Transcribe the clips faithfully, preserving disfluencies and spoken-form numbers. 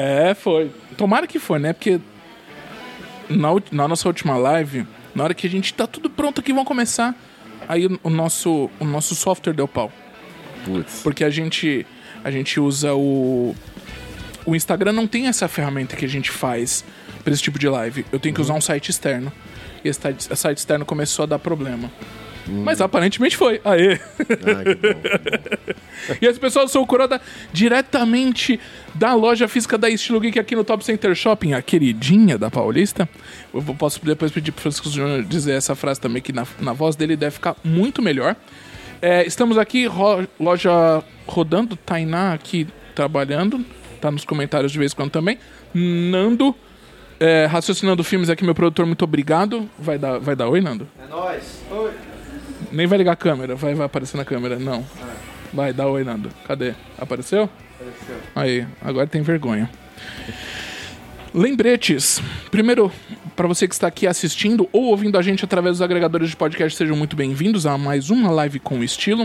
É, foi. Tomara que foi, né? Porque na, na nossa última live, na hora que a gente tá tudo pronto aqui, vão começar, aí o, o, nosso, o nosso software deu pau. Putz. Porque a gente, a gente usa o... O Instagram não tem essa ferramenta que a gente faz pra esse tipo de live. Eu tenho que usar um site externo. E esse site externo começou a dar problema. Hum. Mas aparentemente foi. Aê! Ah, que bom, que bom. E as pessoas são curadas diretamente da loja física da Estilo Geek aqui no Top Center Shopping, a queridinha da Paulista. Eu posso depois pedir pro Francisco Júnior dizer essa frase também, que na, na voz dele deve ficar muito melhor. É, estamos aqui, ro, loja rodando, Tainá aqui trabalhando, tá nos comentários de vez em quando também. Nando, é, raciocinando filmes aqui, meu produtor, muito obrigado. Vai dar, vai dar oi, Nando? É nóis. Oi. Nem vai ligar a câmera, vai, vai aparecer na câmera, não. Vai, dá oi, Nando. Cadê? Apareceu? Apareceu. Aí, agora tem vergonha. Lembretes. Primeiro, para você que está aqui assistindo ou ouvindo a gente através dos agregadores de podcast, sejam muito bem-vindos a mais uma live com estilo.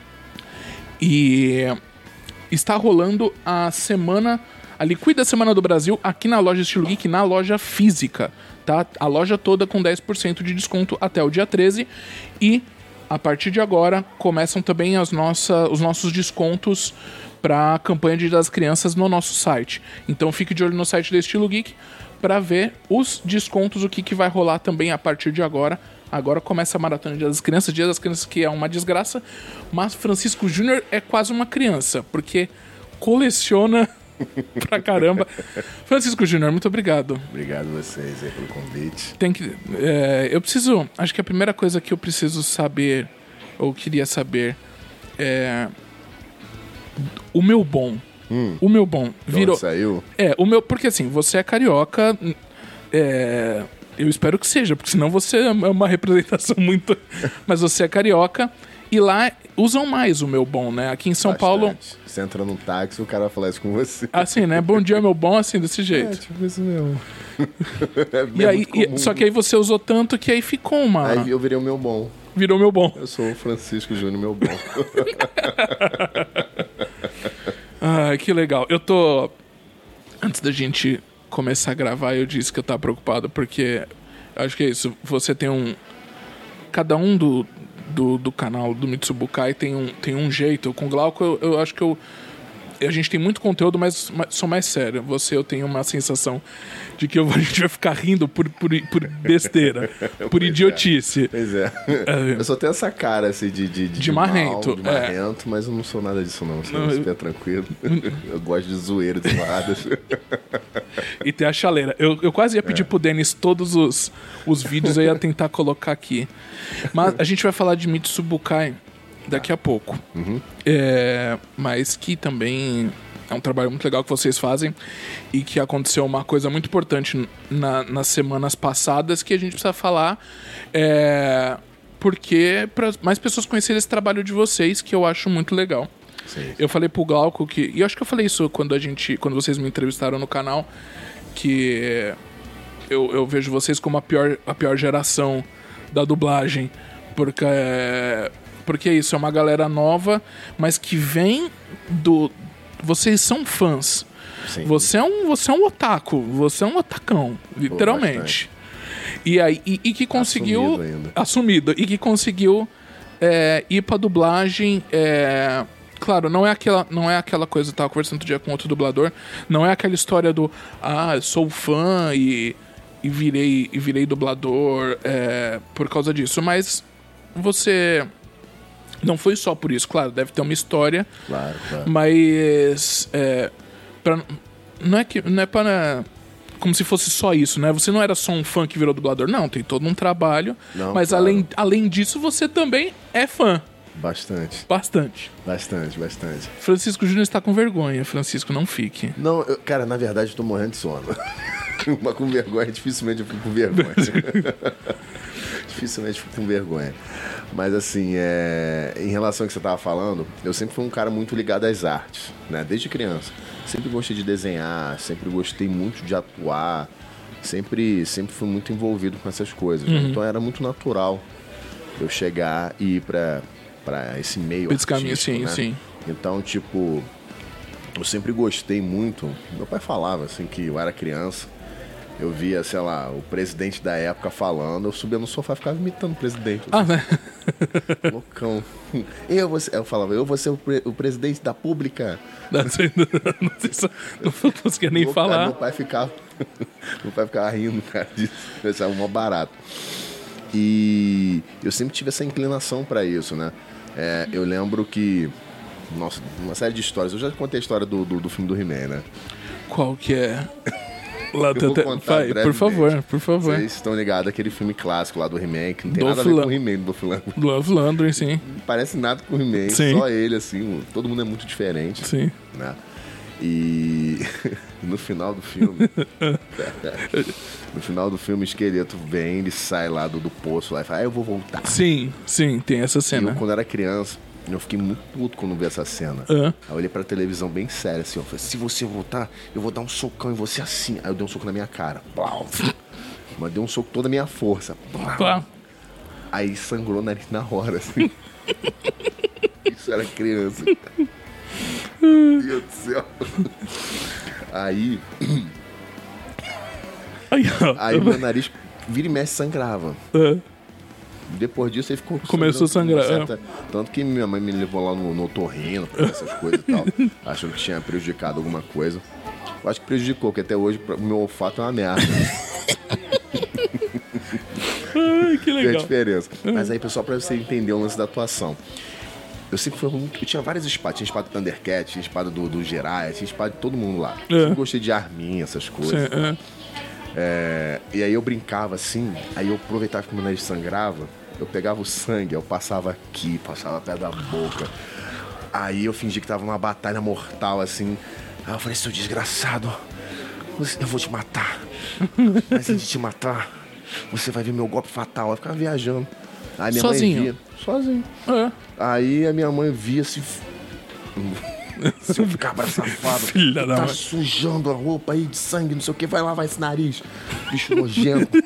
E está rolando a semana, a Liquida Semana do Brasil aqui na loja Estilo Geek, na loja física, tá? A loja toda com dez por cento de desconto até o dia treze. E a partir de agora começam também as nossa, os nossos descontos para a campanha de Dia das Crianças no nosso site. Então fique de olho no site da Estilo Geek para ver os descontos, o que, que vai rolar também a partir de agora. Agora começa a maratona de Dia das Crianças, Dia das Crianças que é uma desgraça, mas Francisco Júnior é quase uma criança, porque coleciona pra caramba. Francisco Júnior, muito obrigado. Obrigado a vocês aí pelo convite. Tem que, é, eu preciso, acho que a primeira coisa que eu preciso saber, ou queria saber, é o meu bom. Hum. O meu bom virou. Saiu? É, o meu, porque assim, você é carioca, é, eu espero que seja, porque senão você é uma representação muito. Mas você é carioca e lá usam mais o meu bom, né? Aqui em São Bastante. Paulo. Você entra num táxi, o cara vai falar isso com você. Assim, né? Bom dia, meu bom, assim, desse jeito. É, tipo isso mesmo. E é aí, e, comum. só que aí você usou tanto que aí ficou uma. Aí eu virei o meu bom. Virou meu bom. Eu sou o Francisco Júnior, meu bom. Ai, que legal. Eu tô. Antes da gente começar a gravar, eu disse que eu tava preocupado, porque acho que é isso. Você tem um. Cada um do, do, do canal do Mitsubukai tem um, tem um jeito. Com o Glauco, eu, eu acho que eu. A gente tem muito conteúdo, mas, mas sou mais sério. Você, eu tenho uma sensação de que eu, a gente vai ficar rindo por, por, por besteira, por Pois idiotice. É. Pois é. É. Eu só tenho essa cara assim de, de, de, De marrento, mal, de marrento, mas eu não sou nada disso não. Sou Não, eu- super tranquilo. Eu gosto de zoeira, de zoadas. E tem a chaleira. Eu, eu quase ia pedir É. pro Denis todos os, os vídeos, eu ia tentar colocar aqui. Mas a gente vai falar de Mitsubukai daqui a pouco. Uhum. É, mas que também é um trabalho muito legal que vocês fazem e que aconteceu uma coisa muito importante na- nas semanas passadas que a gente precisa falar, é, porque para mais pessoas conhecerem esse trabalho de vocês, que eu acho muito legal. Sim. Eu falei pro Glauco que... E eu acho que eu falei isso quando a gente... Quando vocês me entrevistaram no canal, que eu, eu vejo vocês como a pior, a pior geração da dublagem. Porque... Porque é isso, é uma galera nova, mas que vem do... Vocês são fãs. Sim. Você é um, você é um otaku. Você é um otacão, literalmente. E aí e, e que conseguiu... Assumido ainda. Assumido. E que conseguiu é, ir pra dublagem... É, claro, não é aquela, não é aquela coisa, eu tava conversando outro dia com outro dublador, não é aquela história do, ah, eu sou fã e, e, virei, e virei dublador é, por causa disso, mas você não foi só por isso, claro, deve ter uma história, Claro, claro. mas é, pra, não é que não é para como se fosse só isso, né? Você não era só um fã que virou dublador, não, tem todo um trabalho, Não, mas claro. além, além disso você também é fã, Bastante, bastante. bastante, bastante. Francisco Júnior está com vergonha. Francisco, não fique. Não, eu- cara, na verdade eu tô morrendo de sono. Mas com vergonha, dificilmente eu fico com vergonha. Dificilmente eu fico com vergonha. Mas assim, é... em relação ao que você tava falando, eu sempre fui um cara muito ligado às artes, né? Desde criança. Sempre gostei de desenhar, sempre gostei muito de atuar, sempre, sempre fui muito envolvido com essas coisas. né? Então era muito natural eu chegar e ir pra, pra esse meio Esse caminho, artístico, sim, né? sim. Então, tipo, eu sempre gostei muito. Meu pai falava assim que eu era criança. Eu via, sei lá, o presidente da época falando, eu subia no sofá e ficava imitando o presidente. Ah, né? Loucão. Eu, vou ser, eu falava, eu vou ser o, pre, o presidente da pública. Não, sei, não, não, sei, não conseguia nem meu, falar. Cara, meu pai ficava. Meu pai ficava rindo, cara, disso. Eu achava mó barato. E eu sempre tive essa inclinação pra isso, né? É, eu lembro que. Nossa, uma série de histórias. Eu já contei a história do, do, do filme do He-Man, né? Qual que é? Lá eu vou contar Vai, por favor, por favor. Vocês estão ligados àquele filme clássico lá do He-Man, que não tem Dolph nada a ver La... com o He-Man do Dolph Lundgren. Dolph Lundgren, sim. Não parece nada com o He-Man, Sim. só ele, assim, todo mundo é muito diferente. Sim. Né? E no final do filme, no final do filme, o esqueleto vem, ele sai lá do, do poço lá e fala, ah, eu vou voltar. Sim, sim, tem essa E cena. eu, quando era criança, eu fiquei muito puto quando vi essa cena. Uhum. Aí eu olhei pra televisão bem sério, assim, eu falei, se você voltar, eu vou dar um socão em você assim. Aí eu dei um soco na minha cara. Blau. Mas dei um soco toda a minha força. Blau. Pá. Aí sangrou o nariz na hora, assim. Isso era criança. Meu Deus do céu. Aí. Aí, ó. Aí meu nariz vira e mexe sangrava. Uhum. Depois disso ele ficou Começou a sangrar. Certa... Tanto que minha mãe me levou lá no, no otorrino, pra essas coisas e tal, achando que tinha prejudicado alguma coisa. Eu acho que prejudicou, porque até hoje o meu olfato é uma merda. Ai, que legal. Tem a diferença. Mas aí, pessoal, pra você entender o lance da atuação. Eu sempre fui muito... Eu tinha várias espadas. Tinha espada do Thundercat, tinha espada do, do Jiraiya, tinha espada de todo mundo lá. Eu sempre gostei de arminha, essas coisas. Sim, é. É... E aí eu brincava assim, aí eu aproveitava que o meu nariz sangrava, eu pegava o sangue, eu passava aqui, passava perto da boca. Aí eu fingi que tava numa batalha mortal, assim. Aí eu falei, seu desgraçado, eu vou te matar. Mas antes de te matar, você vai ver meu golpe fatal. Eu ficava viajando. Aí minha Sozinho? mãe via. Sozinho. É. Aí a minha mãe via assim. Seu cabra safado, Filha da tá mãe. sujando a roupa aí de sangue, não sei o que, vai lavar esse nariz. Bicho nojento.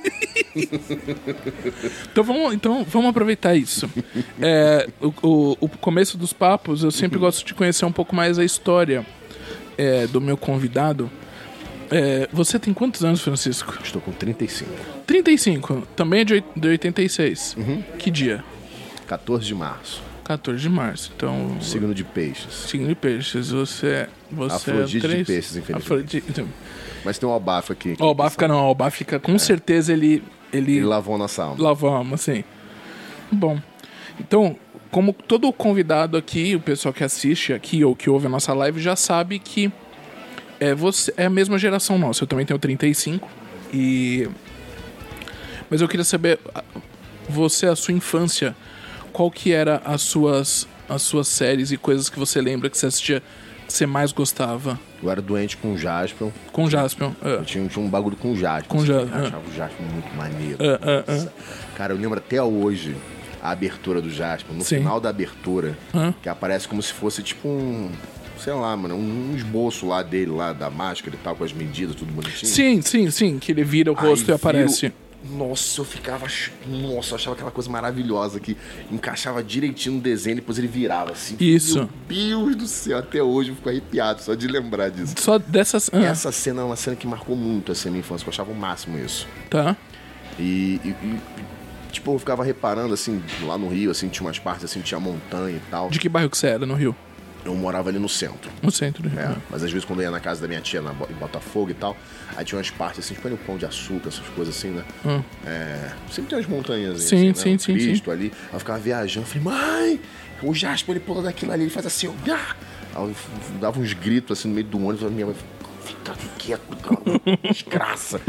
Então vamos, então vamos aproveitar isso. É, o, o, o começo dos papos, eu sempre gosto de conhecer um pouco mais a história é, do meu convidado. É, você tem quantos anos, Francisco? Estou com trinta e cinco. trinta e cinco. Também é de, oit- de oitenta e seis. Uhum. Que dia? quatorze de março. quatorze de março. Então, Signo de peixes. signo de peixes. Você, você Afrodite é de três. peixes, infelizmente. Afrodite. Mas tem um Albafa aqui. O Albafica não, o Albafica com certeza ele, ele, Ele lavou a nossa alma. lavou a alma, assim. Bom, então, como todo convidado aqui, o pessoal que assiste aqui ou que ouve a nossa live já sabe que é, você, é a mesma geração nossa. Eu também tenho trinta e cinco. E... Mas eu queria saber, a- você, a sua infância, qual que era as suas, as suas séries e coisas que você lembra que você assistia, que você mais gostava? Eu era doente com o Jaspion. Com Jaspion. É. Eu tinha, tinha um bagulho com o Jaspion. Com assim, Jaspion, Eu é. achava o Jaspion muito maneiro. É, é, é. Nossa. Cara, eu lembro até hoje a abertura do Jaspion. No Sim. final da abertura, Hã? que aparece como se fosse tipo um... Sei lá, mano, um esboço lá dele, lá da máscara e tal, com as medidas, tudo bonitinho. Sim, sim, sim, que ele vira o Aí rosto e viro- aparece. Nossa, eu ficava. ach- Nossa, eu achava aquela coisa maravilhosa que encaixava direitinho no desenho, depois ele virava assim. Isso. Meu Deus do céu, até hoje eu fico arrepiado só de lembrar disso. Só dessas. Ah, Essa cena é uma cena que marcou muito assim, a minha infância, eu achava o máximo isso. tá. E, e- e, tipo, eu ficava reparando assim, lá no Rio, assim, tinha umas partes assim, tinha montanha e tal. De que bairro que você era no Rio? Eu morava ali no centro. No centro do Rio. É, mas às vezes quando eu ia na casa da minha tia na, Bo- em Botafogo e tal, aí tinha umas partes assim, tipo ali o Pão de Açúcar, essas coisas assim, né? Hum. É, sempre tem umas montanhas Sim, assim, né? sim, Um sim, Cristo ali. Aí eu ficava viajando, falei, mãe, o Jasper ele pula daquilo ali, ele faz assim, ó. Ah! Aí eu f- dava uns gritos assim no meio do ônibus, a minha mãe fica quieto, cara, desgraça.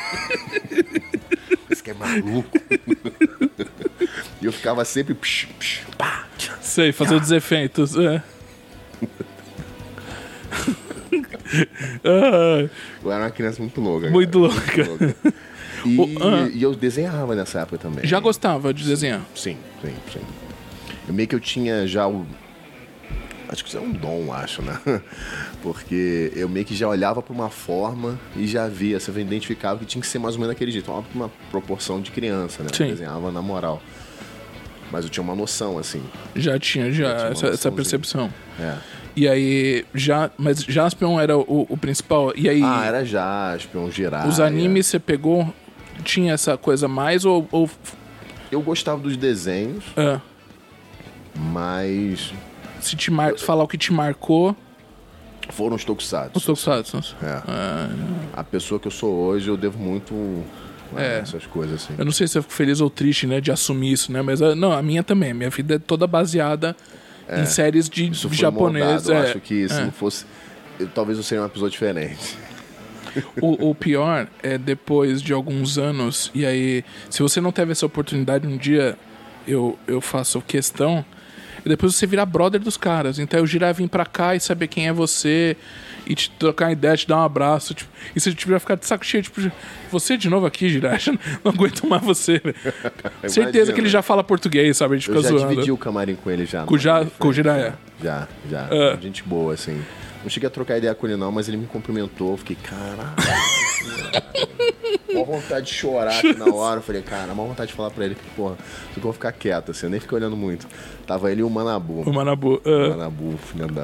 Esse que é maluco. E eu ficava sempre. Psh, psh, pá, tchá. Sei, fazer os efeitos. É. Ah, Eu era uma criança muito louca. cara. muito louca. E, O- ah. e eu desenhava nessa época também. Já gostava de desenhar. Sim, sim, sim. Eu meio que eu tinha já o. Acho que isso é um dom, acho, né? Porque eu meio que já olhava pra uma forma e já via, você identificava que tinha que ser mais ou menos daquele jeito. Uma, uma proporção de criança, né? Eu Sim. desenhava na moral. Mas eu tinha uma noção, assim. Já tinha, Já tinha já, uma essa, essa noçãozinha. percepção. É. E aí, já, mas Jaspion era o, o principal? E aí, Ah, era Jaspion, Jiraiya. os animes você pegou, tinha essa coisa mais ou... ou... Eu gostava dos desenhos, É. mas Se te mar... falar o que te marcou, foram os Tokusatsu. os Tokusatsu. É. A pessoa que eu sou hoje, eu devo muito a É. essas coisas assim. Eu não sei se eu fico feliz ou triste, né, de assumir isso, né? Mas, ah, não, a minha também. Minha vida é toda baseada em séries de Isso foi japonês. moldado. Eu é. acho que se É. não fosse... eu- talvez eu seria uma pessoa diferente. O, o pior é depois de alguns anos, e aí, se você não teve essa oportunidade um dia, eu, eu faço questão, e depois você virar brother dos caras. Então eu girar vir pra cá e saber quem é você, e te trocar uma ideia, te dar um abraço, tipo, e você tipo, vai ficar de saco cheio, tipo, você de novo aqui, Jiraiya, não aguento mais você, velho. Certeza Imagina. que ele já fala português, sabe? A gente Eu fica já zoando. dividi o camarim com ele já. Com, não, já, ele com o foi- Jiraiya. Já, já. É. Gente boa, assim. Não cheguei a trocar ideia com ele não, mas ele me cumprimentou. Eu fiquei, caralho. Mó vontade de chorar aqui na hora. Eu falei, cara, mó vontade de falar pra ele. Porra, só que eu vou ficar quieto, assim. Eu nem fiquei olhando muito. Tava ele e o Manabu. O Manabu. O ah. Manabu, filha da...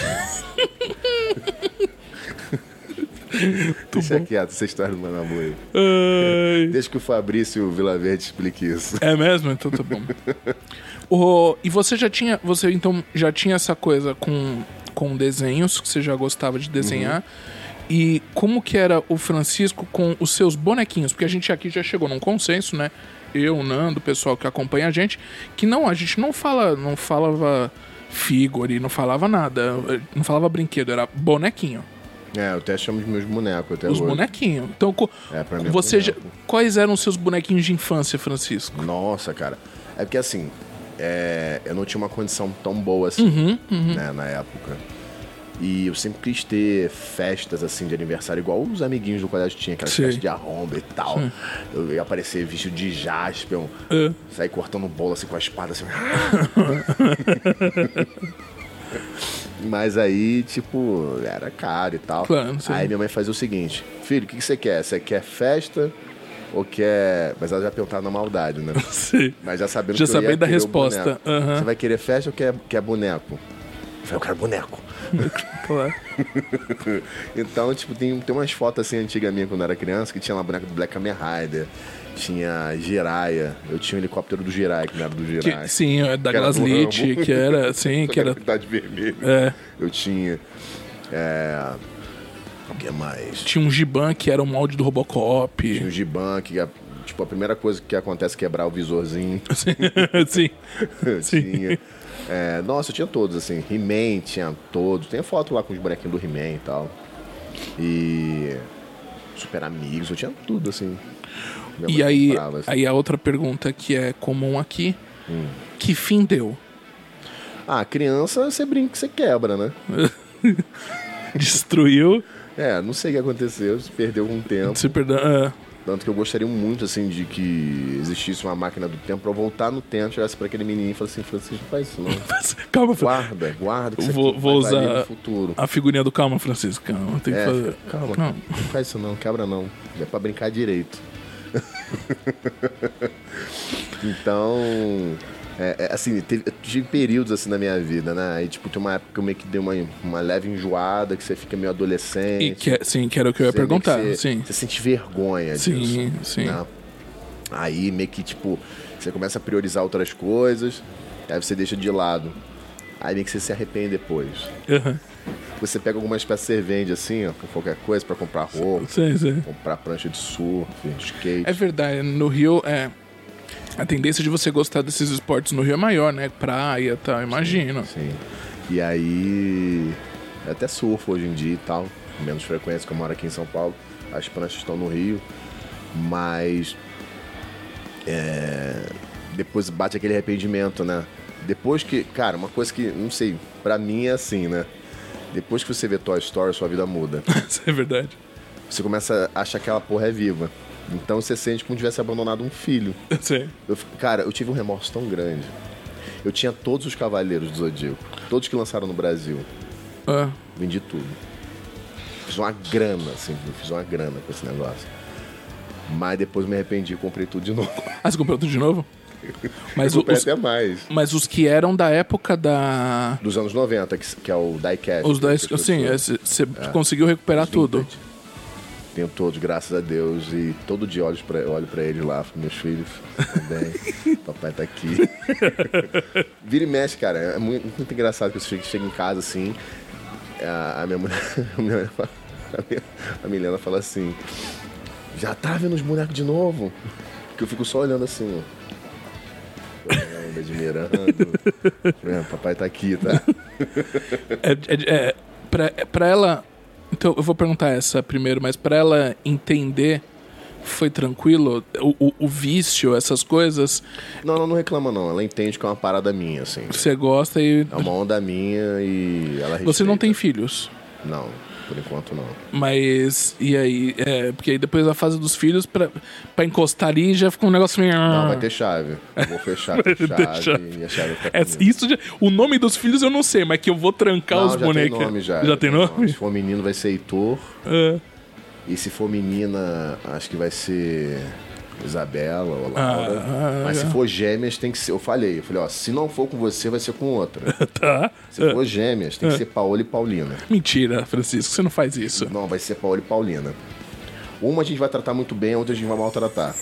Deixa quieto essa história do Manabu aí. Ai. Deixa que o Fabrício Vilaverde explique isso. É mesmo? Então tá bom. O- e você já tinha. Você então já tinha essa coisa com, com desenhos, que você já gostava de desenhar. Uhum. E como que era o Francisco com os seus bonequinhos? Porque a gente aqui já chegou num consenso, né? Eu, o Nando, o pessoal que acompanha a gente, que não, a gente não fala, não falava figure, não falava nada, não falava brinquedo, era bonequinho. É, eu até chamo de meus bonecos até Os hoje. bonequinhos. Então, co- É, pra mim é você já, boneco. quais eram os seus bonequinhos de infância, Francisco? Nossa, cara. É porque assim, é, eu não tinha uma condição tão boa assim, Uhum, né, na época. E eu sempre quis ter festas assim de aniversário, igual os amiguinhos do colégio tinham, aquelas Sim. festas de arromba e tal. Eu ia aparecer vestido de Jaspion, É. sair cortando bolo assim com a espada assim. Mas aí, tipo, era caro e tal. Claro, sim. Aí minha mãe fazia o seguinte: filho, o que, que você quer? Você quer festa ou quer. Mas ela já perguntava na maldade, né? Sim. Mas já sabendo Já que eu ia sabendo da querer o resposta. boneco. Aham. Você vai querer festa ou quer, quer boneco? Eu falei, eu quero boneco. Claro. Então, tipo, tem, tem umas fotos assim antigas minha quando eu era criança que tinha lá boneco do Black Kamen Rider, tinha Jiraiya, eu tinha um helicóptero do Jiraiya, que não era do Jiraiya. Que, sim, é Douglas do Leach, Rambo. que era, sim, que era... Cidade vermelha. É, Eu tinha. É. O que mais? tinha um Giban, que era um molde do Robocop. Tinha o Giban, que a, tipo, a primeira coisa que acontece é quebrar o visorzinho. Sim, Eu sim. tinha. É, nossa, eu tinha todos, assim. He-Man tinha todos. Tem foto lá com os bonequinhos do He-Man e tal. E. Super Amigos, eu tinha tudo, assim. Minha E mãe aí, comprava, assim. aí a outra pergunta que é comum aqui, que fim deu? Ah, criança, você brinca que você quebra, né? Destruiu, É, não sei o que aconteceu, se perdeu com o tempo. se perdeu... É. Tanto que eu gostaria muito, assim, de que existisse uma máquina do tempo pra eu voltar no tempo, chegasse pra aquele menino e falasse assim, Francisco, não faz isso não. Calma, Fran- Guarda, guarda, que isso Vou- aqui vou vai valer usar- no futuro. a figurinha do calma, Francisco, calma, tem que É, fazer... calma, Não. não faz isso não, quebra não. É pra brincar direito. Então, é, é, assim, teve, eu tive períodos assim na minha vida, né? Aí, tipo, tem uma época que eu meio que dei uma, uma leve enjoada, que você fica meio adolescente. E que, é- sim, que era o que eu ia Você meio que perguntar, você, sim. Você sente vergonha Sim, disso. sim. Né? Aí meio que, tipo, você começa a priorizar outras coisas, aí você deixa de lado. Aí meio que você se arrepende depois. Aham. Você pega algumas peças que você vende assim, ó, com qualquer coisa, pra comprar roupa, Sim, sim. comprar prancha de surf, skate. É verdade, no Rio, é... A tendência de você gostar desses esportes no Rio é maior, né? Praia e tal, imagino. Sim. E aí. Eu até surfo hoje em dia e tal. Com menos frequência, que eu moro aqui em São Paulo. As pranchas estão no Rio. Mas. É, depois bate aquele arrependimento, né? Depois que. Cara, uma coisa que. Não sei. Pra mim é assim, né? Depois que você vê Toy Story, sua vida muda. Isso é verdade. Você começa a achar que aquela porra é viva. Então você sente como se tivesse abandonado um filho. Sim. Eu, fico- cara, eu tive um remorso tão grande. Eu tinha todos os Cavaleiros do Zodíaco. Todos que lançaram no Brasil. Ah, Vendi tudo. Fiz uma grana, assim. Eu fiz uma grana com esse negócio. Mas depois me arrependi e comprei tudo de novo. Ah, você comprou tudo de novo? Mas eu comprei os, até mais. Mas os que eram da época da... Dos anos noventa, que, que é o diecast. Os dez, sim, você é, conseguiu recuperar tudo. Tenho todos, graças a Deus. E todo dia olho pra, olho pra eles lá, meus filhos também. Papai tá aqui. Vira e mexe, cara. É muito, muito engraçado que eu chego, chego em casa assim. A, a minha mulher. A, minha, a, minha, a Milena fala assim: já tá vendo os bonecos de novo? Que eu fico só olhando assim, ó. Olhando, admirando. É, papai tá aqui, tá? É, é, é, pra, pra ela. Então, eu vou perguntar essa primeiro, mas pra ela entender, foi tranquilo? O, o, o vício, essas coisas... Não, ela não reclama, não. Ela entende que é uma parada minha, assim. Você gosta e... É uma onda minha e ela respeita. Você não tem filhos? Não, por enquanto não. Mas, e aí? É, porque aí depois da fase dos filhos, pra, pra encostar ali, já fica um negócio meio... Não, vai ter chave. Eu vou fechar com chave, chave e a chave vai é, isso já, o nome dos filhos eu não sei, mas que eu vou trancar não, os já bonecos. Tem nome já. Já, já tem nome? nome? Se for menino vai ser Heitor. É. E se for menina, acho que vai ser Isabela ou Laura. Ah, mas é. se for gêmeas, tem que ser... Eu falei, eu falei, ó, se não for com você, vai ser com outra. Tá. Se for gêmeas, tem que ser Paola e Paulina. Mentira, Francisco, você não faz isso. Não, vai ser Paola e Paulina. Uma a gente vai tratar muito bem, a outra a gente vai maltratar.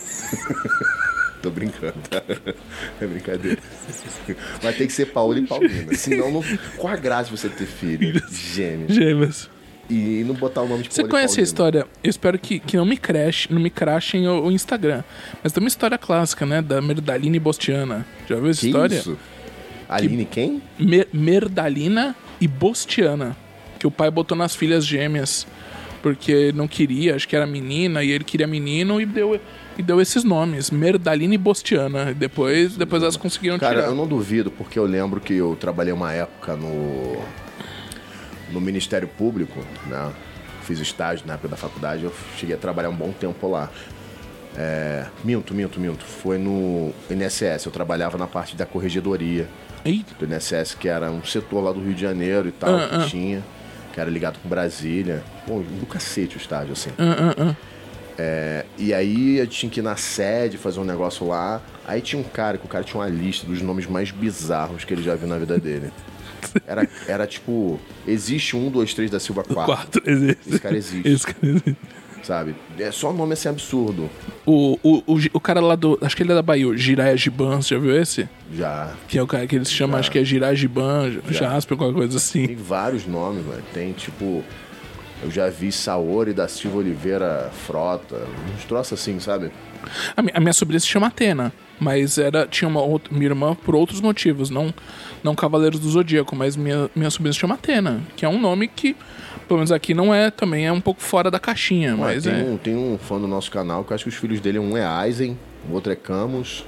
Tô brincando, tá? É brincadeira. Vai ter que ser Paola e Paulina. Senão, não... qual a graça de você ter filho? Gêmeas. Gêmeas. E não botar o nome de Você Paola conhece a história? Eu espero que, que não me crash, não me crashem o, o Instagram. Mas tem uma história clássica, né? Da Merdalina e Bostiana. Já viu essa que história? Isso? Aline que... quem? Mer Merdalina e Bostiana. Que o pai botou nas filhas gêmeas. Porque não queria, acho que era menina, e ele queria menino e deu, e deu esses nomes. Merdalina e Bostiana. E depois, depois elas conseguiram Cara, tirar. Cara, eu não duvido, porque eu lembro que eu trabalhei uma época no... no Ministério Público, né? Fiz estágio na época da faculdade, eu cheguei a trabalhar um bom tempo lá. É... Minto, minto, minto. Foi no N S S, eu trabalhava na parte da corregedoria Eita. do N S S, que era um setor lá do Rio de Janeiro e tal, uh, que uh. tinha, que era ligado com Brasília. Pô, do cacete o estágio, assim. Uh, uh, uh. É... E aí eu tinha que ir na sede fazer um negócio lá. Aí tinha um cara, que o cara tinha uma lista dos nomes mais bizarros que ele já viu na vida dele. Era, era tipo, existe um, dois, três da Silva quatro. quatro existe. Esse cara existe. Esse cara existe. Sabe? É só nome assim absurdo. O, o, o, o cara lá do. Acho que ele é da Bahia, o Jiraya Giban, você já viu esse? Já. Que é o cara que eles chamam, Já. acho que é Jiraya Giban, Jasper, alguma coisa assim. Tem vários nomes, mano. Tem tipo. Eu já vi Saori da Silva Oliveira Frota. Uns troços assim, sabe? A minha, a minha sobrinha se chama Atena. Mas era, tinha uma outra, minha irmã por outros motivos, não, não Cavaleiros do Zodíaco, mas minha, minha sobrinha se chama Atena, que é um nome que, pelo menos aqui, não é, também é um pouco fora da caixinha, Ué, mas tem é... Um, tem um fã do nosso canal que eu acho que os filhos dele, um é Aizen, o outro é Camus.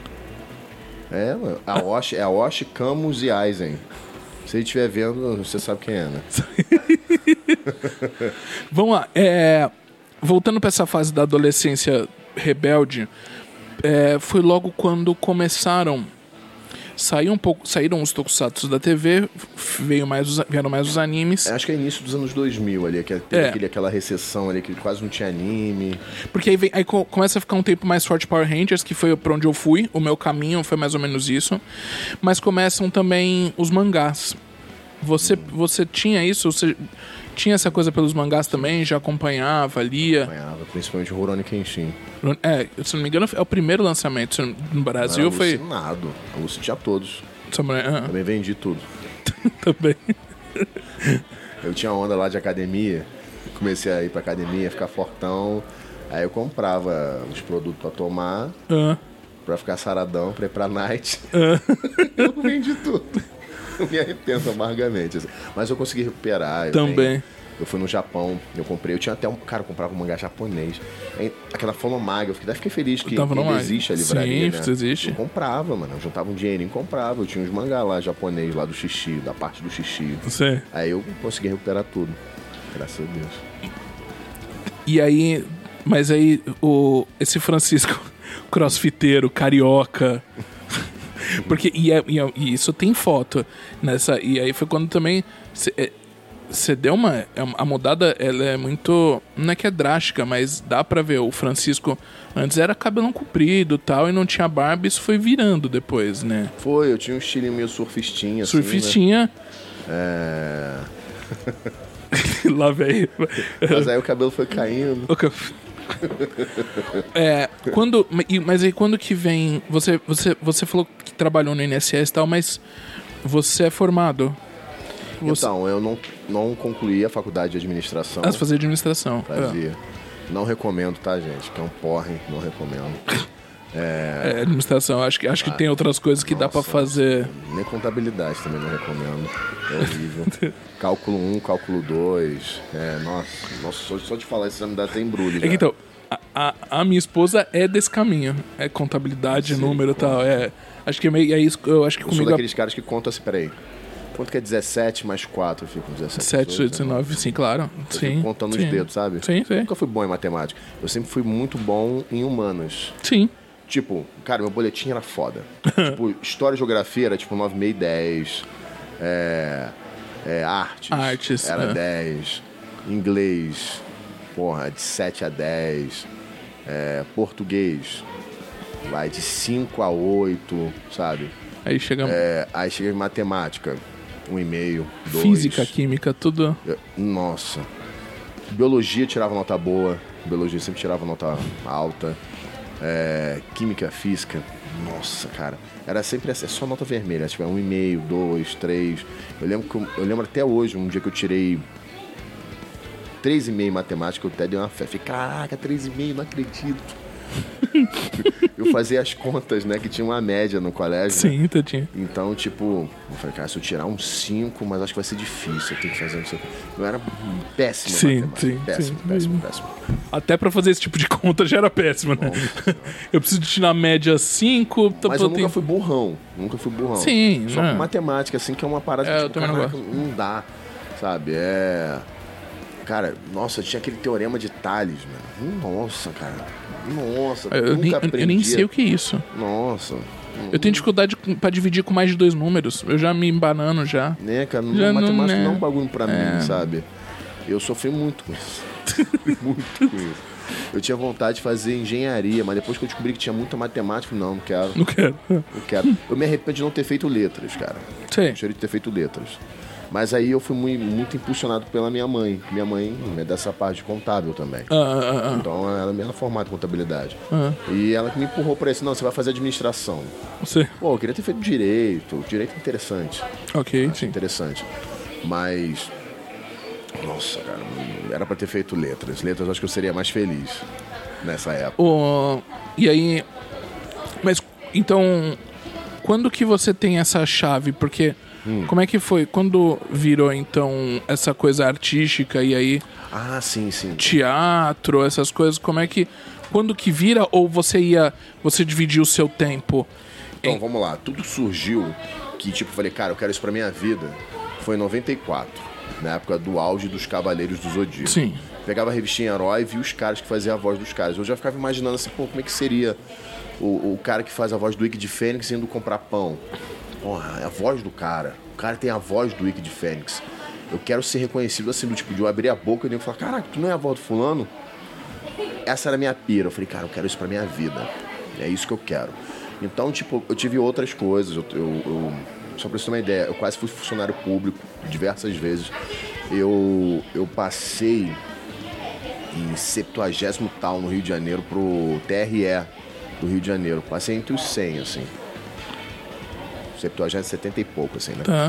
É, mano, a Osh, é a Osh, Camus e Aizen. Se ele estiver vendo, você sabe quem é, né? Vamos lá, é, voltando para essa fase da adolescência rebelde... É, foi logo quando começaram saiu um pouco, saíram os tokusatsu da T V, veio mais os, vieram mais os animes. Acho que é início dos anos dois mil ali, que teve é. aquele, aquela recessão ali que quase não tinha anime. Porque aí, vem, aí começa a ficar um tempo mais forte Power Rangers, que foi pra onde eu fui, o meu caminho foi mais ou menos isso. Mas começam também os mangás. Você, hum. você tinha isso? Você tinha essa coisa pelos mangás também? Já acompanhava, lia? Acompanhava, principalmente o Rurouni Kenshin. É, se não me engano, é o primeiro lançamento no Brasil. Era foi alucinado. A Lucy tinha todos. Ah. Também vendi tudo. Também. Eu tinha onda lá de academia. Comecei a ir pra academia, ficar fortão. Aí eu comprava os produtos pra tomar, ah. pra ficar saradão, pra ir pra night. Ah. Eu vendi tudo. Eu me arrependo amargamente. Mas eu consegui recuperar. Eu Também. Tenho, eu fui no Japão, eu comprei. Eu tinha até um cara que comprava um mangá japonês. Aquela Fonomag, eu fiquei, fiquei feliz que ainda existe a livraria. Sim, né? existe. Eu comprava, mano. Eu juntava um dinheirinho e comprava. Eu tinha uns mangá lá japonês, lá do xixi, da parte do xixi. Sim. Aí eu consegui recuperar tudo. Graças a Deus. E aí. Mas aí, o, esse Francisco crossfiteiro, carioca. Porque, e, é, e, é, e isso tem foto nessa. E aí foi quando também. Cê, é, você deu uma... A mudada, ela é muito... Não é que é drástica, mas dá pra ver. O Francisco, antes era cabelão comprido e tal, e não tinha barba, isso foi virando depois, né? Foi, eu tinha um estilinho meio surfistinha, assim, Surfistinha. Né? É... Lá, velho. Mas aí o cabelo foi caindo. É, quando, mas aí quando que vem... Você, você, você falou que trabalhou no I N S S e tal, mas você é formado... Você... Então, eu não, não concluí a faculdade de administração. Ah, você fazia administração. Fazia. É. Não recomendo, tá, gente? Que é um porre, não recomendo. É, é administração. Acho que, acho que ah, tem outras coisas que nossa, dá pra fazer. Nem contabilidade também não recomendo. É horrível. Cálculo um, cálculo dois. É, nossa, nossa só, só de falar isso já me dá até embrulho. É que então, a, a, a minha esposa é desse caminho. É contabilidade, Sim, número e tal. É, acho que é meio. É isso, eu acho que eu comigo. Sou daqueles a... caras que contam assim, peraí. Quanto que é dezessete mais quatro? Eu fico com dezessete. dezessete, dezenove, sim, claro. Eu sim, fico contando sim. os dedos, sabe? Sim, sim. Eu nunca fui bom em matemática. Eu sempre fui muito bom em humanas. Sim. Tipo, cara, meu boletim era foda. Tipo, história e geografia era tipo nove vírgula cinco, dez. É, é, artes. Artes. Era é. dez. Inglês. Porra, de sete a dez. É, português. Vai de cinco a oito, sabe? Aí chega... É, aí chega em matemática. Um e meio, dois. Física, química, tudo. Nossa. Biologia tirava nota boa. Biologia sempre tirava nota alta. É, química, física. Nossa, cara. Era sempre assim, só nota vermelha. Tipo, um e meio, dois, três. Eu lembro, que eu, eu lembro até hoje, um dia que eu tirei três e meio em matemática, eu até dei uma fé. Falei, caraca, três e meio, não acredito. Eu fazia as contas, né? Que tinha uma média no colégio. Sim, né? tu tinha. Então, tipo, eu falei, cara, se eu tirar um cinco, mas acho que vai ser difícil. Eu tenho que fazer um cinco. Eu era péssimo, sim, matemática. sim, péssimo, sim. péssimo, péssimo. Até pra fazer esse tipo de conta já era péssimo, né? Nossa, eu preciso de tirar média cinco. Mas eu nunca fui burrão. Nunca fui burrão. Sim, Só né? com matemática, assim, que é uma parada é, que, tipo, caraca, não dá. Sabe? É... Cara, nossa, tinha aquele teorema de Tales, mano. Nossa, cara. Nossa, eu nunca nem, aprendi. Eu nem sei o que é isso. Nossa. Eu tenho dificuldade pra dividir com mais de dois números. Eu já me embanando já. Né, cara? Já matemática não, não, né? não é um bagulho pra é. mim, sabe? Eu sofri muito com isso. muito com isso. Eu tinha vontade de fazer engenharia, mas depois que eu descobri que tinha muita matemática, não, não quero. Não quero. Não quero. Eu me arrependo de não ter feito letras, cara. Sim. Gostaria de ter feito letras. Mas aí eu fui muito, muito impulsionado pela minha mãe. Minha mãe é dessa parte de contábil também. Ah, ah, ah. Então ela é formada em contabilidade. Ah. E ela que me empurrou pra isso. Não, você vai fazer administração. Você... Pô, eu queria ter feito direito. Direito é interessante. Ok, Acho sim. interessante. Mas... Nossa, cara. Era pra ter feito letras. Letras eu acho que eu seria mais feliz nessa época. Oh, e aí... Mas, então... Quando que você tem essa chave? Porque... Hum. Como é que foi? Quando virou, então, essa coisa artística e aí... Ah, sim, sim. Teatro, essas coisas, como é que... Quando que vira ou você ia... Você dividia o seu tempo? Então, em... vamos lá. Tudo surgiu que, tipo, falei, cara, eu quero isso pra minha vida. Foi em noventa e quatro, na época do auge dos Cavaleiros do Zodíaco. Sim. Pegava a revistinha Herói e via os caras que faziam a voz dos caras. Eu já ficava imaginando assim, pô, como é que seria o, o cara que faz a voz do Ike de Fênix indo comprar pão. Porra, é a voz do cara. O cara tem a voz do Ike de Fênix. Eu quero ser reconhecido assim, do tipo, de eu abrir a boca e eu falar, caraca, tu não é a voz do fulano? Essa era a minha pira. Eu falei, cara, eu quero isso pra minha vida. É isso que eu quero. Então, tipo, eu tive outras coisas. Eu, eu, eu, só pra você ter uma ideia, eu quase fui funcionário público diversas vezes. Eu, eu passei em septuagésimo tal no Rio de Janeiro pro T R E do Rio de Janeiro. Passei entre os cem, assim. septuagésimo, setenta e pouco, assim, né? Tá.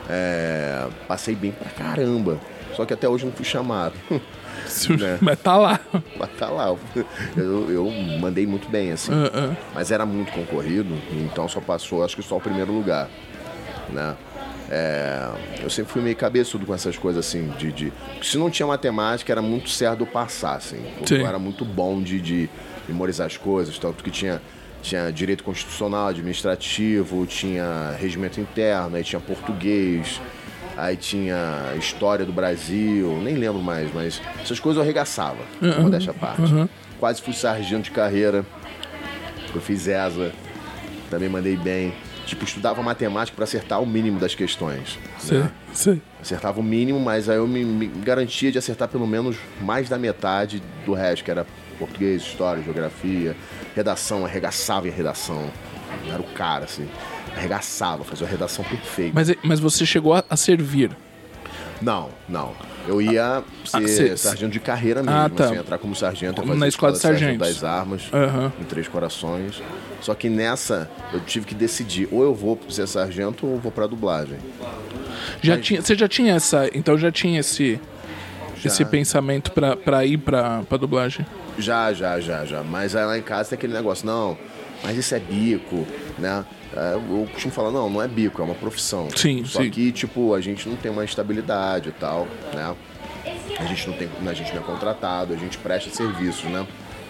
É, passei bem pra caramba. Só que até hoje não fui chamado. né? Mas tá lá. Mas tá lá. Eu, eu mandei muito bem, assim. Uh -uh. Mas era muito concorrido, então só passou, acho que só o primeiro lugar, né? É, eu sempre fui meio cabeçudo com essas coisas, assim, de... de... Se não tinha matemática, era muito certo eu passar, assim. Porque eu era muito bom de, de memorizar as coisas, tanto que tinha... Tinha direito constitucional, administrativo, tinha regimento interno, aí tinha português, aí tinha história do Brasil, nem lembro mais, mas essas coisas eu arregaçava, uhum, modéstia à parte. Uhum. Quase fui sargento de carreira, eu fiz ESA, também mandei bem. tipo, estudava matemática pra acertar o mínimo das questões. Sei, Né? sei. Acertava o mínimo, mas aí eu me, me garantia de acertar pelo menos mais da metade do resto, que era português, história, geografia, redação, arregaçava em redação. Eu era o cara, assim. Arregaçava, fazia a redação perfeita. Mas, mas você chegou a, a servir? Não, não. Eu ia ser ah, cê, sargento de carreira mesmo, ah, tá. assim, entrar como sargento, eu fazia na escola de sargentos das armas, uhum. em Três Corações. Só que nessa eu tive que decidir, ou eu vou ser sargento ou eu vou pra dublagem. Já Mas, tinha, você já tinha essa, então já tinha esse, já. esse pensamento pra, pra ir pra, pra dublagem? Já, já, já, já. Mas aí lá em casa tem aquele negócio, não, mas isso é bico, né? Eu costumo falar, não, não é bico, é uma profissão. Sim, Só sim. que, tipo, a gente não tem uma estabilidade e tal, né? A gente não tem, a gente não é contratado, a gente presta serviços, né?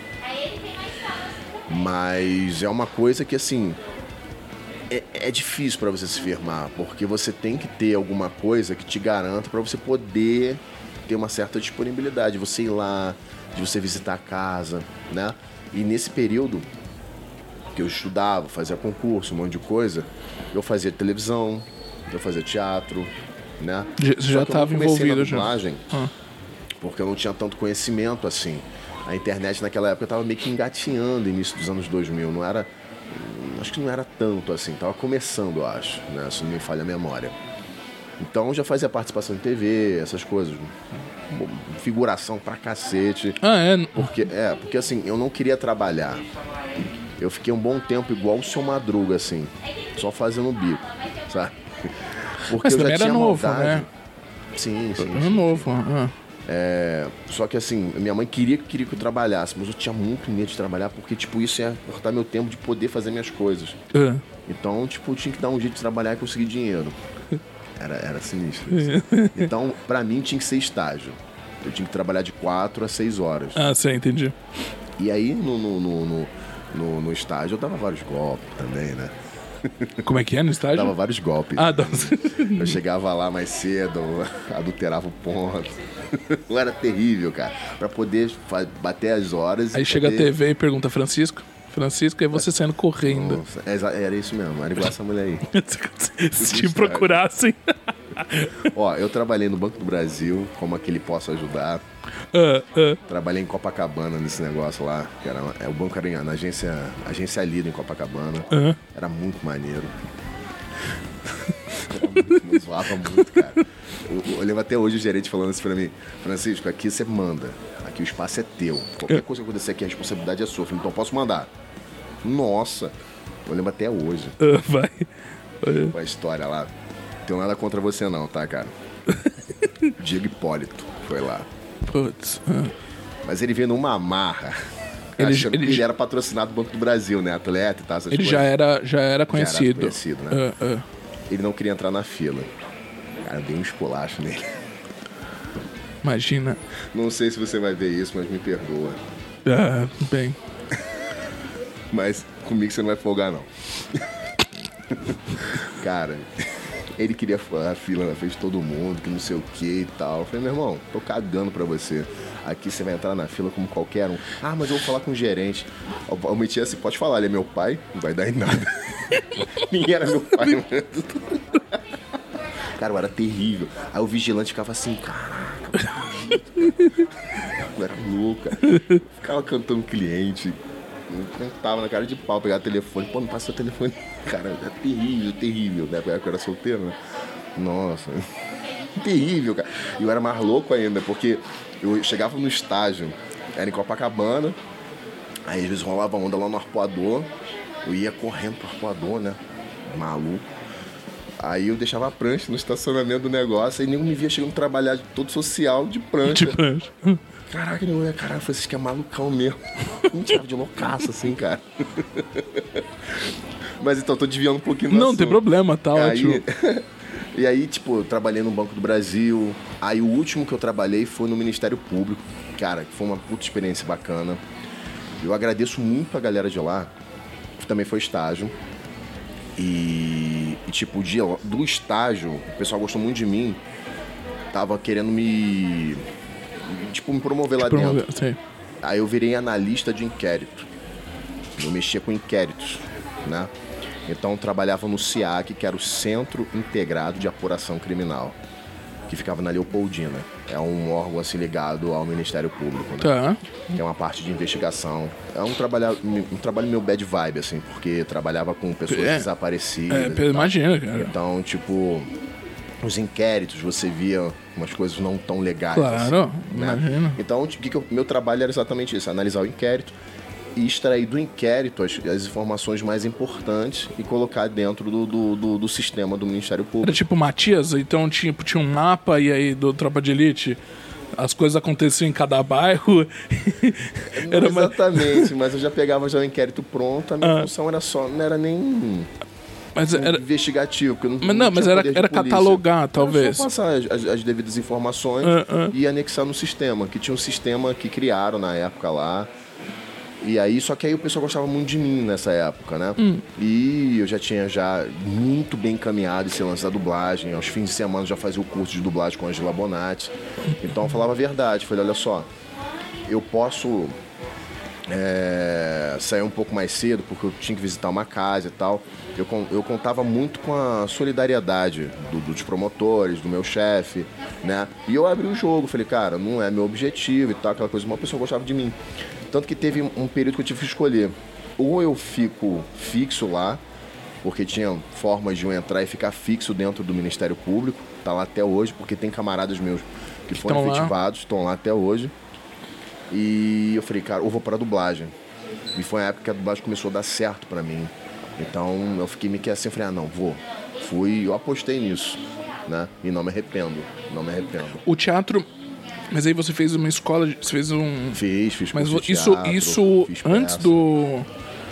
Mas é uma coisa que, assim, é, é difícil pra você se firmar, porque você tem que ter alguma coisa que te garanta pra você poder ter uma certa disponibilidade, de você ir lá, de você visitar a casa, né? E nesse período que eu estudava, fazia concurso, um monte de coisa, eu fazia televisão, eu fazia teatro, né? Você já estava envolvido já? Ah. Porque eu não tinha tanto conhecimento assim. A internet naquela época estava meio que engatinhando, início dos anos dois mil, não era, acho que não era tanto assim, estava começando, eu acho, né? Se não me falha a memória. Então já fazia participação em T V, essas coisas, figuração pra cacete. Ah, é? Porque, é, porque assim, eu não queria trabalhar. Eu fiquei um bom tempo igual o Seu Madruga, assim, só fazendo bico, sabe? Porque mas eu também já era tinha novo, maldade. né? Sim, sim. Era sim, novo. sim. Ah. É, só que assim, minha mãe queria, queria que eu trabalhasse, mas eu tinha muito medo de trabalhar porque, tipo, isso ia cortar meu tempo de poder fazer minhas coisas. Ah. Então, tipo, eu tinha que dar um jeito de trabalhar e conseguir dinheiro. Era, era sinistro. Então, pra mim, tinha que ser estágio. Eu tinha que trabalhar de quatro a seis horas. Ah, sim, entendi. E aí, no, no, no, no, no, no estágio, eu dava vários golpes também, né? Como é que é no estágio? Dava vários golpes. Ah, nossa. Eu chegava lá mais cedo, adulterava o ponto. Não era terrível, cara. Pra poder bater as horas. Aí chega poder... a T V e pergunta, Francisco? Francisco, aí você saindo correndo. Nossa, era isso mesmo, era igual essa mulher aí. Se te procurassem. Ó, eu trabalhei no Banco do Brasil, como aquele Posso Ajudar. Uh, uh. Trabalhei em Copacabana nesse negócio lá, que era, é, o banco era na agência, agência Lido em Copacabana. Uh. Era muito maneiro. Era muito, eu zoava muito, cara. Eu, eu lembro até hoje o gerente falando isso pra mim: Francisco, aqui você manda, aqui o espaço é teu. Qualquer coisa que acontecer aqui, a responsabilidade é sua. Eu falei, então eu posso mandar. Nossa, eu lembro até hoje. Uh, vai. Com a história lá. Não tenho nada contra você não, tá, cara? Diego Hipólito foi lá. Putz. Uh. Mas ele veio numa marra. Ele, achando ele, que ele era patrocinado do Banco do Brasil, né? Atleta e tal, essas ele coisas. já era, já era conhecido. Já era conhecido, né? Uh, uh. Ele não queria entrar na fila. Cara, eu dei um esculacho nele. Imagina. Não sei se você vai ver isso, mas me perdoa. Ah, bem. Mas comigo você não vai folgar, não. Cara, ele queria a fila na frente de todo mundo, que não sei o que e tal. Eu falei, meu irmão, tô cagando pra você. Aqui você vai entrar na fila como qualquer um. Ah, mas eu vou falar com o gerente. Eu meti assim, pode falar, ele é meu pai, não vai dar em nada. Ninguém era meu pai, mano. Cara, eu era terrível. Aí o vigilante ficava assim, caraca, eu era louca. Ficava cantando cliente. Cantava na cara de pau, pegava o telefone. Pô, não passa seu telefone. Cara, era terrível, terrível. Na época eu era solteiro, né? Nossa, terrível, cara. E eu era mais louco ainda, porque eu chegava no estágio, era em Copacabana, aí às vezes rolava onda lá no arpoador, eu ia correndo pro arpoador, né? Maluco. Aí eu deixava a prancha no estacionamento do negócio, aí nego me via chegando a trabalhar de todo social de prancha. De prancha. Caraca, eu ia, caralho, Francisco é malucão mesmo. Me tirava de loucaço, assim, cara. Mas então, tô desviando um pouquinho do Não, assunto. tem problema, tá aí, ótimo. E aí, tipo, eu trabalhei no Banco do Brasil. Aí o último que eu trabalhei foi no Ministério Público. Cara, foi uma puta experiência bacana. Eu agradeço muito a galera de lá, que também foi estágio. E, e tipo, o dia do estágio, o pessoal gostou muito de mim. Tava querendo me... Tipo, me promover lá promover, dentro. Sim. Aí eu virei analista de inquérito. Eu mexia com inquéritos, né? Então, eu trabalhava no SIAC, que era o Centro Integrado de Apuração Criminal, que ficava na Leopoldina. É um órgão assim ligado ao Ministério Público, né? Tá. Que é uma parte de investigação. É um trabalho, um trabalho meio bad vibe, assim, porque trabalhava com pessoas É. desaparecidas. É, imagina, cara. Então, tipo, os inquéritos, você via umas coisas não tão legais. Claro, assim, né? imagina. Então, o que que eu- meu trabalho era exatamente isso, analisar o inquérito e extrair do inquérito as, as informações mais importantes e colocar dentro do, do, do, do sistema do Ministério Era Público. tipo Matias, então tinha, tinha um mapa e aí do Tropa de Elite as coisas aconteciam em cada bairro. Não Era mais- exatamente, mas eu já pegava já o inquérito pronto, a minha Ah. função era só, não era nem Mas era, investigativo, porque eu não, mas não, mas tinha era, poder de era polícia. catalogar, Era talvez. só passar as, as- as devidas informações Ah, ah. e anexar no sistema, que tinha um sistema que criaram na época lá. E aí, só que aí o pessoal gostava muito de mim nessa época, né? Hum. E eu já tinha já muito bem encaminhado esse lance da dublagem. Aos fins de semana eu já fazia o curso de dublagem com a Angela Bonatti. Então eu falava a verdade. Falei, olha só, eu posso é, sair um pouco mais cedo, porque eu tinha que visitar uma casa e tal. Eu, con- eu contava muito com a solidariedade do- dos promotores, do meu chefe, né? E eu abri o jogo, falei, cara, não é meu objetivo e tal, aquela coisa. Uma pessoa gostava de mim. Tanto que teve um período que eu tive que escolher. Ou eu fico fixo lá, porque tinha formas de eu entrar e ficar fixo dentro do Ministério Público. Tá lá até hoje, porque tem camaradas meus que foram estão lá. efetivados, estão lá até hoje. E eu falei, cara, ou vou pra dublagem. E foi a época que a dublagem começou a dar certo pra mim. Então eu fiquei meio que assim, falei, ah, não, vou. Fui, eu apostei nisso, né? E não me arrependo, não me arrependo. O teatro. Mas aí você fez uma escola, de- você fez um. Fiz, fiz Mas curso de isso, teatro, isso fiz antes peça. do.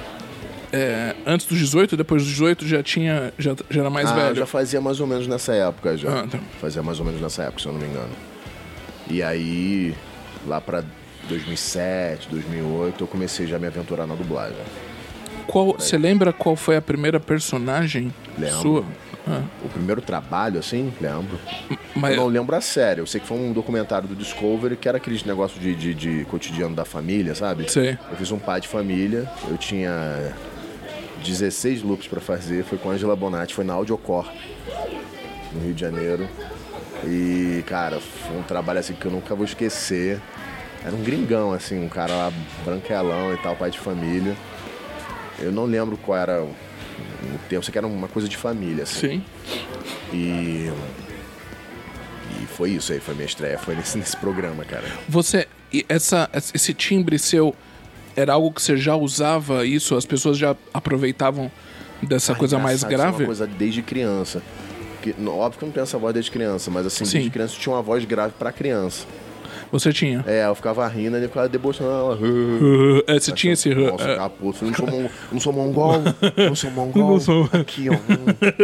É, antes dos dezoito, depois dos dezoito já tinha. Já, já era mais Ah, velho. eu já fazia mais ou menos nessa época já. Ah, tá. Fazia mais ou menos nessa época, se eu não me engano. E aí, lá pra dois mil e sete, dois mil e oito, eu comecei já a me aventurar na dublagem. Qual, você lembra qual foi a primeira personagem Lembro. sua? Ah, O primeiro trabalho, assim, lembro. mas, Eu não lembro a sério. Eu sei que foi um documentário do Discovery, que era aqueles negócios de, de, de cotidiano da família, sabe? Sei. Eu fiz um pai de família, eu tinha dezesseis loops pra fazer, foi com a Angela Bonatti, foi na Audiocorp, no Rio de Janeiro. E, cara, foi um trabalho assim que eu nunca vou esquecer. Era um gringão, assim, um cara lá branquelão e tal, pai de família. Eu não lembro qual era o o termo, sei que era uma coisa de família, assim. sim. E. E foi isso aí, foi minha estreia, foi nesse, nesse programa, cara. Você. E essa, esse timbre seu era algo que você já usava isso? As pessoas já aproveitavam dessa coisa mais Engraçado, isso é grave? uma coisa desde criança. Porque, no- óbvio que eu não tenho essa voz desde criança, mas assim, Sim. desde criança eu tinha uma voz grave pra criança. Você tinha? É, eu ficava rindo e eu ficava debochando ela. Uh, é, você tinha esse. Nossa, eu é, ficava puto. Eu não sou, mon... eu não sou mongol, eu não sou mongol. Não sou. Aqui, ó. hum.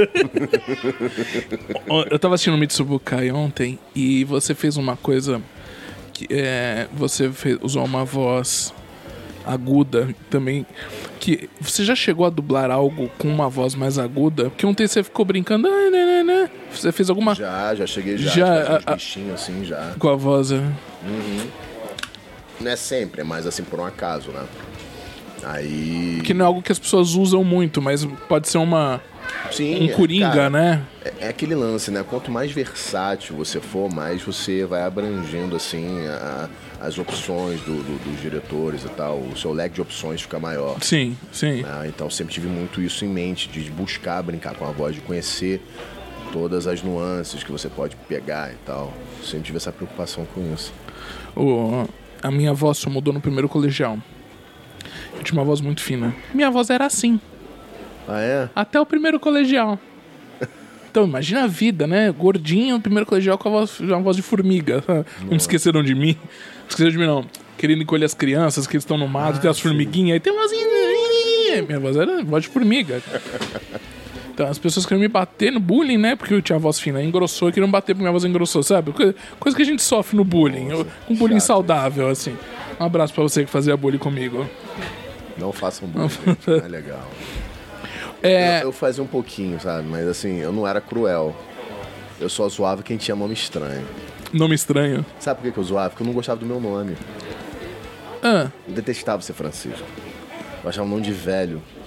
Ó, eu tava assistindo o Mitsubukai ontem e você fez uma coisa que é, você fez, usou uma voz aguda também, que você já chegou a dublar algo com uma voz mais aguda? Porque ontem você ficou brincando, ah, né, né, né. Você fez alguma Já, já cheguei já. Já, Já, a- a- uns bichinhos assim, já. com a voz, é? Não é sempre, é mais assim por um acaso, né? Aí. Que não é algo que as pessoas usam muito, mas pode ser uma Sim, um coringa, cara, né? É, é aquele lance, né? Quanto mais versátil você for, mais você vai abrangendo, assim, a- as opções do- do- dos diretores e tal. O seu leque de opções fica maior. Sim, sim. Né? Então sempre tive muito isso em mente, de buscar brincar com a voz, de conhecer todas as nuances que você pode pegar e tal. Sempre tive essa preocupação com isso. O, a minha voz só mudou no primeiro colegial. Eu tinha uma voz muito fina. Minha voz era assim, Ah, é? até o primeiro colegial. Então, imagina a vida, né? Gordinho, primeiro colegial com a voz, uma voz de formiga. Não esqueceram de mim. Não esqueceram de mim, não. Querendo encolher as crianças que estão no mato, Ah, tem as sim. formiguinhas, aí tem umas... Minha voz era voz de formiga. Então, as pessoas queriam me bater no bullying, né? Porque eu tinha a voz fina, engrossou, e queriam bater porque minha voz engrossou, sabe? Coisa, coisa que a gente sofre no bullying. Nossa, um bullying chato saudável, assim. Um abraço pra você que fazia bullying comigo. Não façam bullying, gente. Não é legal. É... Eu, eu fazia um pouquinho, sabe? Mas assim, eu não era cruel. Eu só zoava quem tinha nome estranho. Nome estranho. Sabe por que que eu zoava? Porque eu não gostava do meu nome. Ah, Eu detestava ser Francisco. Eu achava um nome de velho.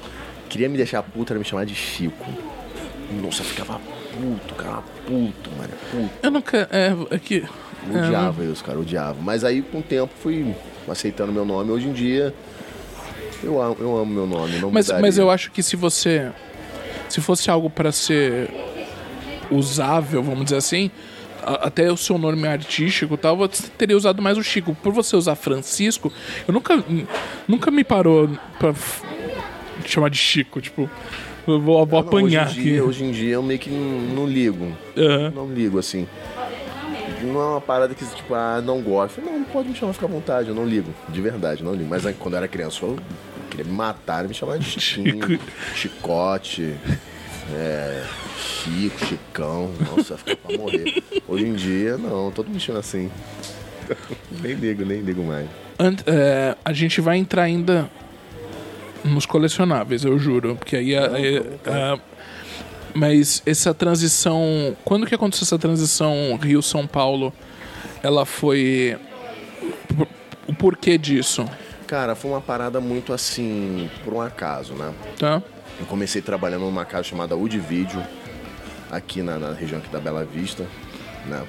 queria me deixar puto, era me chamar de Chico. Nossa, eu ficava puto, cara, puto, mano, puto. Eu nunca... É, é que... Eu odiava é, isso, cara, eu odiava. Mas aí, com o tempo, fui aceitando meu nome. Hoje em dia, eu amo, eu amo meu nome, não mas, mas eu acho que se você... Se fosse algo pra ser usável, vamos dizer assim... Até o seu nome artístico e tal, você teria usado mais o Chico. Por você usar Francisco, eu nunca, nunca me parou pra f- chamar de Chico. Tipo, eu vou, vou ah, não, apanhar hoje em aqui. Dia, hoje em dia eu meio que não, não ligo. Uhum. Não ligo, assim. Não é uma parada que, tipo, ah, não gosto. Não, pode me chamar, fica à vontade, eu não ligo. De verdade, não ligo. Mas quando eu era criança, eu queria me matar, me chamar de Chiquinho, Chico. Chicote. É, Chico, Chicão, nossa, fica pra morrer. Hoje em dia, não, todo mundo me chama assim. Nem ligo, nem ligo mais. Ant- é, a gente vai entrar ainda nos colecionáveis, eu juro. Porque aí. a- Não, é- tá. a- mas essa transição. Quando que aconteceu essa transição Rio-São Paulo? Ela foi. por- O porquê disso? Cara, foi uma parada muito assim, por um acaso, né? Tá? Eu comecei trabalhando numa casa chamada Udi Video, aqui na, na região aqui da Bela Vista, né?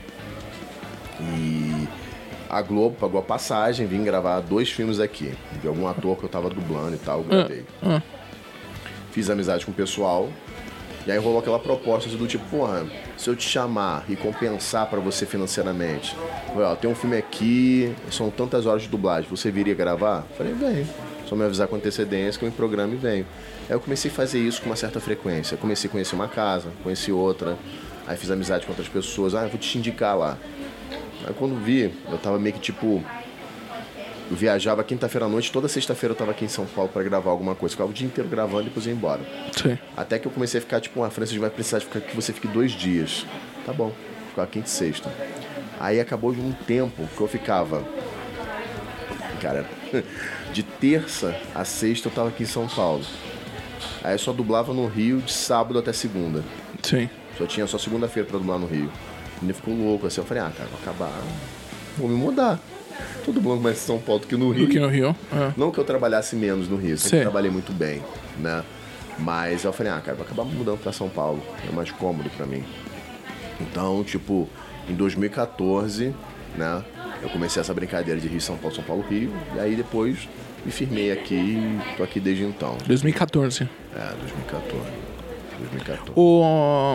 E a Globo pagou a passagem, vim gravar dois filmes aqui. De algum ator que eu tava dublando e tal, eu gravei. Ah, Fiz amizade com o pessoal. E aí rolou aquela proposta do tipo, porra, se eu te chamar e compensar pra você financeiramente, ó, tem um filme aqui, são tantas horas de dublagem, você viria gravar? Falei, vem. Só me avisar com antecedência que eu me programo e venho. Aí eu comecei a fazer isso com uma certa frequência. Eu comecei a conhecer uma casa, conheci outra, aí fiz amizade com outras pessoas. Ah, eu vou te indicar lá. Aí quando vi, eu tava meio que tipo... Eu viajava quinta-feira à noite, toda sexta-feira eu tava aqui em São Paulo pra gravar alguma coisa. Ficava o dia inteiro gravando e depois ia embora. sim. Até que eu comecei a ficar tipo, a França vai precisar de ficar que você fique dois dias. Tá bom, ficava quinta e sexta. Aí acabou de um tempo que eu ficava... Cara, de terça a sexta eu tava aqui em São Paulo. Aí eu só dublava no Rio de sábado até segunda. Sim. Só tinha só segunda-feira pra dublar no Rio. E ele ficou louco assim. Eu falei, ah, cara, vou acabar. Vou me mudar. Tô dublando mais em São Paulo do que no Rio. Do que no Rio? É. Não que eu trabalhasse menos no Rio, sempre Sim. trabalhei muito bem, né? Mas eu falei, ah, cara, vou acabar mudando pra São Paulo. É mais cômodo pra mim. Então, tipo, em dois mil e quatorze, né? Eu comecei essa brincadeira de Rio, São Paulo, São Paulo, Rio. E aí depois me firmei aqui e tô aqui desde então. dois mil e catorze. É, dois mil e quatorze. dois mil e quatorze. O...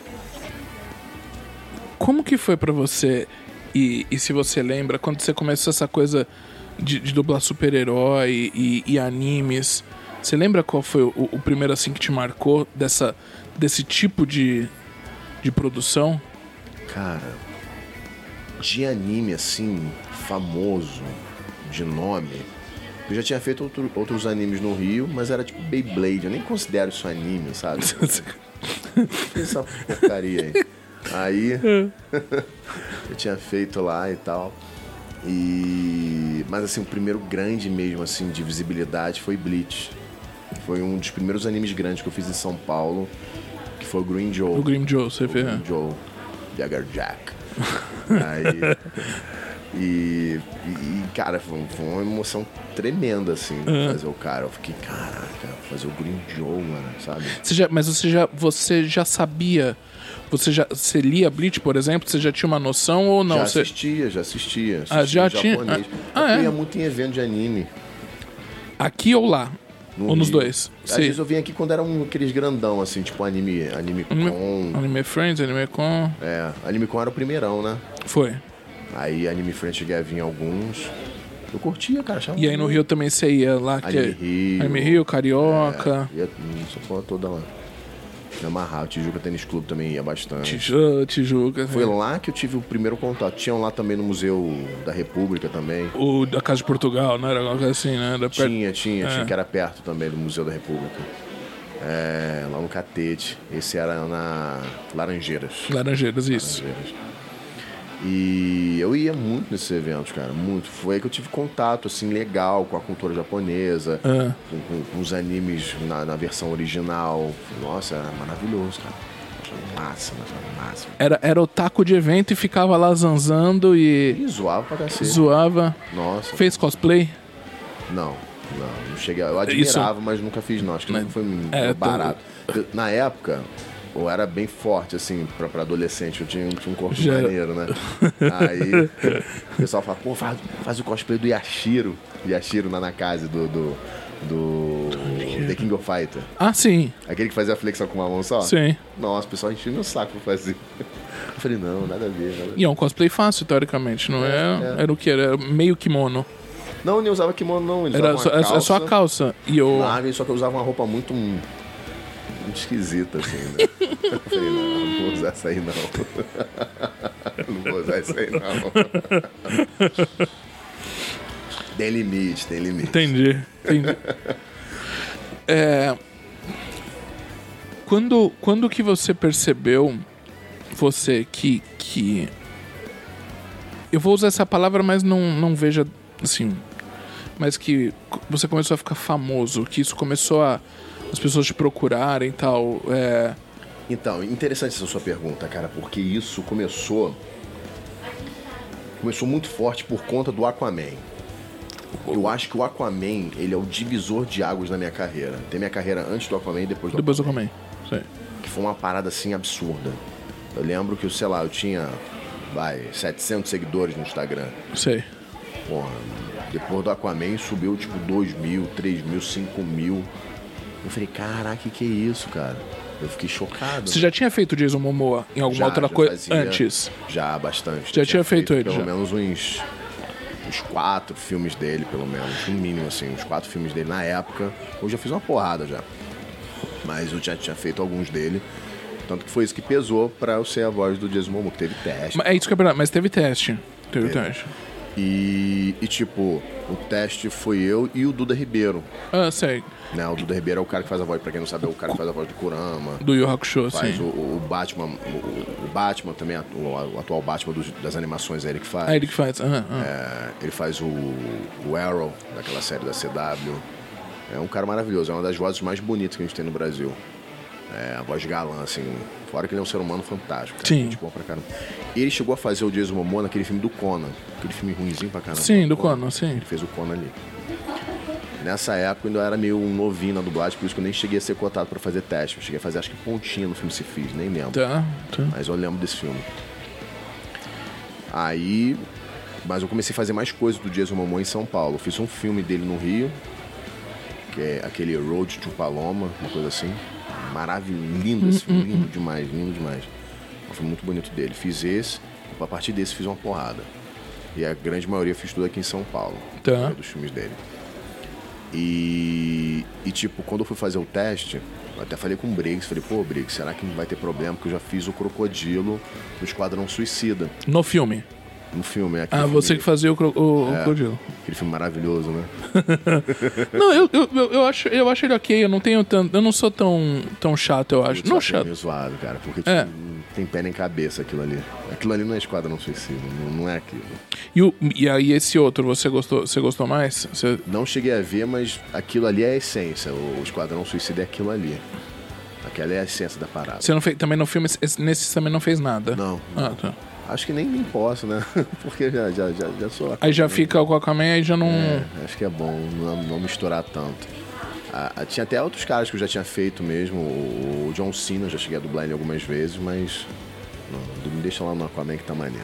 Como que foi pra você, e, e se você lembra, quando você começou essa coisa de, de dublar super-herói e, e animes, você lembra qual foi o, o primeiro assim que te marcou dessa, desse tipo de, de produção? Cara, de anime assim, famoso, de nome, eu já tinha feito outro, outros animes no Rio, mas era tipo Beyblade, eu nem considero isso anime, sabe? Essa porcaria aí. Aí eu tinha feito lá e tal. E mas assim, o primeiro grande mesmo assim de visibilidade foi Bleach. Foi um dos primeiros animes grandes que eu fiz em São Paulo, que foi o Green Joe. O Grim Joe, você O vê. Green Joe, Jagger Jack. Aí e, e, e, cara, foi, foi uma emoção tremenda assim, fazer o cara. Eu fiquei, caraca, fazer o Green Joe, mano, sabe? Você já, mas você já, você já sabia? Você já você lia Bleach, por exemplo? Você já tinha uma noção ou não? Já Você... assistia, já assistia. assistia Ah, já em tinha? japonês. Ah, eu é? ia muito em evento de anime. Aqui ou lá? no ou nos Rio. dois? Às Sim. vezes eu vinha aqui quando era um, aqueles grandão, assim, tipo anime, anime Anime, com. Anime Friends, Anime Con. É, anime com era o primeirão, né? Foi. Aí anime Friends cheguei a vir em alguns. Eu curtia, cara. Achava E aí no muito. Rio também você ia lá que Anime Rio. Anime Rio, Carioca, É, ia essa porra toda lá. Me amarrava. Tijuca Tênis Clube também ia bastante. Tijuca, Tijuca. Foi lá que eu tive o primeiro contato. Tinham lá também no Museu da República também. O da Casa de Portugal, não era alguma coisa assim, né? Da per- Tinha, tinha, É. tinha, que era perto também do Museu da República. É, lá no Catete. Esse era na Laranjeiras. Laranjeiras, isso. Laranjeiras. E eu ia muito nesses eventos, cara, muito. Foi aí que eu tive contato, assim, legal com a cultura japonesa, É. com, com- com os animes na, na versão original. Nossa, era maravilhoso, cara. Achava massa, achava massa. Era, era o taco de evento e ficava lá zanzando e E zoava pra cacete. zoava. Nossa. Fez cosplay? Não. Não, não cheguei. Eu admirava, Isso. mas nunca fiz, não. Acho que nunca foi é, barato. Tô... Na época, eu era bem forte, assim, pra, pra adolescente. Eu tinha, tinha um corpo Já... maneiro, né? Aí o pessoal fala, pô, faz, faz o cosplay do Yashiro. Yashiro na Nanakaze, do... do... do The King of Fighter. Ah, sim. Aquele que fazia a flexão com uma mão só? Sim. Nossa, o pessoal enchia meu saco pra fazer. Eu falei, não, nada a ver. Nada a ver. E é um cosplay fácil, teoricamente, não é? é? é. Era o que? Era meio kimono. Não, eu nem usava kimono, não. Ele Era usava uma só, calça, é só a calça. E eu... larga, só que eu usava uma roupa muito, muito esquisita, assim, né? Eu falei, não, não vou usar essa aí, não. Não vou usar essa aí, não. Tem limite, tem limite. Entendi, entendi. É... Quando, quando que você percebeu, você, que, que... Eu vou usar essa palavra, mas não, não veja, assim... Mas que você começou a ficar famoso, que isso começou a... as pessoas te procurarem e tal, é... Então, interessante essa sua pergunta, cara, porque isso começou... Começou muito forte por conta do Aquaman. Eu acho que o Aquaman, ele é o divisor de águas na minha carreira. Tem minha carreira antes do Aquaman e depois do depois Aquaman. Depois do Aquaman, sim. Que foi uma parada, assim, absurda. Eu lembro que, sei lá, eu tinha, vai, setecentos seguidores no Instagram. Sei. Porra, depois do Aquaman subiu, tipo, dois mil, três mil, cinco mil. Eu falei, caraca, que que é isso, cara? Eu fiquei chocado. Você já tinha feito Jason Momoa em alguma já, outra já coisa fazia, antes? Já, bastante. Já tinha, tinha feito, feito ele, pelo já. menos uns... uns quatro filmes dele, pelo menos. No mínimo, assim, uns quatro filmes dele na época. Hoje eu fiz uma porrada já. Mas eu já tinha feito alguns dele. Tanto que foi isso que pesou pra eu ser a voz do Jason Momoa, que teve teste. É isso que é verdade, mas teve teste. Teve é. teste. E, e, tipo, o teste foi eu e o Duda Ribeiro. Ah, sei. Né, o Duda Ribeiro é o cara que faz a voz, pra quem não sabe, é o cara que faz a voz do Kurama. Do Yu Hakusho, faz sim. O, o Batman, o, o Batman também, o, o atual Batman dos, das animações, é ele que faz. É ele que faz, aham. Uh, uh. é, ele faz o, o Arrow, daquela série da C W. É um cara maravilhoso, é uma das vozes mais bonitas que a gente tem no Brasil. É a voz galã, assim, fora que ele é um ser humano fantástico. Cara, sim. Gente boa pra caramba. E ele chegou a fazer o Jason Momoa naquele filme do Conan, aquele filme ruimzinho pra caramba. Sim, do Conan, Conan, sim. Ele fez o Conan ali. Nessa época eu ainda era meio novinho na dublagem, por isso que eu nem cheguei a ser cotado pra fazer teste. Eu cheguei a fazer, acho que pontinha no filme Se Fiz, nem lembro. Tá, tá. Mas eu lembro desse filme. Aí... Mas eu comecei a fazer mais coisas do Jason Momoa em São Paulo. Eu fiz um filme dele no Rio, que é aquele Road to Paloma, uma coisa assim. Maravilhoso, lindo esse filme, lindo demais, lindo demais. Um filme muito bonito dele. Fiz esse, a partir desse fiz uma porrada. E a grande maioria fiz tudo aqui em São Paulo. Tá. Dos filmes dele. E, e, tipo, quando eu fui fazer o teste, eu até falei com o Briggs, falei, pô, Briggs, será que não vai ter problema? Porque eu já fiz o Crocodilo no Esquadrão Suicida. No filme? No filme, é. Ah, filme, você que fazia o, cro o, é, o Crocodilo. Aquele filme maravilhoso, né? Não, eu, eu, eu, acho, eu acho ele ok, eu não tenho tanto. Eu não sou tão, tão chato, eu acho. Eu não chato. chato. É meio zoado, cara, porque tipo, é. não tem pé nem cabeça aquilo ali. Aquilo ali não é Esquadrão Suicida, não, não é aquilo. E, o, e aí esse outro, você gostou, você gostou mais? Você... Não cheguei a ver, mas aquilo ali é a essência. O Esquadrão Suicida é aquilo ali. Aquela é a essência da parada. Você não fez, também no filme, nesse também não fez nada? Não. Ah, não. tá. Acho que nem, nem posso, né? Porque já, já, já, já sou... Aí já fica com a Aquaman, aí já não... É, acho que é bom não, não misturar tanto. Ah, tinha até outros caras que eu já tinha feito mesmo. O, o John Cena, eu já cheguei a dublar ele algumas vezes, mas... Não, me deixa lá no Aquaman que tá maneiro.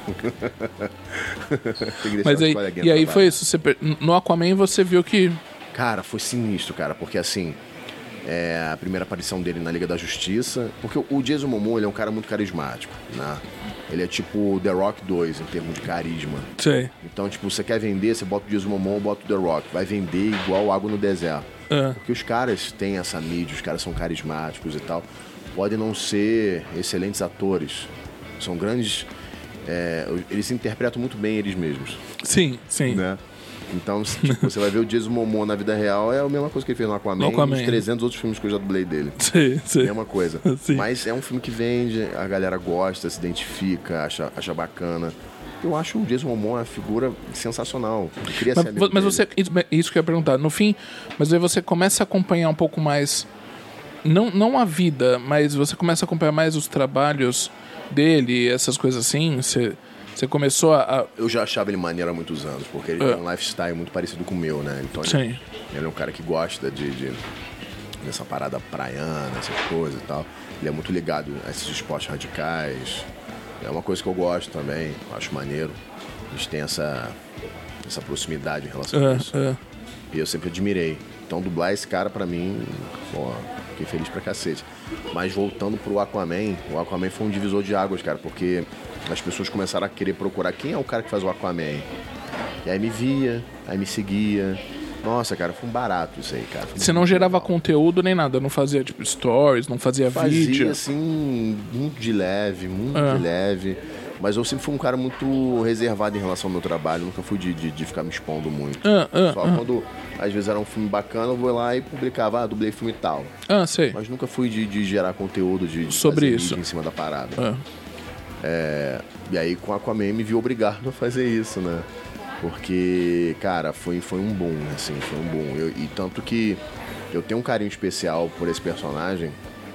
Tem que mas aí, e aí foi isso, você, no Aquaman você viu que... Cara, foi sinistro, cara, porque assim... É a primeira aparição dele na Liga da Justiça. Porque o Jason Momoa, ele é um cara muito carismático, né? Ele é tipo The Rock dois em termos de carisma. Sei. Então, tipo, você quer vender, você bota o Jason Momoa, bota o The Rock. Vai vender igual água no deserto. É. Porque os caras têm essa mídia, os caras são carismáticos e tal. Podem não ser excelentes atores. São grandes... É, eles se interpretam muito bem eles mesmos. Sim, sim. Né? Então, tipo, você vai ver o Jason Momoa na vida real, é a mesma coisa que ele fez no Aquaman, no Aquaman. E nos trezentos outros filmes que eu já dublei dele. Sim, sim. Mesma coisa. Sim. Mas é um filme que vende, a galera gosta, se identifica, acha, acha bacana. Eu acho o Jason Momoa uma figura sensacional. Eu queria mas ser amigo mas dele. você, isso, isso que eu ia perguntar. No fim, mas aí você começa a acompanhar um pouco mais, não, não a vida, mas você começa a acompanhar mais os trabalhos dele, essas coisas assim. Você... Você começou a... a... Eu já achava ele maneiro há muitos anos, porque ele É. tem um lifestyle muito parecido com o meu, né? Então Sim. ele, ele é um cara que gosta de, de dessa parada praiana, essas coisas e tal. Ele é muito ligado a esses esportes radicais. É uma coisa que eu gosto também, acho maneiro. A gente tem essa, essa proximidade em relação a isso. É, é. E eu sempre admirei. Então dublar esse cara pra mim, pô, fiquei feliz pra cacete. Mas voltando pro Aquaman, o Aquaman foi um divisor de águas, cara, porque as pessoas começaram a querer procurar quem é o cara que faz o Aquaman. E aí me via, aí me seguia. Nossa, cara, foi um barato isso aí, cara. Foi Você não muito gerava legal. conteúdo nem nada, não fazia tipo stories, não fazia, Fazia, vídeo. assim, muito de leve, muito Ah. de leve. Mas eu sempre fui um cara muito reservado em relação ao meu trabalho. Nunca fui de, de, de ficar me expondo muito. Ah, ah, Só ah. quando, às vezes, era um filme bacana, eu vou lá e publicava, ah, dublei filme tal. Ah, sei. Mas nunca fui de, de gerar conteúdo, de, de Sobre fazer isso. mídia em cima da parada. Ah. É, e aí, com a Aquaman, me vi obrigado a fazer isso, né? Porque, cara, foi, foi um boom, assim, foi um boom. Eu, e tanto que eu tenho um carinho especial por esse personagem,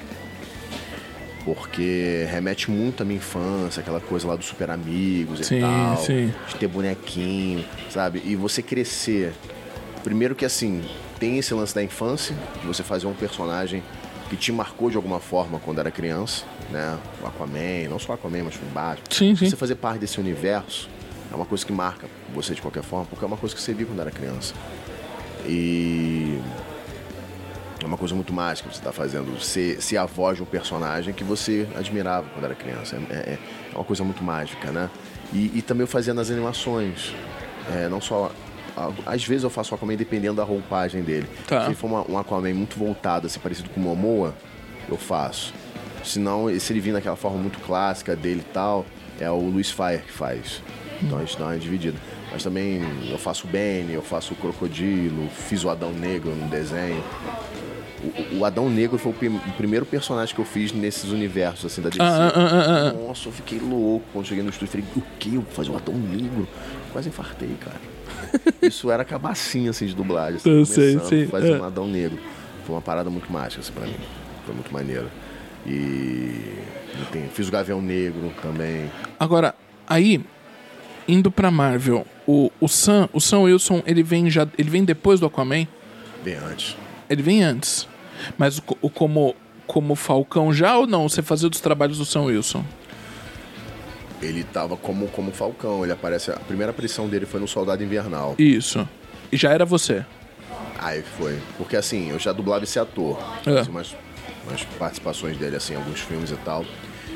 porque remete muito à minha infância, aquela coisa lá dos super amigos e Sim, tal, sim. de ter bonequinho, sabe? E você crescer. Primeiro que, assim, tem esse lance da infância, de você fazer um personagem que te marcou de alguma forma quando era criança, né? O Aquaman, não só o Aquaman, mas o Batman. Sim, sim. Você fazer parte desse universo é uma coisa que marca você de qualquer forma, porque é uma coisa que você viu quando era criança. E é uma coisa muito mágica que você está fazendo, ser, ser a voz de um personagem que você admirava quando era criança. É, é, é uma coisa muito mágica, né? E, e também eu fazia nas animações, é, não só... Às vezes eu faço o Aquaman dependendo da roupagem dele. Tá. Se ele for uma, um Aquaman muito voltado, assim, parecido com o Momoa, eu faço. Se não, se ele vir naquela forma muito clássica dele e tal, é o Luis Fire que faz. Então a gente dá uma dividida. Mas também eu faço o Benny, eu faço o Crocodilo, fiz o Adão Negro no desenho. O, o Adão Negro foi o, prim- o primeiro personagem que eu fiz nesses universos, assim, da D C. Ah, ah, ah, ah. Nossa, eu fiquei louco quando cheguei no estúdio. Falei, o quê? Eu vou fazer o Adão Negro? Quase infartei, cara. Isso era cabacinho, assim, de dublagem. Assim, Eu sei, começando, sei. Fazer É. um Adão Negro. Foi uma parada muito mágica, assim, pra mim. Foi muito maneiro. E... enfim, fiz o Gavião Negro também. Agora, aí, indo pra Marvel, o, o, Sam, o Sam Wilson, ele vem, já, ele vem depois do Aquaman? Bem antes. Ele vem antes. Mas o, o como, como Falcão já ou não? Você fazia dos trabalhos do Sam Wilson? Ele tava como, como Falcão. Ele aparece... A primeira aparição dele foi no Soldado Invernal. Isso. E já era você? Aí foi. Porque assim, eu já dublava esse ator. É. Fiz umas, umas participações dele, assim, em alguns filmes e tal.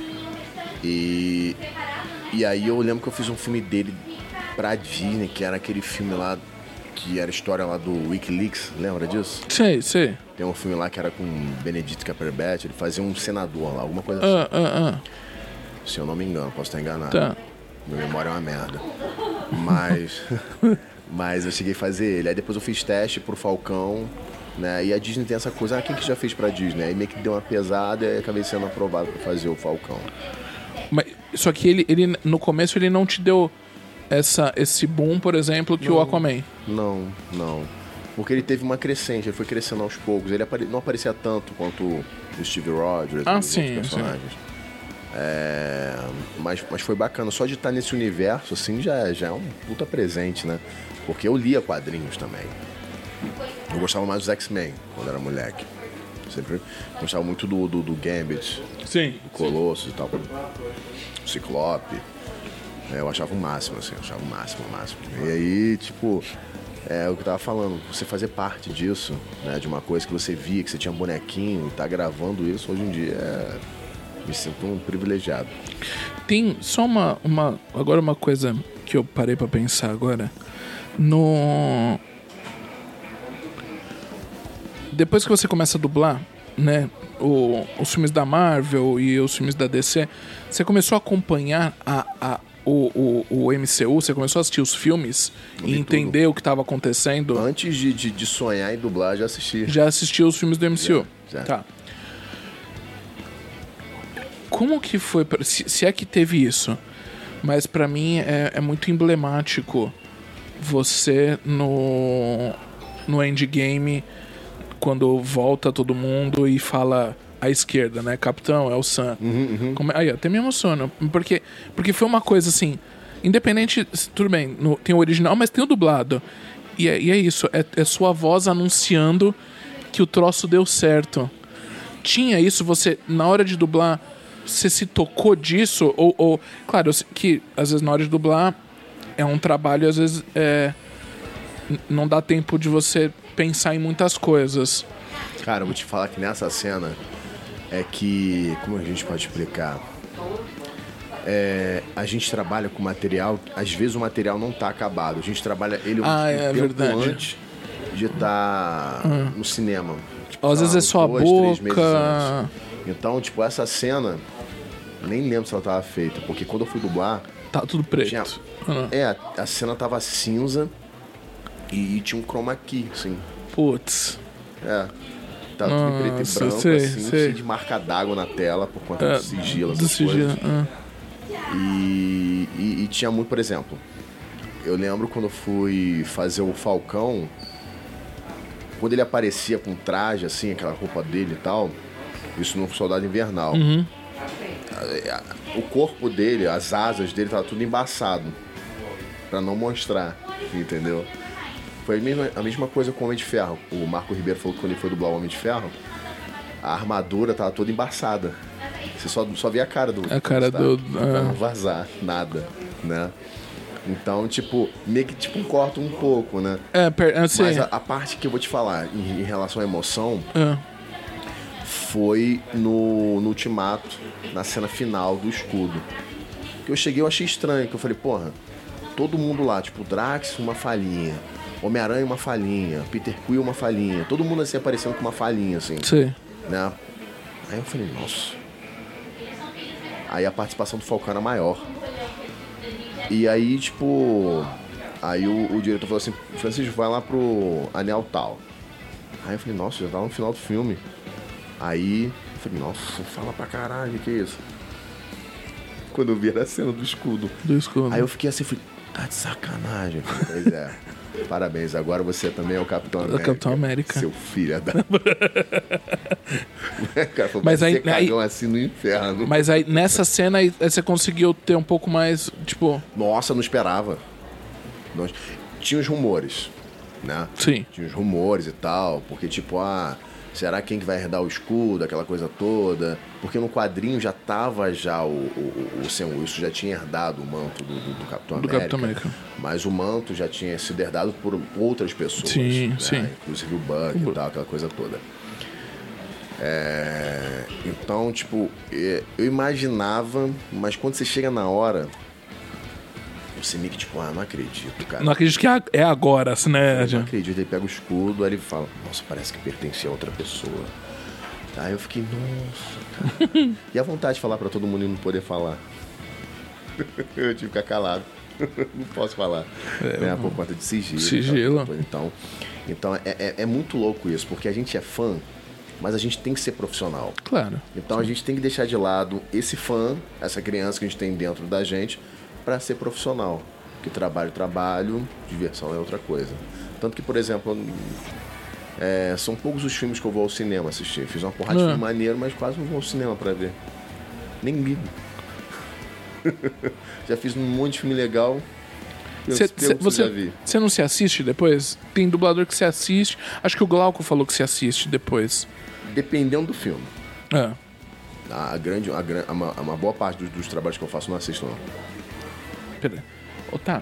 E. E aí eu lembro que eu fiz um filme dele pra Disney, que era aquele filme lá, que era a história lá do Wikileaks, lembra disso? Sei, sei. Tem um filme lá que era com Benedict Cumberbatch, ele fazia um senador lá, alguma coisa assim. Ah, ah, ah. Se eu não me engano, posso estar enganado. Tá. Minha memória é uma merda. Mas. Mas eu cheguei a fazer ele. Aí depois eu fiz teste pro Falcão, né? E a Disney tem essa coisa, ah, quem que já fez pra Disney? Aí meio que deu uma pesada e acabei sendo aprovado pra fazer o Falcão. Mas, só que ele, ele, no começo, ele não te deu essa, esse boom, por exemplo, que o Aquaman. Não, não. Porque ele teve uma crescente, ele foi crescendo aos poucos. Ele apare... não aparecia tanto quanto o Steve Rogers Ah, e os sim, outros personagens. É... Mas, mas foi bacana. Só de estar nesse universo, assim, já, já é um puta presente, né? Porque eu lia quadrinhos também. Eu gostava mais dos X-Men, quando era moleque. Sempre gostava muito do, do, do Gambit, Sim. do Colossus e tal. Ciclope. É, eu achava o máximo, assim, eu achava o máximo, o máximo. E aí, tipo, é o que eu tava falando, você fazer parte disso, né, de uma coisa que você via, que você tinha um bonequinho e tá gravando isso, hoje em dia é... me sinto um privilegiado. Tem só uma, uma... Agora uma coisa que eu parei pra pensar agora. No... Depois que você começa a dublar, né, o, os filmes da Marvel e os filmes da D C, você começou a acompanhar a, a, o, o, o M C U, você começou a assistir os filmes e entender o que estava acontecendo. Antes de, de, de sonhar em dublar, já assisti. Já assistiu os filmes do M C U? Já, já. Tá. Como que foi, pra- se, se é que teve isso, mas pra mim é, é muito emblemático você no, no Endgame, quando volta todo mundo e fala à esquerda, né? Capitão, é o Sam. Como é- aí, até me emociona. Porque, porque foi uma coisa assim. Independente, tudo bem, no, tem o original, mas tem o dublado. E é, e é isso, é, é sua voz anunciando que o troço deu certo. Tinha isso, você, na hora de dublar, você se tocou disso? Ou, ou claro, que às vezes na hora de dublar é um trabalho, às vezes é, não dá tempo de você pensar em muitas coisas. Cara, eu vou te falar que nessa cena é que, como a gente pode explicar? É, a gente trabalha com material, às vezes o material não tá acabado. A gente trabalha ele um, ah, um é, tempo verdade. antes de estar uhum. no cinema. Tipo, às vezes é só dois, a boca. Então, tipo, essa cena, nem lembro se ela tava feita, porque quando eu fui dublar... Tá tudo preto. Tinha, uhum. É, a cena tava cinza e, e tinha um chroma key, assim. Putz. É. Tava tudo em preto e branco, sei, assim, sei. cheio de marca d'água na tela, por conta é, do sigilo, do essas sigilo. coisas. Uhum. E, e, e tinha muito, por exemplo, eu lembro quando eu fui fazer o Falcão, quando ele aparecia com traje, assim, aquela roupa dele e tal, isso no Soldado Invernal. Uhum. O corpo dele, as asas dele, tava tudo embaçado, pra não mostrar, entendeu? Foi a mesma, a mesma coisa com o Homem de Ferro. O Marco Ribeiro falou que quando ele foi dublar o Homem de Ferro, a armadura tava toda embaçada. Você só, só vê a cara do... A cara do... Pra não vazar nada, né? Então, tipo, meio que tipo, corta um pouco, né? É, per... assim... Mas a, a parte que eu vou te falar em, em relação à emoção é. foi no, no Ultimato, na cena final do escudo. Que eu cheguei, eu achei estranho, que eu falei, porra, todo mundo lá, tipo, Drax, uma falhinha, Homem-Aranha, uma falhinha, Peter Quill, uma falhinha, todo mundo assim aparecendo com uma falhinha, assim. Sim. Né? Aí eu falei, nossa. Aí a participação do Falcão era maior. E aí, tipo... Aí o, o diretor falou assim, Francisco, vai lá pro anel tal. Aí eu falei, nossa, já tá no final do filme. Aí eu falei, nossa, fala pra caralho, que é isso? Quando eu vi era a cena do escudo. Do escudo. Aí eu fiquei assim, falei, tá de sacanagem. Pois é. Parabéns, agora você também é o Capitão América. O Capitão América. Seu filho da... Cara, falou, mas aí, você cagou aí, assim no inferno. Mas aí, nessa cena, aí, você conseguiu ter um pouco mais, tipo... Nossa, não esperava. Nós... Tinha os rumores, né? Sim. Tinha os rumores e tal, porque tipo, ah... Será quem que vai herdar o escudo, aquela coisa toda? Porque no quadrinho já tava já o, o, o Sam Wilson já tinha herdado o manto do, do, do Capitão do América. Capitão América. Mas o manto já tinha sido herdado por outras pessoas. Sim, né? sim. Inclusive o Buck o... e tal, aquela coisa toda. É... Então, tipo, eu imaginava, mas quando você chega na hora... Você meio que tipo, ah, não acredito, cara. Não acredito que é agora, assim, né? Eu não acredito. Ele pega o escudo, aí ele fala, nossa, parece que pertence a outra pessoa. Aí eu fiquei, nossa, cara. E a vontade de falar pra todo mundo e não poder falar. Eu tive que ficar calado. Não posso falar. É, né? Por conta de sigilo. Sigilo. Tal, então, então é, é, é muito louco isso, porque a gente é fã, mas a gente tem que ser profissional. Claro. Então sim. A gente tem que deixar de lado esse fã, essa criança que a gente tem dentro da gente, para ser profissional. Porque trabalho, trabalho, diversão é outra coisa. Tanto que, por exemplo, é, são poucos os filmes que eu vou ao cinema assistir. Fiz uma porrada de filme maneiro, mas quase não vou ao cinema para ver. Nem ligo. Já fiz um monte de filme legal. Cê, cê, você, você não se assiste depois? Tem dublador que se assiste. Acho que o Glauco falou que se assiste depois. Dependendo do filme. É. A, grande, a, a, uma, uma boa parte dos, dos trabalhos que eu faço não assisto, não. Peraí. Otávio.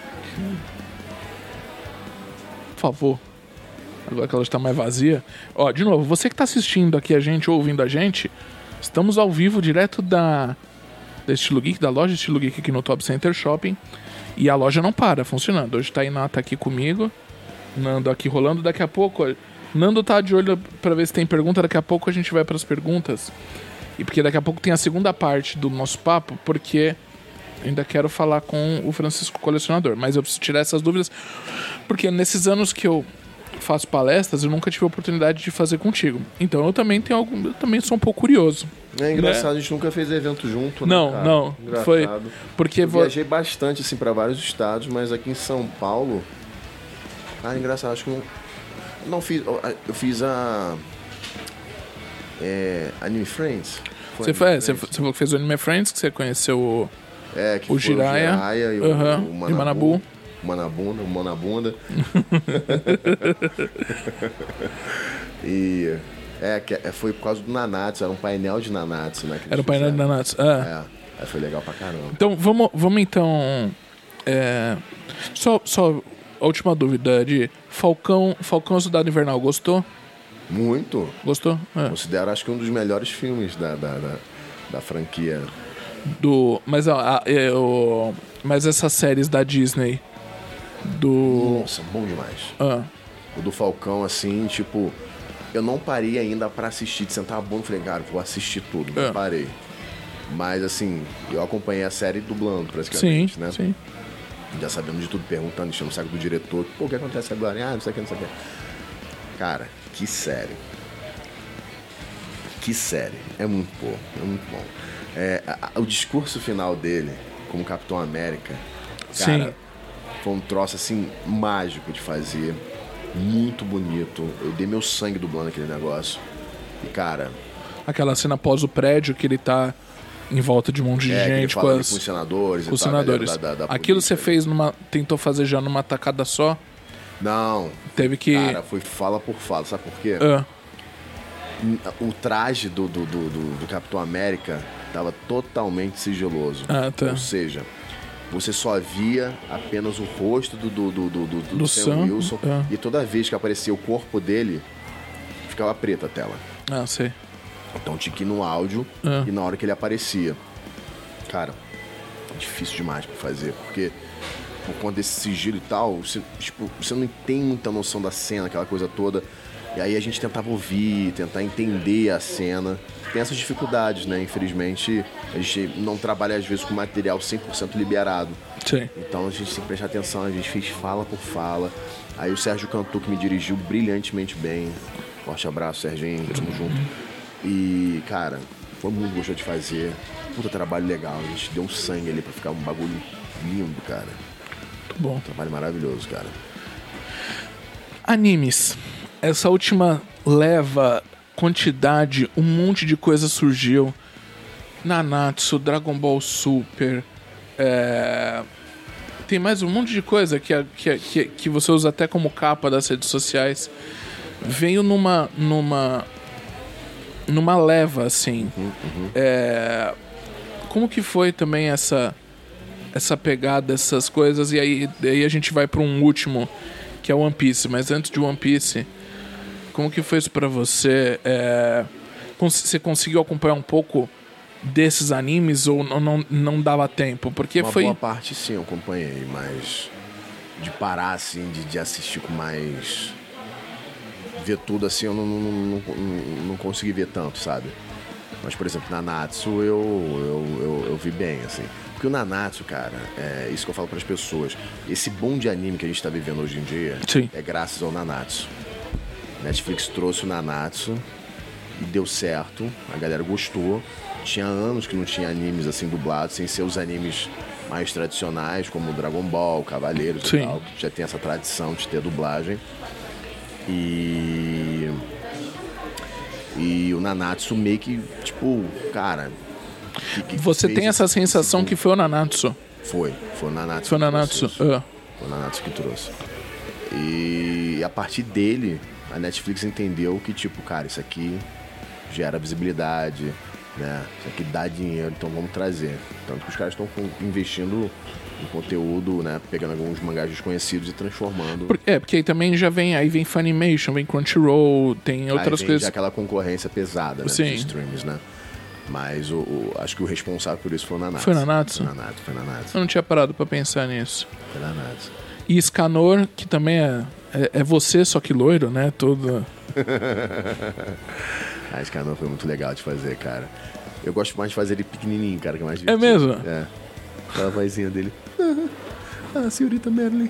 Por favor. Agora que ela está mais vazia. Ó, de novo, você que está assistindo aqui a gente ou ouvindo a gente, estamos ao vivo direto da, da Estilo Geek, da loja Estilo Geek aqui no Top Center Shopping. E a loja não para funcionando. Hoje tá Iná tá aqui comigo. Nando aqui rolando. Daqui a pouco... Nando tá de olho pra ver se tem pergunta. Daqui a pouco a gente vai pras perguntas. E porque daqui a pouco tem a segunda parte do nosso papo. Porque ainda quero falar com o Francisco Colecionador. Mas eu preciso tirar essas dúvidas. Porque nesses anos que eu faço palestras, eu nunca tive a oportunidade de fazer contigo. Então eu também tenho algum... Eu também sou um pouco curioso. É engraçado, né? A gente nunca fez evento junto, né, Não, cara? não. Engraçado. Foi porque... Eu viajei bastante, assim, pra vários estados, mas aqui em São Paulo... Ah, engraçado, acho que não... Não fiz... Eu fiz a... É... Anime Friends. Foi você, foi, Friends. Você, você falou que fez o Anime Friends, que você conheceu o... É, que o foi Jiraiya, o Jiraiya e o, uhum, o Manabu. e Manabu. O Manabunda, o Manabunda. E... É, que é, foi por causa do Nanatsu, era um painel de Nanatsu, né? Era o painel de Nanatsu, é. É, aí foi legal pra caramba. Então, vamos, vamos então... É, só, só a última dúvida de Falcão, Falcão Soldado Invernal, gostou? Muito. Gostou? É. Considero, acho que um dos melhores filmes da, da, da, da franquia. Do, mas, a, a, é, o, mas essas séries da Disney, do... Nossa, bom demais. Ah. O do Falcão, assim, tipo... Eu não parei ainda pra assistir, de sentar a bunda e falei, cara, vou assistir tudo. Não É. parei. Mas, assim, eu acompanhei a série dublando, praticamente, Sim, né? sim. Já sabendo de tudo, perguntando, enchendo o saco do diretor. Pô, o que acontece agora? Ah, não sei o que, não sei o que. Cara, que série. Que série. É muito bom, é muito bom. É, a, a, o discurso final dele, como Capitão América, cara, Sim. foi um troço, assim, mágico de fazer. Muito bonito. Eu dei meu sangue dublando aquele negócio. E, cara... Aquela cena após o prédio que ele tá em volta de um monte de é, que ele gente com, fala as, com os senadores com os e tal, senadores. da, da, da Aquilo polícia. você fez numa... Tentou fazer já numa tacada só? Não. Teve que... Cara, foi fala por fala. Sabe por quê? Ah, O traje do, do, do, do, do Capitão América tava totalmente sigiloso. Ah, tá. Ou seja, você só via apenas o rosto do, do, do, do, do, do Do Sam Sam, Wilson. é. E toda vez que aparecia o corpo dele, ficava preta a tela. ah, sei. Então tinha que ir no áudio É. e na hora que ele aparecia. Cara, difícil demais pra fazer, porque por conta desse sigilo e tal, você, tipo, você não tem muita noção da cena, aquela coisa toda. E aí a gente tentava ouvir, tentar entender a cena. Tem essas dificuldades, né? Infelizmente, a gente não trabalha às vezes com material cem por cento liberado. Sim. Então a gente tem que prestar atenção, a gente fez fala por fala. Aí o Sérgio Cantu, que me dirigiu brilhantemente bem. Forte abraço, Serginho, tamo junto. E, cara, foi muito gostoso de fazer. Puta trabalho legal, a gente deu um sangue ali pra ficar um bagulho lindo, cara. Muito bom. Trabalho maravilhoso, cara. Animes. Essa última leva, quantidade, um monte de coisa surgiu. Nanatsu, Dragon Ball Super. É... Tem mais um monte de coisa que, que, que, que você usa até como capa das redes sociais. Veio numa. numa. numa leva, assim. Uhum, uhum. É... Como que foi também essa. essa pegada, essas coisas? E aí, aí a gente vai pra um último, que é One Piece. Mas antes de One Piece, como que foi isso pra você? É... Você conseguiu acompanhar um pouco desses animes ou não, não, não dava tempo? Porque Uma foi. boa parte sim, eu acompanhei, mas de parar assim, de, de assistir com mais. Ver tudo assim, eu não, não, não, não, não consegui ver tanto, sabe? Mas, por exemplo, Nanatsu eu, eu, eu, eu vi bem, assim. Porque o Nanatsu, cara, é isso que eu falo pras pessoas. Esse boom de anime que a gente tá vivendo hoje em dia Sim. é graças ao Nanatsu. Netflix trouxe o Nanatsu e deu certo, a galera gostou. Tinha anos que não tinha animes assim dublados, sem ser os animes mais tradicionais, como Dragon Ball, Cavaleiros Sim. e tal, que já tem essa tradição de ter dublagem. E. E o Nanatsu meio que, tipo, cara. Que, que Você fez tem essa esse- sensação esse que foi o Nanatsu? Foi, foi o Nanatsu. Foi o que Nanatsu? trouxe isso. Ah. Foi o Nanatsu que trouxe. E a partir dele, a Netflix entendeu que, tipo, cara, isso aqui gera visibilidade, né? Isso aqui dá dinheiro, então vamos trazer. Tanto que os caras estão investindo em conteúdo, né? Pegando alguns mangás desconhecidos e transformando. Por- É, porque aí também já vem, aí vem Funimation, vem Crunchyroll, tem outras Aí vem coisas. já aquela concorrência pesada, né? Sim. Dos streams, né? Mas o, o- acho que o responsável por isso foi o Nanatsu. Foi o Nanatsu? Foi o Nanatsu, foi o Nanatsu. Eu não tinha parado pra pensar nisso. Foi o Nanatsu. E Scanor, que também é, é, é você, só que loiro, né? Todo. Ah, esse canal foi muito legal de fazer, cara. Eu gosto mais de fazer ele pequenininho, cara, que é mais É divertido. mesmo? É. Aquela vozinha dele. Ah, senhorita Merlin.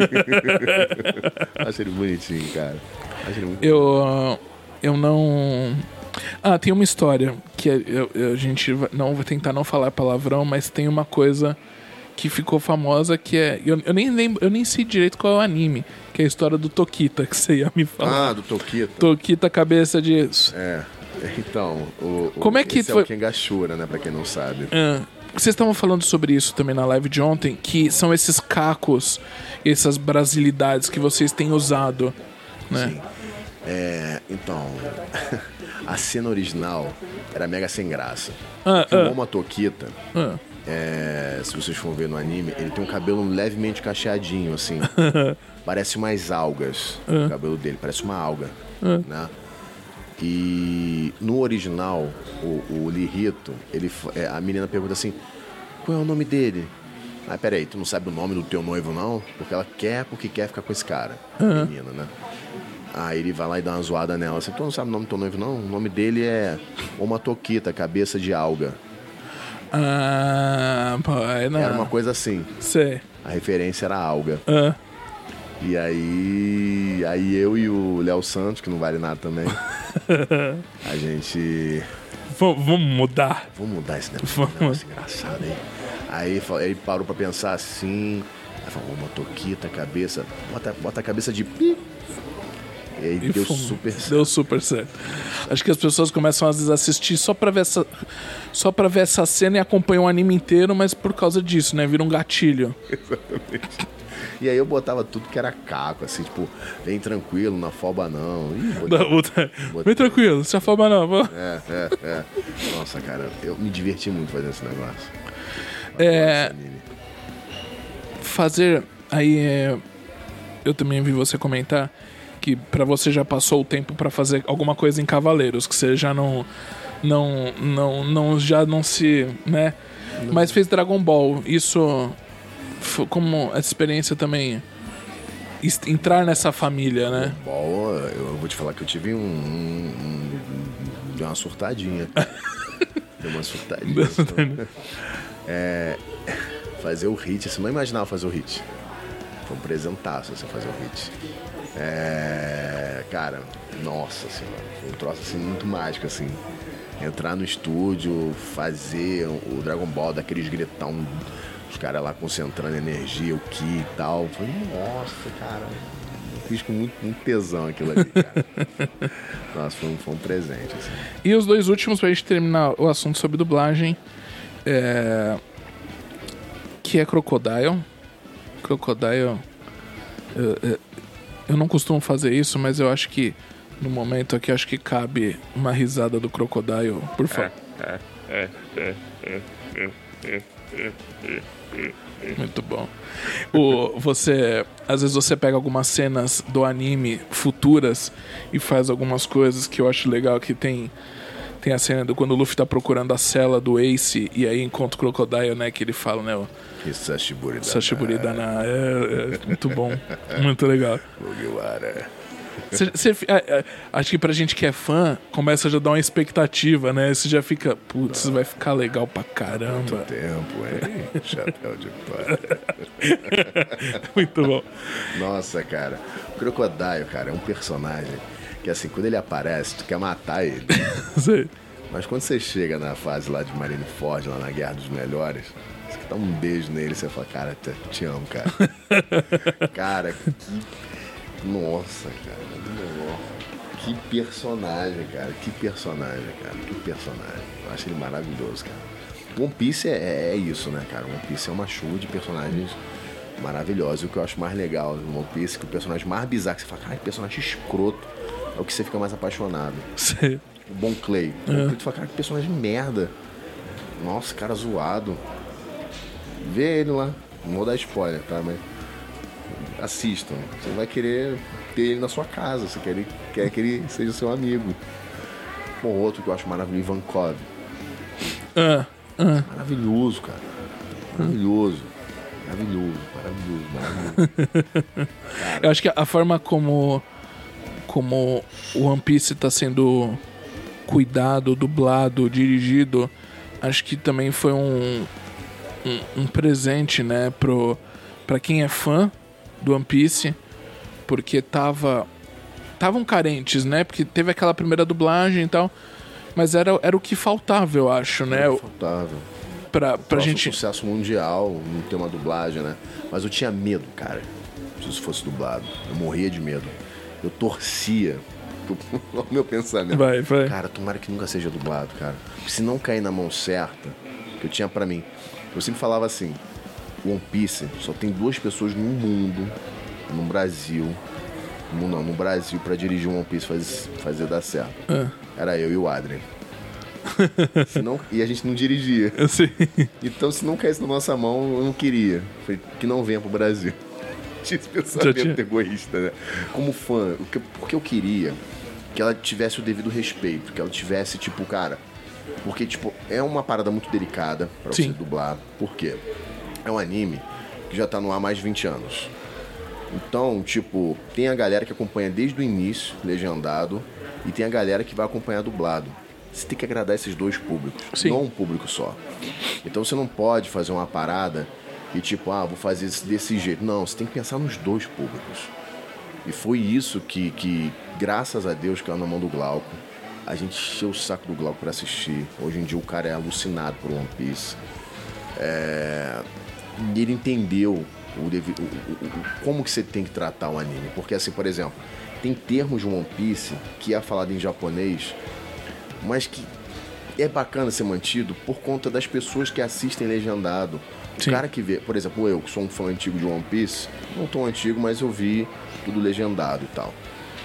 Acho ele bonitinho, cara. Acho ele muito Eu. Eu não. Ah, tem uma história que é- eu- eu- a gente vai- não vai tentar não falar palavrão, mas tem uma coisa que ficou famosa que é. Eu, eu nem lembro, eu nem sei direito qual é o anime, que é a história do Tokita, que você ia me falar. Ah, do Tokita. Tokita, cabeça de. É. Então, o, o- Como é que esse foi- é o Kengashura, né, pra quem não sabe. Ah, Vocês estavam falando sobre isso também na live de ontem, que são esses cacos, essas brasilidades que vocês têm usado, né? Sim. É, então, a cena original era mega sem graça. Ah, o ah. Oma Tokita, Ah. é, se vocês for ver no anime, ele tem um cabelo levemente cacheadinho, assim. Parece umas algas, Ah. o cabelo dele, parece uma alga, Ah. né? E no original, o, o Lirito, ele, é, a menina pergunta assim, qual é o nome dele? Ah, peraí, tu não sabe o nome do teu noivo, não? Porque ela quer, porque quer ficar com esse cara, a menina, né? Aí ele vai lá e dá uma zoada nela, assim, tu não sabe o nome do teu noivo, não? O nome dele é Oma Tokita, cabeça de alga. Ah, pai, não. Era uma coisa assim, Sei. a referência era alga. Ah. E aí, aí eu e o Léo Santos, que não vale nada também, a gente... V- vamos mudar. Vamos mudar esse negócio, Vamos. um negócio engraçado aí. Aí fa- ele parou pra pensar assim, aí falou, uma toquita, cabeça, bota, bota a cabeça de pi. E aí E deu fum, super certo. Deu super certo. Acho que as pessoas começam às vezes a assistir só pra ver essa, só pra ver essa cena e acompanham o anime inteiro, mas por causa disso, né? Vira um gatilho. Exatamente. E aí eu botava tudo que era caco, assim, tipo, vem tranquilo, não afoba não. Ih, Da botei- outra. botei- Bem tranquilo, se afoba não. Vou. É, é, é. Nossa, cara, eu me diverti muito fazendo esse negócio. É, Esse anime. fazer. Aí é, eu também vi você comentar que pra você já passou o tempo pra fazer alguma coisa em Cavaleiros, que você já não. Não. Não. não já não se. Né? Mas fez Dragon Ball. Isso. Foi como essa experiência também. est- Entrar nessa família, né? Bom, eu vou te falar que eu tive um. um, um deu uma surtadinha. Deu uma surtadinha. É, fazer o hit, você não imaginava fazer o hit. Foi um presentaço você fazer o hit. É, cara, nossa senhora, foi um troço assim muito mágico, assim. Entrar no estúdio, fazer o Dragon Ball, daqueles gritão, os caras lá concentrando energia, o Ki e tal. Falei, nossa, cara, eu fiz com muito, muito tesão aquilo ali, cara. Nossa, foi um, foi um presente, assim. E os dois últimos, pra gente terminar o assunto sobre dublagem, é... que é Crocodile. Crocodile. Eu, eu- eu não costumo fazer isso, mas eu acho que no momento aqui acho que cabe uma risada do Crocodile, por favor. Muito bom. O, você, às vezes você pega algumas cenas do anime futuras e faz algumas coisas que eu acho legal, que tem tem a cena do quando o Luffy tá procurando a cela do Ace e aí encontra o Crocodile, né, que ele fala, né, o Sashiburi Sashiburi Dana, é, é muito bom, muito legal. Mugiwara. Cê, cê, é, é, acho que pra gente que é fã, começa a já dar uma expectativa, né? Você já fica, putz, vai ficar legal pra caramba. Tempo, hein? Chapéu de palha. Muito bom. Nossa, cara. O Crocodile, cara, é um personagem que, assim, quando ele aparece, tu quer matar ele. Sei. Mas quando você chega na fase lá de Marineford, lá na Guerra dos Melhores, você quer dar um beijo nele e você fala, cara, te, te amo, cara. Cara, que... Nossa, cara. Que personagem, cara. Que personagem, cara. Que personagem. Eu acho ele maravilhoso, cara. One Piece é, é isso, né, cara? One Piece é uma chuva de personagens maravilhosos. E o que eu acho mais legal no One Piece é que o personagem mais bizarro que você fala, cara, que personagem escroto, é o que você fica mais apaixonado. Sei. O Bon Clay. O Bon Clay, tu fala, cara, que personagem merda. Nossa, cara zoado. Vê ele lá. Não vou dar spoiler, tá? Mas assistam. Você vai querer ter ele na sua casa. Você quer, quer que ele seja seu amigo. Bom, outro que eu acho maravilhoso, Ivankov. Ah, ah. Maravilhoso, cara. Maravilhoso. Maravilhoso, maravilhoso, maravilhoso. Eu acho que a forma como como o One Piece tá sendo cuidado, dublado, dirigido, acho que também foi um, um, um presente, né, pro, pra quem é fã do One Piece, porque tava estavam carentes, né, porque teve aquela primeira dublagem e tal, mas era, era o que faltava, eu acho, né, Faltável. pra, pra Nossa, gente... um sucesso mundial, não ter uma dublagem, né? Mas eu tinha medo, cara, se isso fosse dublado. Eu morria de medo. Eu torcia. O meu pensamento. Vai, vai. Cara, tomara que nunca seja dublado, cara. Se não cair na mão certa, que eu tinha pra mim. Eu sempre falava assim, One Piece só tem duas pessoas no mundo, no Brasil, no mundo não, no Brasil, pra dirigir um One Piece fazer, fazer dar certo. Ah. Era eu e o Adrien. Senão, e a gente não dirigia. Eu sei. Então, se não caísse na nossa mão, eu não queria. Falei, que não venha pro Brasil. Tinha esse pensamento egoísta, né? Como fã, porque eu queria que ela tivesse o devido respeito, que ela tivesse, tipo, cara... Porque, tipo, é uma parada muito delicada pra Sim. você dublar. Por quê? É um anime que já tá no ar há mais de vinte anos. Então, tipo, tem a galera que acompanha desde o início, legendado, e tem a galera que vai acompanhar dublado. Você tem que agradar esses dois públicos, Sim. não um público só. Então você não pode fazer uma parada e tipo, ah, vou fazer isso desse jeito. Não, você tem que pensar nos dois públicos. E foi isso que, que graças a Deus, caiu na mão do Glauco. A gente encheu o saco do Glauco pra assistir. Hoje em dia o cara é alucinado por One Piece. É... E ele entendeu o dev... o, o, o, como que você tem que tratar o anime. Porque assim, por exemplo, tem termos de One Piece que é falado em japonês, mas que é bacana ser mantido por conta das pessoas que assistem legendado. O Sim. cara que vê, por exemplo, eu que sou um fã antigo de One Piece, não tão antigo, mas eu vi tudo legendado e tal.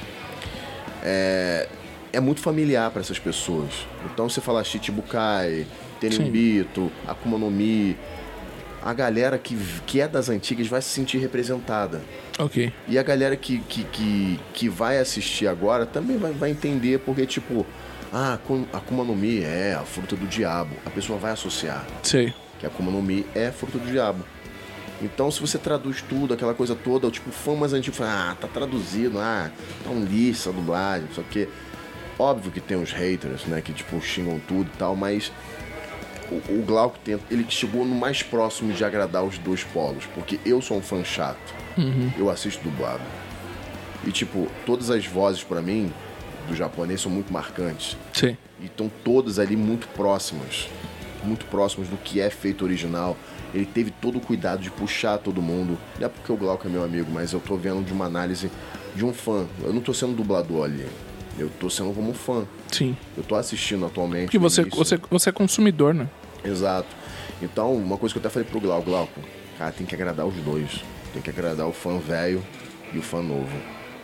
É, é muito familiar para essas pessoas. Então você fala Shichibukai, Tenryubito, Akuma no Mi, a galera que, que é das antigas vai se sentir representada. Ok. E a galera que, que, que, que vai assistir agora também vai, vai entender, porque tipo, ah, Akuma no Mi é a fruta do diabo. A pessoa vai associar Sei. que a Akuma no Mi é fruta do diabo. Então, se você traduz tudo, aquela coisa toda, o tipo, fã mais antigo fala, ah, tá traduzido, ah, tá um lixo a dublagem, só que óbvio que tem os haters, né, que tipo, xingam tudo e tal, mas o, o Glauco tenta, ele chegou no mais próximo de agradar os dois polos, porque eu sou um fã chato, Uhum. eu assisto dublado. E tipo, todas as vozes pra mim, do japonês, são muito marcantes. Sei. E estão todas ali muito próximas, muito próximas do que é feito original. Ele teve todo o cuidado de puxar todo mundo. Não é porque o Glauco é meu amigo, mas eu tô vendo de uma análise de um fã. Eu não tô sendo dublador ali. Eu tô sendo como fã. Sim. Eu tô assistindo atualmente. Porque você, isso. você, você é consumidor, né? Exato. Então, uma coisa que eu até falei pro Glauco, Glauco, cara, tem que agradar os dois. Tem que agradar o fã velho e o fã novo.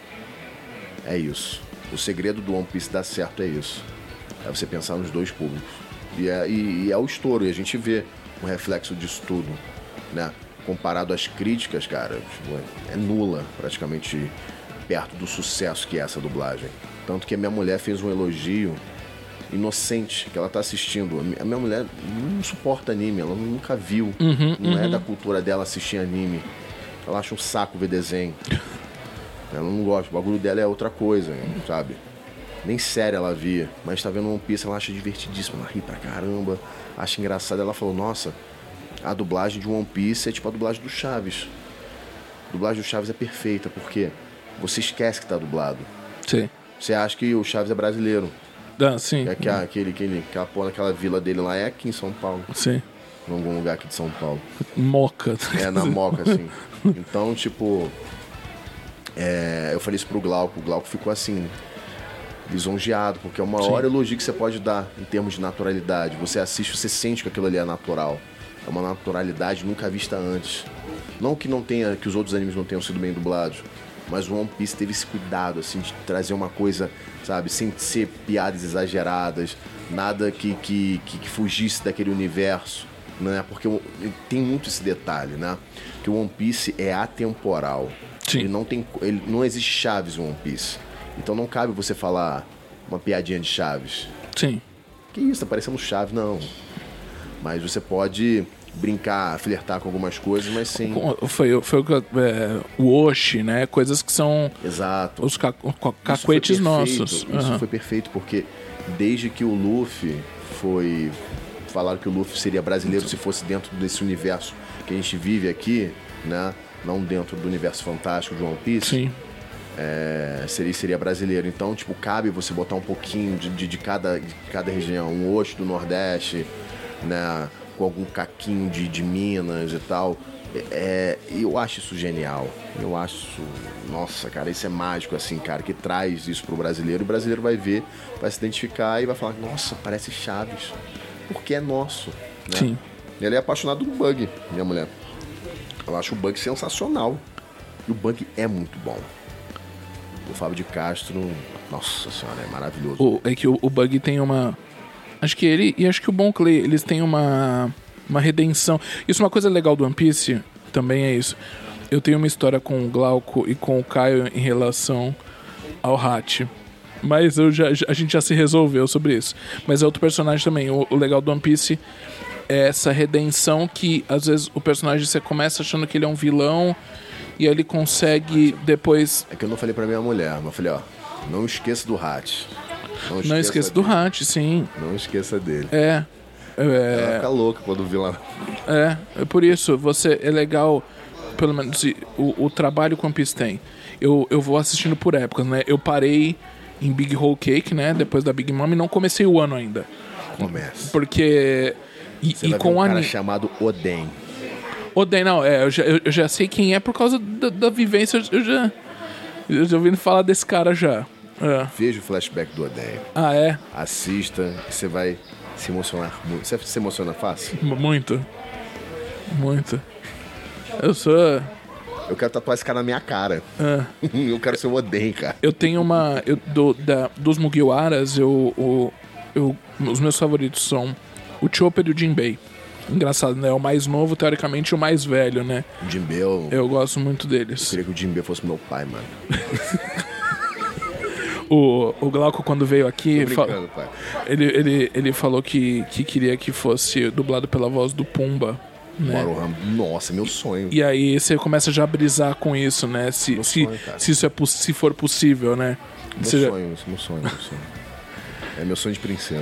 É isso. O segredo do One Piece dar certo é isso. É você pensar nos dois públicos. E é, e, e é o estouro, e a gente vê o reflexo disso tudo, né? Comparado às críticas, cara, tipo, é nula, praticamente, perto do sucesso que é essa dublagem. Tanto que a minha mulher fez um elogio inocente, que ela tá assistindo. A minha mulher não suporta anime, ela nunca viu. Uhum, não uhum. é da cultura dela assistir anime. Ela acha um saco ver desenho. Ela não gosta, o bagulho dela é outra coisa, sabe? Nem série ela via, mas tá vendo One Piece, ela acha divertidíssimo, ela ri pra caramba, acha engraçado. Ela falou, nossa, a dublagem de One Piece é tipo a dublagem do Chaves. A dublagem do Chaves é perfeita, porque você esquece que tá dublado. Sim. Você acha que o Chaves é brasileiro. Ah, sim. Que, que, aquele, aquele, aquela porra daquela vila dele lá é aqui em São Paulo. Sim. Em algum lugar aqui de São Paulo. Moca. É, na Moca, assim. Então, tipo... É, eu falei isso pro Glauco. O Glauco ficou assim... lisonjeado, porque é o maior Sim. elogio que você pode dar em termos de naturalidade. Você assiste, você sente que aquilo ali é natural. É uma naturalidade nunca vista antes. Não que não tenha, que os outros animes não tenham sido bem dublados, mas o One Piece teve esse cuidado, assim, de trazer uma coisa, sabe, sem ser piadas exageradas, nada que, que, que, que fugisse daquele universo, né? Porque tem muito esse detalhe, né? Que o One Piece é atemporal. Sim. Ele não tem, ele, não existe Chaves no One Piece. Então não cabe você falar uma piadinha de Chaves. Sim. Que isso, tá parecendo Chaves, não. Mas você pode brincar, flertar com algumas coisas, mas sim. Foi, foi o que. É, o Oshi, né? Coisas que são. Exato. Os ca cacuetes Isso nossos. Isso Uhum. foi perfeito, porque desde que o Luffy foi. Falaram que o Luffy seria brasileiro se fosse dentro desse universo que a gente vive aqui, né? Não dentro do universo fantástico de One Piece. Sim. É, seria, seria brasileiro. Então, tipo, cabe você botar um pouquinho de, de, de, cada, de cada região. Um Oxo do Nordeste, né? Com algum caquinho de, de Minas e tal. É, eu acho isso genial. Eu acho... Nossa, cara, isso é mágico, assim, cara, que traz isso pro brasileiro. O brasileiro vai ver, vai se identificar e vai falar, nossa, parece Chaves. Porque é nosso. Né? Sim. E ela é apaixonada do Bug, minha mulher. Ela acha o Bug sensacional. E o Bug é muito bom. O Fábio de Castro, nossa senhora, é maravilhoso. O, é que o, o Bug tem uma... Acho que ele e acho que o Bon Clay, eles têm uma, uma redenção. Isso é uma coisa legal do One Piece, também é isso. Eu tenho uma história com o Glauco e com o Caio em relação ao Hachi. Mas eu já, a gente já se resolveu sobre isso. Mas é outro personagem também. O, o legal do One Piece é essa redenção que, às vezes, o personagem você começa achando que ele é um vilão e aí ele consegue depois... É que eu não falei pra minha mulher, mas eu falei, ó, não esqueça do Hachi. Não esqueça, Não esqueça do Hachi, sim. Não esqueça dele. É. Ela É, fica louca quando o vilão... é, é por isso. Você, é legal, pelo menos, o, o trabalho que o One Piece tem. Eu, eu vou assistindo por épocas, né? Eu parei em Big Whole Cake, né? Depois da Big Mom e não comecei o ano ainda. Começa. Porque... E, Você e vai com ver um a cara Ni- chamado Oden. Odeio, não, é, eu já, eu, eu já sei quem é por causa da, da vivência, eu já, eu já ouvindo falar desse cara já. É. Veja o flashback do Oden. Ah, é? Assista, que você vai se emocionar muito. Você se emociona fácil? M- Muito. Muito. Eu sou... Eu quero tatuar esse cara na minha cara. É. Eu quero ser o Oden, cara. Eu tenho uma... Eu, do, da, dos Mugiwaras, eu, o- eu, os meus favoritos são o Chopper e o Jinbei. Engraçado, né? O mais novo, teoricamente, e o mais velho, né? O Jinbei, eu... Eu gosto muito eu deles. queria que o Jinbei fosse meu pai, mano. O, o Glauco, quando veio aqui, Tô fa- brincando, pai. ele, ele, ele falou que, que queria que fosse dublado pela voz do Pumba, né? Moro Ram- Nossa, meu sonho. E aí você começa já a brisar com isso, né? Se, Meu se, sonho, cara. se isso é poss- se for possível, né? Meu Você já- sonho, meu sonho, meu sonho. É meu sonho de princesa.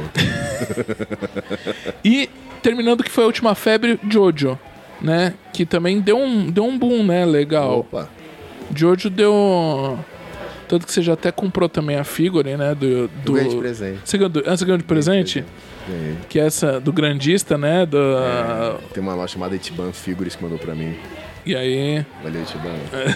E terminando que foi a última febre, Jojo, né? Que também deu um, deu um boom, né? Legal. Opa. Jojo deu... Tanto que você já até comprou também a figure, né? Do, do... ganhei de presente. Você ganhou, ah, você ganhou de presente? Ganhei. Que é essa do grandista, né? Do... Tem uma loja chamada Itiban Figures que mandou pra mim. E aí... Valeu, Itiban.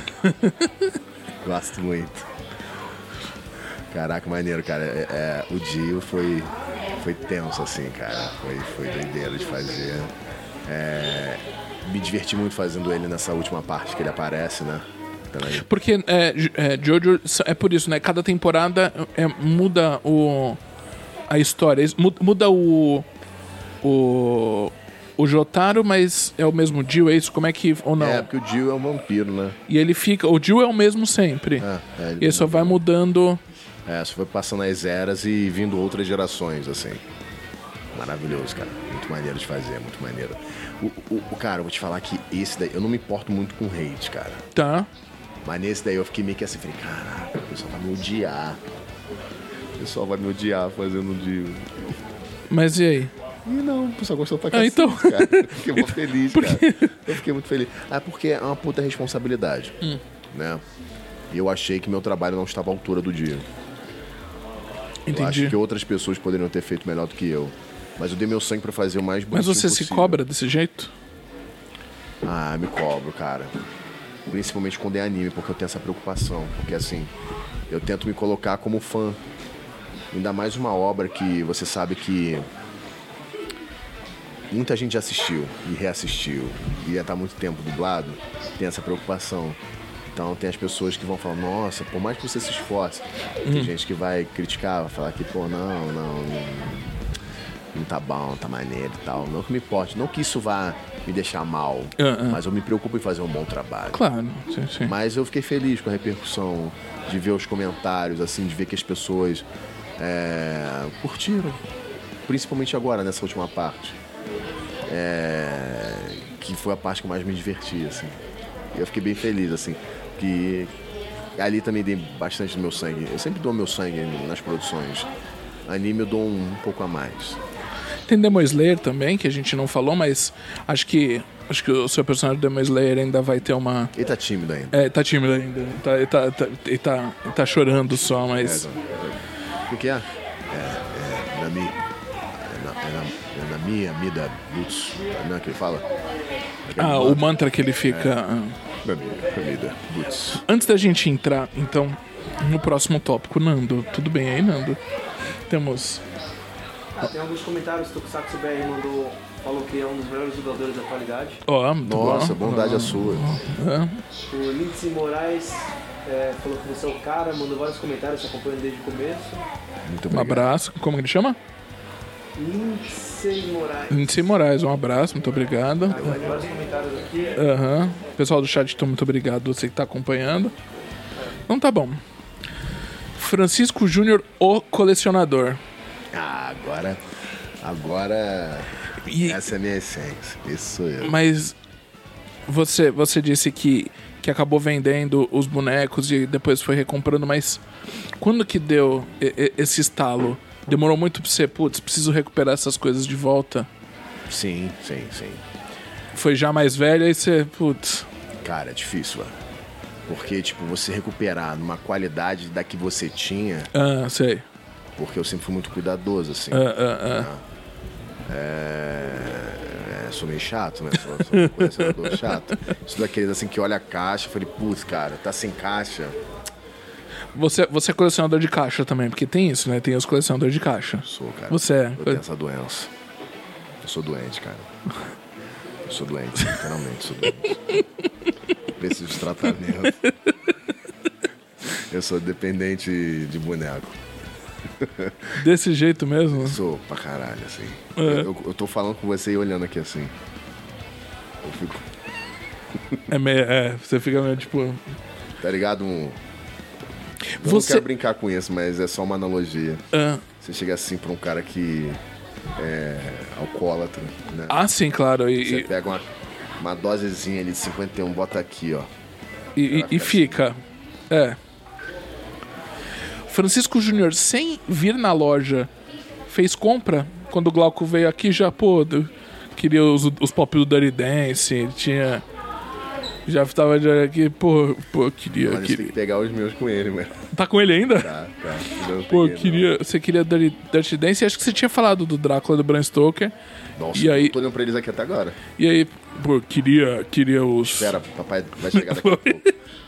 Gosto muito. Caraca, maneiro, cara. É, é, o Dio foi, foi tenso, assim, cara. Foi, foi doideira de fazer. É, me diverti muito fazendo ele nessa última parte que ele aparece, né? Também. Porque é, J- é, Jojo é por isso, né? Cada temporada é, muda o a história, Isso mu- muda o o o Jotaro, mas é o mesmo Jill, é isso? Como é que ou não? É, porque o Dio é um vampiro, né? E ele fica, o Jill é o mesmo sempre. É, é, ele- E ele só vai mudando. É, só foi passando as eras e vindo outras gerações, assim. Maravilhoso, cara. Muito maneiro de fazer, muito maneiro. O, o, o- cara, eu vou te falar que esse daí, eu não me importo muito com hate, cara. Tá? Mas nesse daí eu fiquei meio que assim, falei, caraca, o pessoal vai me odiar. O pessoal vai me odiar fazendo de. Mas e aí? E não, o pessoal gostou pra Ah, cacete, então. cara. Eu fiquei muito feliz, Por cara. quê? Eu fiquei muito feliz. Ah, porque é uma puta responsabilidade, Hum. né? E eu achei que meu trabalho não estava à altura do dia. Eu acho Entendi. que outras pessoas poderiam ter feito melhor do que eu. Mas eu dei meu sangue pra fazer o mais Mas bonitinho você se possível. cobra desse jeito? Ah, me cobro, cara. Principalmente quando é anime, porque eu tenho essa preocupação. Porque assim, eu tento me colocar como fã. Ainda mais uma obra que você sabe que muita gente já assistiu e reassistiu. E já tá há muito tempo dublado. Tem essa preocupação. Então tem as pessoas que vão falar, nossa, por mais que você se esforce, tem gente que vai criticar, vai falar que, pô, não, não, não, não tá bom, tá maneiro e tal. Não que me importe, não que isso vá me deixar mal, Ah, ah. mas eu me preocupo em fazer um bom trabalho. Claro, sim, sim. Mas eu fiquei feliz com a repercussão, de ver os comentários, assim, de ver que as pessoas é, curtiram. Principalmente agora, nessa última parte. É, que foi a parte que eu mais me diverti, assim. E eu fiquei bem feliz, assim. Que ali também dei bastante do meu sangue. Eu sempre dou meu sangue nas produções. Anime eu dou um, um pouco a mais. Tem Demon Slayer também, que a gente não falou, mas acho que acho que o seu personagem do Demon Slayer ainda vai ter uma... Ele tá tímido ainda. É, tá tímido ainda. Tá, ele tá, tá, ele tá, ele tá chorando só, mas... É, o que, que é? É, é Nami. É, na, é, na, é Nami, Amida, Butsu. Não é que ele fala? Ah, o mantra que ele fica... ah. Nami, Amida, Butsu. Antes da gente entrar, então, no próximo tópico, Nando, tudo bem aí, Nando? Temos... Ah, tem alguns comentários. O Tokusatsu B R mandou, falou que é um dos melhores jogadores da atualidade. Ó, muito Nossa, bom. bondade é sua. É. O Lindsay Moraes é, falou que você é o cara, mandou vários comentários, se acompanhando desde o começo. Muito Um obrigado. abraço. Como que ele chama? Lindsay Moraes. Lindsay Moraes, um abraço, muito obrigado. Ah, tem vários comentários aqui. Aham. Pessoal do chat, então, muito obrigado você que tá acompanhando. Então tá bom. Francisco Júnior, o colecionador. Ah, agora. Agora. E- Essa é a minha essência. Esse sou eu. Mas você, você disse que, que acabou vendendo os bonecos e depois foi recomprando, mas quando que deu e- e- esse estalo? Demorou muito pra você, putz, preciso recuperar essas coisas de volta? Sim, sim, sim. Foi já mais velho, aí você, putz... Cara, é difícil, velho. Porque, tipo, você recuperar numa qualidade da que você tinha. Ah, sei. Porque eu sempre fui muito cuidadoso, assim. Ah, ah, ah. É... é, sou meio chato, né? Sou, sou um colecionador chato. Isso daqueles assim que olha a caixa, eu falei, putz, cara, tá sem caixa. Você, você é colecionador de caixa também, porque tem isso, né? Tem os colecionadores de caixa. Sou, cara. Você é. Eu tenho essa doença. Eu sou doente, cara. Eu sou doente, literalmente, sou doente. Preciso de tratamento. Eu sou dependente de boneco. Desse jeito mesmo? Sou pra caralho, assim. É. Eu, eu tô falando com você e olhando aqui assim. Eu fico. É, meio, é, você fica meio tipo... Tá ligado? Um... Eu Você- não quero brincar com isso, mas é só uma analogia. Ah, Você chega assim pra um cara que é alcoólatra, né? ah, sim, claro. Você E, pega uma, uma dosezinha ali de cinquenta e um, bota aqui, ó. e, e, e fica. É. Francisco Júnior, sem vir na loja, fez compra? Quando o Glauco veio aqui, já, pô, do- queria os, os pop do Dirty Dance, tinha... Já tava já aqui, pô, pô, queria, Mas você tem queria. que pegar os meus com ele, mano. Tá com ele ainda? Tá, tá. Eu não Pô, peguei, queria, você queria Dirty, Dirty Dance, e acho que você tinha falado do Drácula do Bram Stoker. não. Nossa, E aí- eu tô olhando pra eles aqui até agora. E aí, pô, queria, queria os... Espera, papai vai chegar daqui a pouco.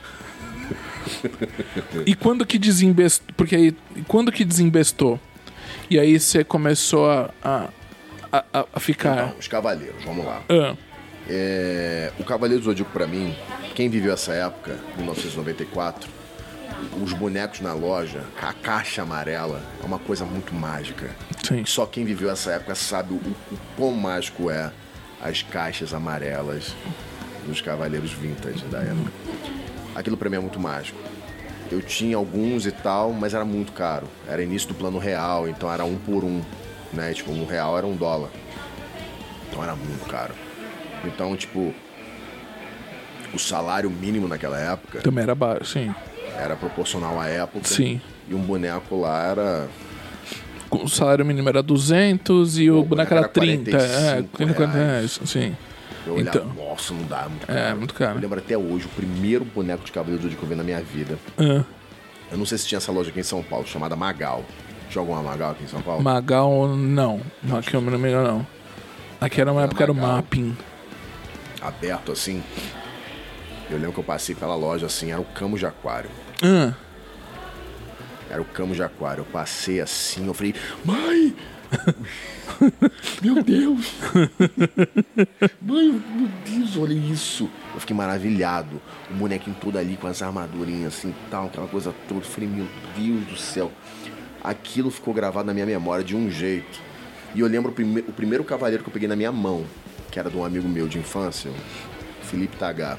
E quando que desembestou? Porque aí, quando que desembestou? E aí você começou a, a, a, a ficar... Então, os Cavaleiros, vamos lá. Ah, É, o Cavaleiro do Zodíaco, pra mim, quem viveu essa época, mil novecentos e noventa e quatro, os bonecos na loja, a caixa amarela, é uma coisa muito mágica. sim. Só quem viveu essa época sabe o, o quão mágico é as caixas amarelas dos Cavaleiros Vintage da época. Aquilo pra mim é muito mágico. Eu tinha alguns e tal, mas era muito caro. Era início do plano real, então era um por um, né? Tipo, um real era um dólar. Então era muito caro. Então, tipo, o salário mínimo naquela época Também era baixo, sim. era proporcional à época. Sim. E um boneco lá era... O salário mínimo era duzentos e o, O boneco boneco era era trinta. quarenta e É, cinco trinta reais. reais, sim. Eu olhava, Então. nossa, não dá, é muito É, caro. muito caro. Eu lembro até hoje, o primeiro boneco de Cavaleiro do Zodíaco que eu vi na minha vida. Ah, Eu não sei se tinha essa loja aqui em São Paulo, chamada Magal. Tinha alguma Magal aqui em São Paulo? Magal, não. Aqui eu não me engano, não. Aqui era uma Era época, era o Magal. Mapping. Aberto assim. Eu lembro que eu passei pela loja assim, era o Camo de Aquário. Ah, Era o Camo de Aquário. Eu passei assim, eu falei, mãe! Meu Deus! Mãe, meu Deus, olha isso! Eu fiquei maravilhado. O bonequinho todo ali com as armadurinhas assim e tal, aquela coisa toda. Eu falei, meu Deus do céu. Aquilo ficou gravado na minha memória de um jeito. E eu lembro o, prime o primeiro cavaleiro que eu peguei na minha mão, que era de um amigo meu de infância, o Felipe Tagar.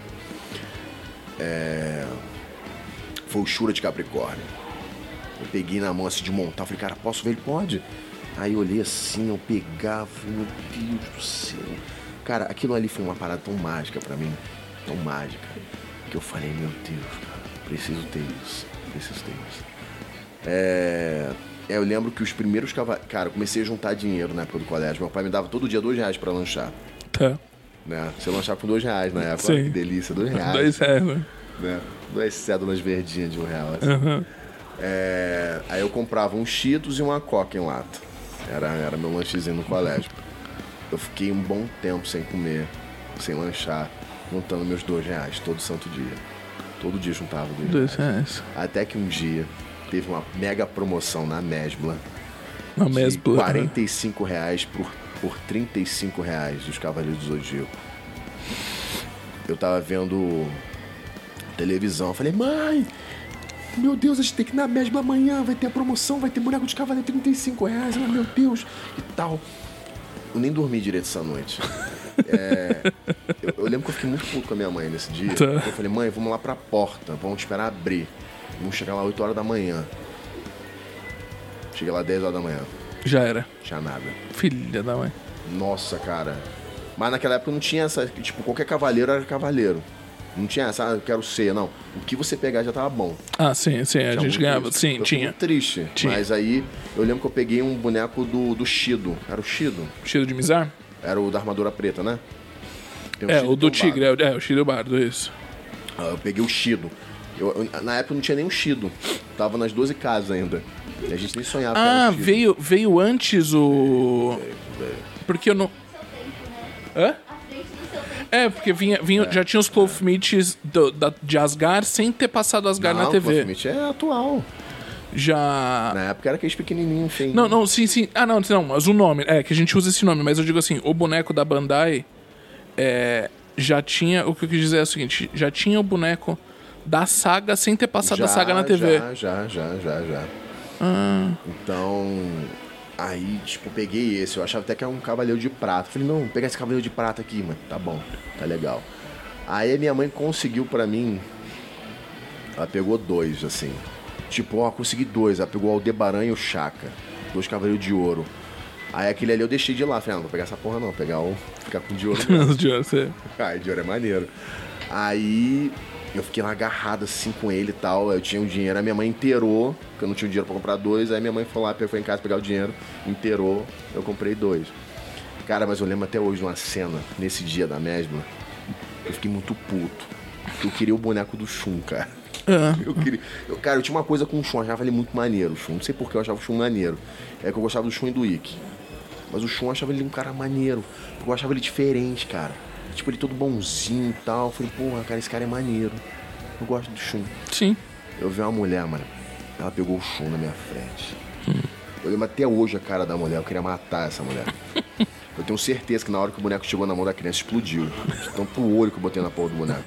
É... Foi o Shura de Capricórnio. Eu peguei na mão assim de montar, eu falei, cara, posso ver? Ele pode. Aí eu olhei assim, eu pegava, meu Deus do céu. Cara, aquilo ali foi uma parada tão mágica pra mim, tão mágica, que eu falei, meu Deus, cara, preciso ter isso, preciso ter isso. É... é, eu lembro que os primeiros cavaleiros... Cara, eu comecei a juntar dinheiro na época do colégio. Meu pai me dava todo dia dois reais pra lanchar, tá. né? Você lanchava com dois reais na época, Sim. olha que delícia, dois reais. Dois reais, né? Né? Duas cédulas verdinhas de um real, assim. Aham. É, aí eu comprava um Cheetos e uma Coca em lata. Era, era meu lanchezinho no colégio. Eu fiquei um bom tempo sem comer, sem lanchar, juntando meus dois reais todo santo dia. Todo dia juntava dois Dois reais. reais. Até que um dia teve uma mega promoção na Mesbla. Na de mesbla. quarenta e cinco reais por, por trinta e cinco reais dos Cavaleiros do Zodíaco. Eu tava vendo televisão, eu falei, mãe, meu Deus, a gente tem que ir na mesma amanhã, vai ter a promoção, vai ter boneco de cavaleiro trinta e cinco reais, meu Deus, e tal. Eu nem dormi direito essa noite. É, eu, eu lembro que eu fiquei muito puto com a minha mãe nesse dia. Tá. Eu falei, mãe, vamos lá pra porta, vamos esperar abrir. Vamos chegar lá oito horas da manhã. Cheguei lá dez horas da manhã. Já era. Tinha nada. Filha da mãe. Nossa, cara. Mas naquela época não tinha essa... Tipo, qualquer cavaleiro era cavaleiro. Não tinha essa, ah, eu quero ser, não. O que você pegar já tava bom. Ah, sim, sim. A Tinha gente muito ganhava. isso. Sim, Eu fiquei tinha. muito triste. Tinha. Mas aí, eu lembro que eu peguei um boneco do, do Shido. Era o Shido? Cheiro de Mizar? Era o da armadura preta, né? Tem um É, Shido o do e tem um Tigre. É, é, o Shido Bardo, isso. Ah, eu peguei o Shido. Eu, eu- na época não tinha nem um Shido. Tava nas doze casas ainda. E a gente nem sonhava que Ah, era um Shido. veio, veio antes o... Porque eu não... Hã? É, porque vinha, vinha, já tinha os Clothmeats do, da, de Asgard sem ter passado Asgard Não, na T V. Clothmate é atual. Já... Na época era aqueles pequenininhos, feio. Não, não, sim, sim. Ah, não, não, mas o nome. É, que a gente usa esse nome. Mas eu digo assim, o boneco da Bandai é, já tinha... O que eu quis dizer é o seguinte, já tinha o boneco da saga sem ter passado já, a saga na T V. Já, já, já, já, já. Ah, Então, aí, tipo, peguei esse. Eu achava até que era um cavaleiro de prata. Falei, não, vou pegar esse cavaleiro de prata aqui, mano. Tá bom, tá legal. Aí a minha mãe conseguiu pra mim. Ela pegou dois, assim. Tipo, ó, consegui dois. Ela pegou o Aldebaran e o Chaka. Dois cavaleiros de ouro. Aí aquele ali eu deixei de lá. Falei, ah, não vou pegar essa porra não. Vou pegar o. Ficar com o de ouro mesmo. os de ouro, você- Ai, de ouro é maneiro. Aí eu fiquei lá agarrado assim com ele e tal. Eu tinha o dinheiro, a minha mãe inteirou, porque eu não tinha dinheiro pra comprar dois. Aí minha mãe foi lá, foi em casa pegar o dinheiro, inteirou, eu comprei dois. Cara, mas eu lembro até hoje de uma cena, nesse dia da mesma, eu fiquei muito puto. Eu queria o boneco do Shun, cara. Ah, Eu queria. Eu, cara, eu tinha uma coisa com o Shun, eu achava ele muito maneiro, o Shun. Não sei por que eu achava o Shun maneiro. É que eu gostava do Shun e do Ikki. Mas o Shun eu achava ele um cara maneiro. Eu achava ele diferente, cara. Tipo, ele todo bonzinho e tal. Eu falei, porra, cara, esse cara é maneiro. Eu gosto do Shun. sim. Eu vi uma mulher, mano. Ela pegou o Shun na minha frente. Eu lembro até hoje a cara da mulher. Eu queria matar essa mulher. Eu tenho certeza que na hora que o boneco chegou na mão da criança, explodiu. Então pro olho que eu botei na porra do boneco.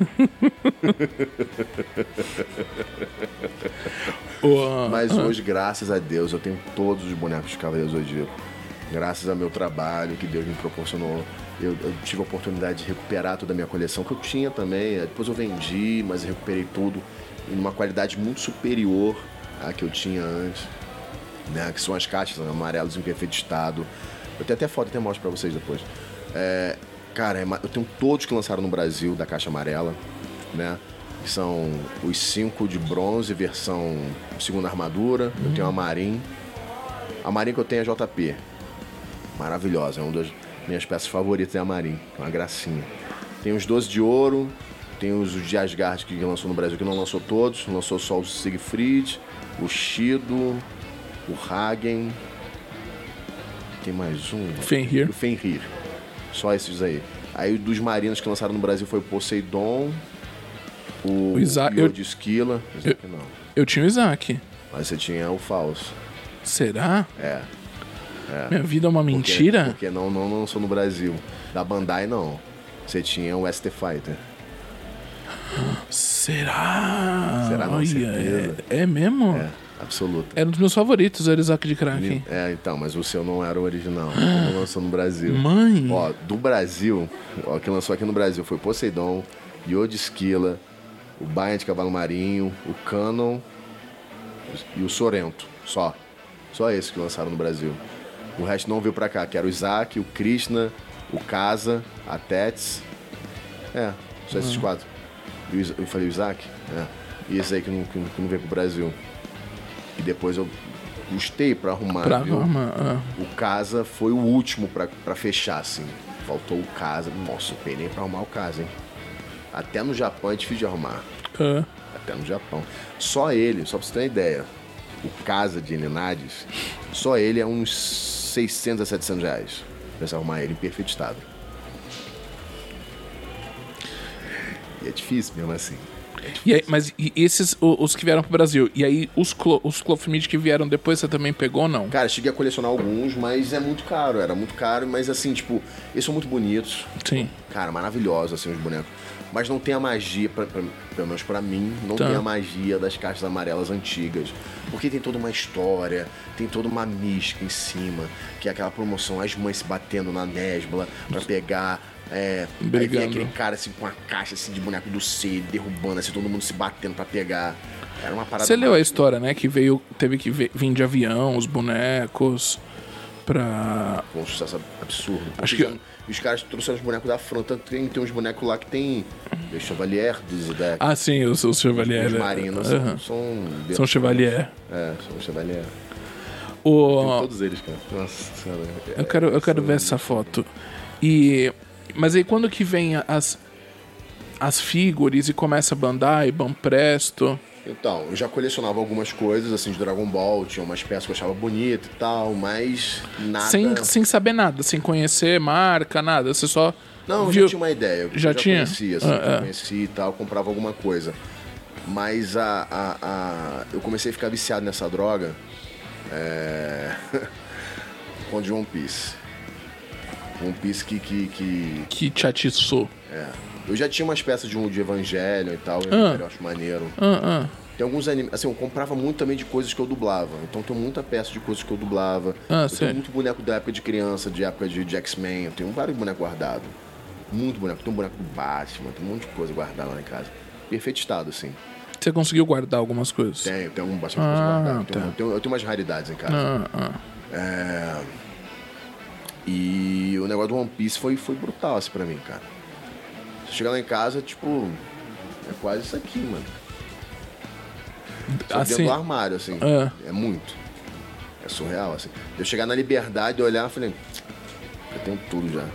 O, Mas hoje, graças a Deus, eu tenho todos os bonecos de Cavaleiros do Zodíaco. Graças ao meu trabalho que Deus me proporcionou. Eu, eu tive a oportunidade de recuperar toda a minha coleção, que eu tinha também. Depois eu vendi, mas eu recuperei tudo em uma qualidade muito superior à que eu tinha antes. Né? Que são as caixas amarelas em perfeito estado. Eu tenho até foto, até mostro pra vocês depois. É, cara, é ma- eu tenho todos que lançaram no Brasil da caixa amarela, né? Que são os cinco de bronze, versão segunda armadura. Eu tenho a Marin. A Marin que eu tenho é a J P. Maravilhosa, é uma das minhas peças favoritas, é a Marin. É uma gracinha. Tem os doze de ouro, tem os de Asgard que lançou no Brasil, que não lançou todos. Lançou só o Siegfried, o Shido, o Hagen. Tem mais um. Fenrir. O Fenrir. Só esses aí. Aí dos marinos que lançaram no Brasil foi o Poseidon, o, O Isa- eu- Yod Esquila. Isaac não. Eu tinha o Isaac. Mas você tinha o falso. Será? É. Minha vida é uma Porque- mentira? Porque não, não lançou no Brasil. Da Bandai, não. Você tinha o S T Fighter. Será? Será, com Olha, certeza. é, é mesmo? É, absoluto. Era um dos meus favoritos, era o Isaac de Kraken. É, então, mas o seu não era o original. Não lançou no Brasil. Mãe! Ó, do Brasil, ó, que lançou aqui no Brasil foi Poseidon, Yod Esquila, o Bayern de Cavalo Marinho, o Canon e o Sorento. Só. Só esses que lançaram no Brasil. O resto não veio pra cá, que era o Isaac, o Krishna, o Kaza, a Tets. É, só esses quatro. E o Isa- Eu falei o Isaac? É. E esse aí que não, que não- que não veio pro Brasil. E depois eu custei pra arrumar, Pra viu? arrumar, ah. O Casa foi o último pra, pra fechar, assim. Faltou o Casa. Nossa, eu penei pra arrumar o Casa, hein? Até no Japão é difícil de arrumar. Ah. Até no Japão. Só ele, só pra você ter uma ideia, o Casa de Elinades, só ele é uns seiscentos a setecentos reais. Pra você arrumar ele em perfeito estado. E é difícil mesmo assim. E aí, mas e esses, o- os que vieram pro Brasil, e aí os, clo, os Clothmid que vieram depois, você também pegou ou não? Cara, cheguei a colecionar alguns, mas é muito caro, era muito caro, mas assim, tipo, eles são muito bonitos. Sim. Cara, maravilhosos, assim, os bonecos. Mas não tem a magia, pra, pra, pelo menos pra mim, não Tá. tem a magia das caixas amarelas antigas. Porque tem toda uma história, tem toda uma mística em cima, que é aquela promoção, as mães se batendo na Nesbla pra pegar. É, aí vem Brigando. aquele cara assim com uma caixa assim, de boneco do C, derrubando, assim, todo mundo se batendo pra pegar. Era uma parada. Você leu a maravilhosa. história, né? Que veio, teve que ve- vir de avião, os bonecos, pra... Foi um sucesso absurdo. Acho Porque que- já- os caras trouxeram os bonecos da França. Tanto tem, tem uns bonecos lá que tem. Os Chevalier do Zodek. Ah, sim, os, os Chevalier. Os né? marinos Aham. são, são. São Chevalier. É, são Chevalier. O... Todos eles, cara. Nossa senhora. Eu quero, eu quero ver essa foto. E... Mas aí quando que vem as... As figures e começa a Bandai, Banpresto... Então, eu já colecionava algumas coisas, assim, de Dragon Ball. Tinha umas peças que eu achava bonita e tal, mas nada. Sem, sem saber nada, sem conhecer marca, nada. Você só Não, eu viu... já tinha uma ideia. Eu Já já tinha? conhecia, assim, Ah, já é. conhecia e tal, comprava alguma coisa. Mas a, a, a- eu comecei a ficar viciado nessa droga é... com o de One Piece. One Piece que, que, que... Que te atiçou. É. Eu já tinha umas peças de, um, de Evangelho e tal, Ah. eu acho maneiro. Ah, ah. Tem alguns animes, assim, eu comprava muito também de coisas que eu dublava. Então tem muita peça de coisas que eu dublava. Ah, eu sério? tenho muito boneco da época de criança, de época de, de X-Men. Eu tenho vários bonecos guardados. Muito boneco. Tem um boneco do Batman, tem um monte de coisa guardada lá em casa. Perfeito estado, assim. Você conseguiu guardar algumas coisas? Tenho, tenho um bastante Ah, coisa guardada. Eu tenho, tá. eu, tenho, eu tenho umas raridades em casa. Ah, ah. É... E o negócio do One Piece foi, foi brutal, assim, pra mim, cara. Você chega lá em casa, tipo... É quase isso aqui, mano. Só Assim, dentro do armário, assim. É. É muito. É surreal, assim. Eu chegar na Liberdade e olhar, eu falei... Eu tenho tudo já.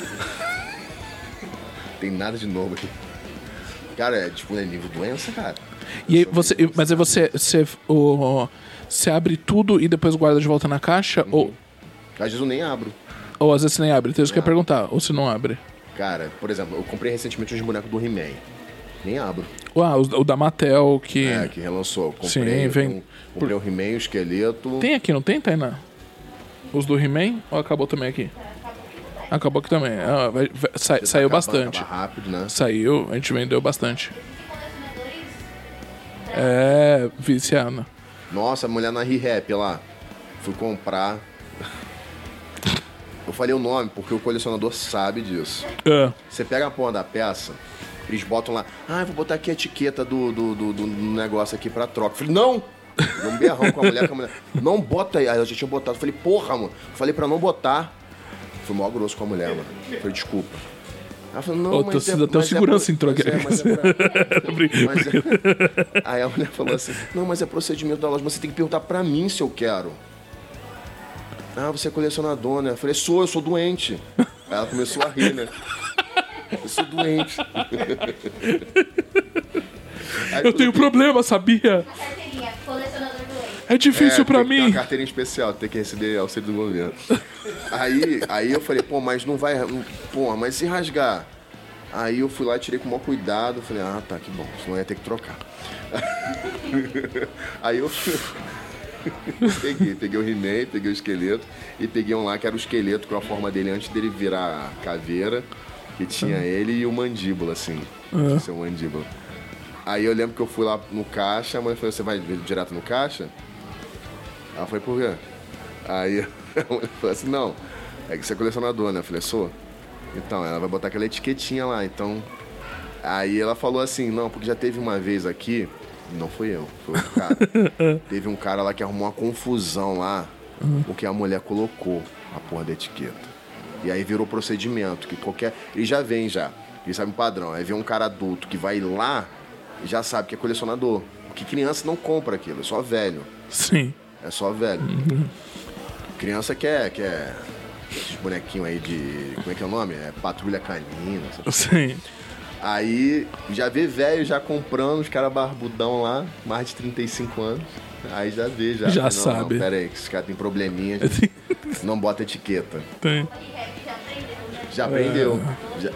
Tem nada de novo aqui. Cara, é tipo, é nível doença, cara. E aí Eu sou você, meio- mas aí você, você, o, você abre tudo e depois guarda de volta na caixa? Ou, Às vezes eu nem abro. ou às vezes você nem abre? Então isso que eu ia perguntar. Ou você não abre? Cara, por exemplo, eu comprei recentemente uns bonecos do He-Man. Nem abro. Ah, o, o da Mattel, que... É, que relançou. Eu comprei, Sim, eu vem- tenho- comprei o He-Man, o esqueleto. Tem aqui, não tem, Tainá? Os do He-Man? Ou acabou também aqui? Acabou aqui também. Ah, vai- vai- sa- saiu Acaba- bastante. acaba rápido, né? Saiu, a gente vendeu bastante. É, viciado. Nossa, a mulher na Re-Rap lá. Fui comprar. Eu falei o nome porque o colecionador sabe disso. É. Você pega a porra da peça, eles botam lá, ah, eu vou botar aqui a etiqueta do, do, do, do negócio aqui pra troca. Eu falei, não! Deu um berrão com a mulher, com a mulher. Não bota aí. Aí eu já tinha botado. Eu falei, porra, mano. Eu falei pra não botar. Fui mó grosso com a mulher, mano. Eu falei, desculpa. Ela falou, não, Ô, mas tô é, até o mas segurança é, entrou mas aqui. é, mas é pra- Brin- mas é- Aí a mulher falou assim, não, mas é procedimento da loja, mas você tem que perguntar pra mim se eu quero. Ah, você é colecionador, né? Eu falei, sou, eu sou doente. Aí ela começou a rir, né? Eu sou doente. Aí Eu tenho problema, sabia? Carteirinha, colecionador doente. É difícil É, pra tem que ter mim. uma carteirinha especial, tem que receber auxílio do governo. Aí, aí eu falei, pô, mas não vai. Pô, mas se rasgar. Aí eu fui lá e tirei com o maior cuidado. Falei, ah, tá, que bom, senão eu ia ter que trocar. Aí eu peguei, peguei o He-Man, peguei o esqueleto e peguei um lá que era o esqueleto com a forma dele antes dele virar caveira, que tinha ele e o mandíbula, assim. Ah. Seu mandíbula. Aí eu lembro que eu fui lá no caixa, a mãe falou, você vai direto no caixa? Ela foi, por quê? Aí a mulher falou assim, não, é que você é colecionador, né? Eu falei, sou. Então, ela vai botar aquela etiquetinha lá, então... Aí ela falou assim, não, porque já teve uma vez aqui, não fui eu, foi outro cara. Teve um cara lá que arrumou uma confusão lá, porque a mulher colocou a porra da etiqueta. E aí virou procedimento, que qualquer... Eles já vêm já, eles sabem o padrão. Aí vem um cara adulto que vai lá e já sabe que é colecionador. Porque criança não compra aquilo, é só velho. Sim. É só velho. Criança quer, quer esses bonequinhos aí de... Como é que é o nome? É Patrulha Canina. Essas... Sim. Aí já vê velho já comprando, os caras barbudão lá, mais de trinta e cinco anos. Aí já vê, já. Já não, sabe. Não, pera aí, que esses caras têm probleminha. Não bota etiqueta. Tem. Já aprendeu, né? Já aprendeu. É. Já... É,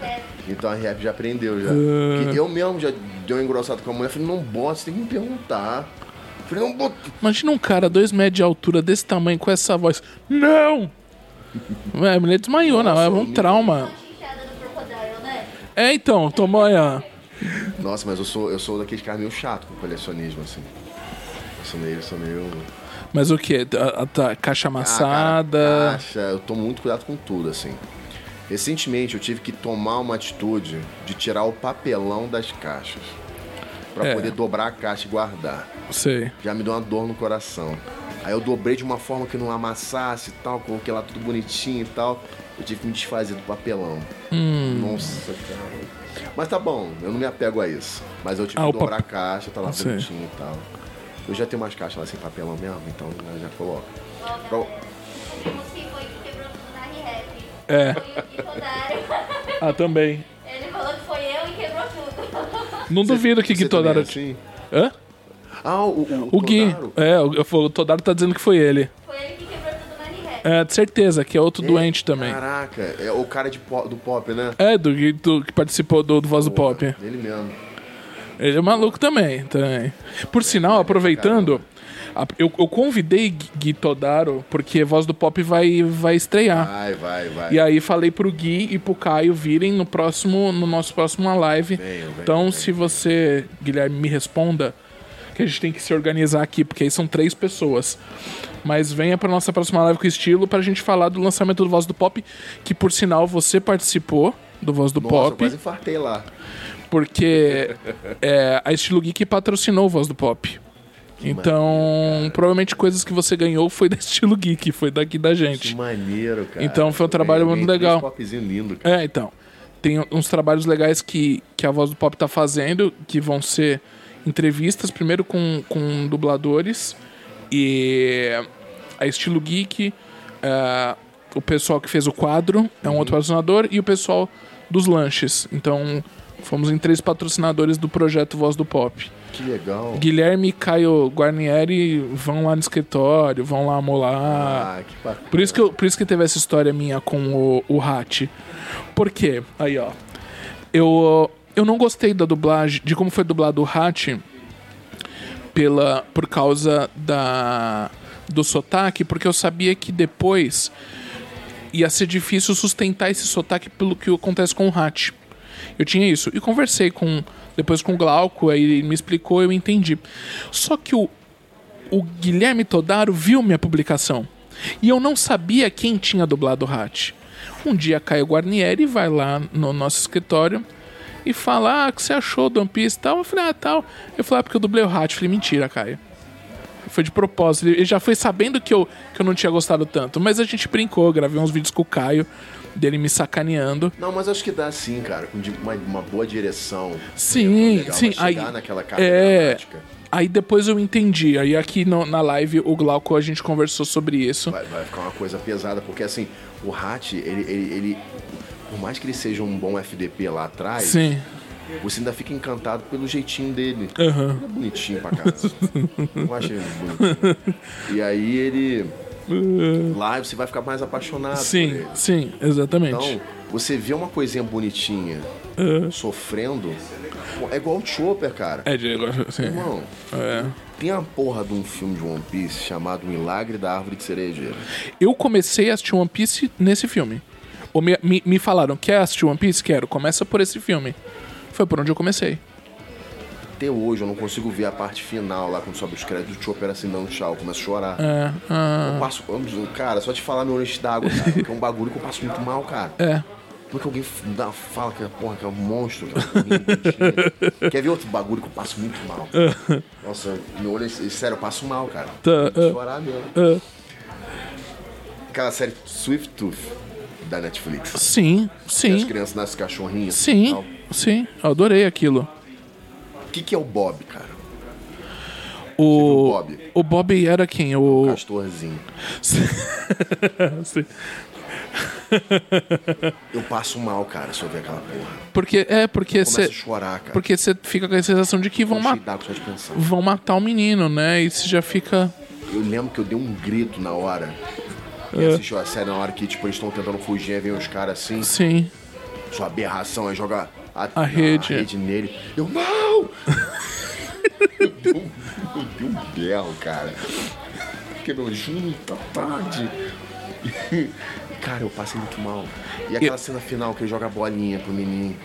Então a rap já aprendeu já. Porque eu mesmo já dei um engrossado com a mulher. Falei, não bota, você tem que me perguntar. Falei, não bota. Imagina um cara, dois metros de altura, desse tamanho, com essa voz. Não! É, a mulher desmaiou, não. É um trauma. Chinchada do Crocodile, né? É, então, tomou aí, ó. Nossa, mas eu sou, eu sou daqueles caras meio chato com colecionismo, assim. Eu sou meio, eu sou meio... Mas o quê? A, a, a caixa Ah, amassada? cara, caixa, eu tomo muito cuidado com tudo, assim. Recentemente eu tive que tomar uma atitude de tirar o papelão das caixas. Pra É. poder dobrar a caixa e guardar. Sei. Já me deu uma dor no coração. Aí eu dobrei de uma forma que não amassasse e tal, coloquei lá tudo bonitinho e tal. Eu tive que me desfazer do papelão. Hum. Nossa, cara. Mas tá bom, eu não me apego a isso. Mas eu tive Ah, o que dobrar pap- a caixa, tá lá Sei. bonitinho e tal. Eu já tenho umas caixas lá sem papelão mesmo, então eu já coloco. Ó, Pra- galera, descobrimos quem foi que quebrou tudo na R-Rap. É. Foi o Gui Todaro. Ah, também. Ele falou que foi eu e quebrou tudo. Não duvido que Você Gui Todaro... também é assim? Hã? Ah, o, o, O Gui. Todaro? É, o, o Todaro tá dizendo que foi ele. Foi ele que quebrou tudo na R-Rap. É, de certeza, que é outro doente também. Caraca, é o cara de po- do pop, né? É, do, Gui- do que participou do, do Voz do Pop. Ele mesmo. Ele é maluco também, também. Por sinal, aproveitando, a- eu, eu convidei Gui- Gui Todaro, porque Voz do Pop vai, vai estrear. Vai, vai, vai. E aí falei pro Gui e pro Caio virem no próximo, no nosso próximo live. Venham, venham, Então, venham. se você, Guilherme, me responda, que a gente tem que se organizar aqui, porque aí são três pessoas. Mas venha pra nossa próxima live com estilo pra gente falar do lançamento do Voz do Pop, que por sinal você participou do Voz do Nossa, eu Pop, quase infartei lá. porque é, a Estilo Geek patrocinou o Voz do Pop. Então, provavelmente coisas que você ganhou foi da Estilo Geek, foi daqui da Que gente. maneiro, cara. Então, foi um trabalho Ganhei muito três legal. popzinho lindo, cara. É, então. Tem uns trabalhos legais que, que a Voz do Pop tá fazendo, que vão ser entrevistas, primeiro com, com dubladores, e a Estilo Geek, é, o pessoal que fez o quadro é um outro patrocinador, e o pessoal dos lanches. Então, fomos em três patrocinadores do projeto Voz do Pop. Que legal. Guilherme e Caio Guarnieri vão lá no escritório, vão lá molar. Ah, que bacana. Por isso que, eu, por isso que teve essa história minha com o, o Hat. Por quê? Aí, ó. Eu, eu não gostei da dublagem, de como foi dublado o Hat pela, por causa da, do sotaque, porque eu sabia que depois ia ser difícil sustentar esse sotaque pelo que acontece com o Hat. Eu tinha isso. E conversei com depois com o Glauco, aí ele me explicou, eu entendi. Só que o, o Guilherme Todaro viu minha publicação. E eu não sabia quem tinha dublado o Hat. Um dia Caio Guarnieri vai lá no nosso escritório e fala: ah, o que você achou do One Piece e tal? Eu falei, ah, tal. Eu falei, ah, porque eu dublei o Hat. Eu falei, mentira, Caio. Foi de propósito. Ele já foi sabendo que eu, que eu não tinha gostado tanto. Mas a gente brincou, gravei uns vídeos com o Caio, dele me sacaneando. Não, mas acho que dá sim, cara. Com di- uma, uma boa direção. Sim, Legal, sim. vai Aí, chegar naquela carga é, dramática. aí depois eu entendi. Aí aqui no- na live, o Glauco, a gente conversou sobre isso. Vai, vai ficar uma coisa pesada, porque assim, o Hat, ele, ele, ele- por mais que ele seja um bom F D P lá atrás, Sim. você ainda fica encantado pelo jeitinho dele. Aham. Ele é bonitinho pra caramba. Eu achei ele bonitinho. E aí ele. Lá você vai ficar mais apaixonado por Sim, ele. sim, exatamente. Então, você vê uma coisinha bonitinha sofrendo, pô, é igual o Chopper, cara. É, Diego, sim. Irmão, É. tem a porra de um filme de One Piece chamado Milagre da Árvore de Cerejeira. Eu comecei a assistir One Piece nesse filme. Ou me, me, me falaram, quer assistir One Piece? Quero. Começa por esse filme. Foi por onde eu comecei. Até hoje eu não consigo ver a parte final lá, quando sobe os créditos do Chopper assim, dando tchau, eu começo a chorar. É, ah, Eu passo, eu- cara, só te falar meu lanche d'água, cara, que é um bagulho que eu passo muito mal, cara. é. Como é que alguém f- dá, fala que, porra, que é um monstro? Que é um bonitinho? Quer ver outro bagulho que eu passo muito mal? Nossa, meu olho, sério, eu passo mal, cara. Tá, Tem que é. chorar mesmo. É. Aquela série Swift Tooth da Netflix. Sim, Que as sim. crianças nascem cachorrinhos. e Sim, tal. sim. Eu adorei aquilo. O que, que é o Bob, cara? O, o Bob? o Bob era quem? O. Castorzinho. Sim. Eu passo mal, cara, se eu ver aquela porra. Porque é porque Começo a você chorar, cara. porque você fica com a sensação de que vão, Tô ma cheio d'água só de pensar. vão matar o menino, né? E você já fica Eu lembro que eu dei um grito na hora. É. Quem assistiu a série na hora que, tipo, eles estão tentando fugir, aí vem os caras assim. sim. sua aberração, aí joga a, A rede. a rede nele. Eu, não! eu, dei um, eu dei um berro, cara. Porque meu junta, tarde. Cara, eu passei muito mal. E aquela Eu- cena final que ele joga a bolinha pro menino.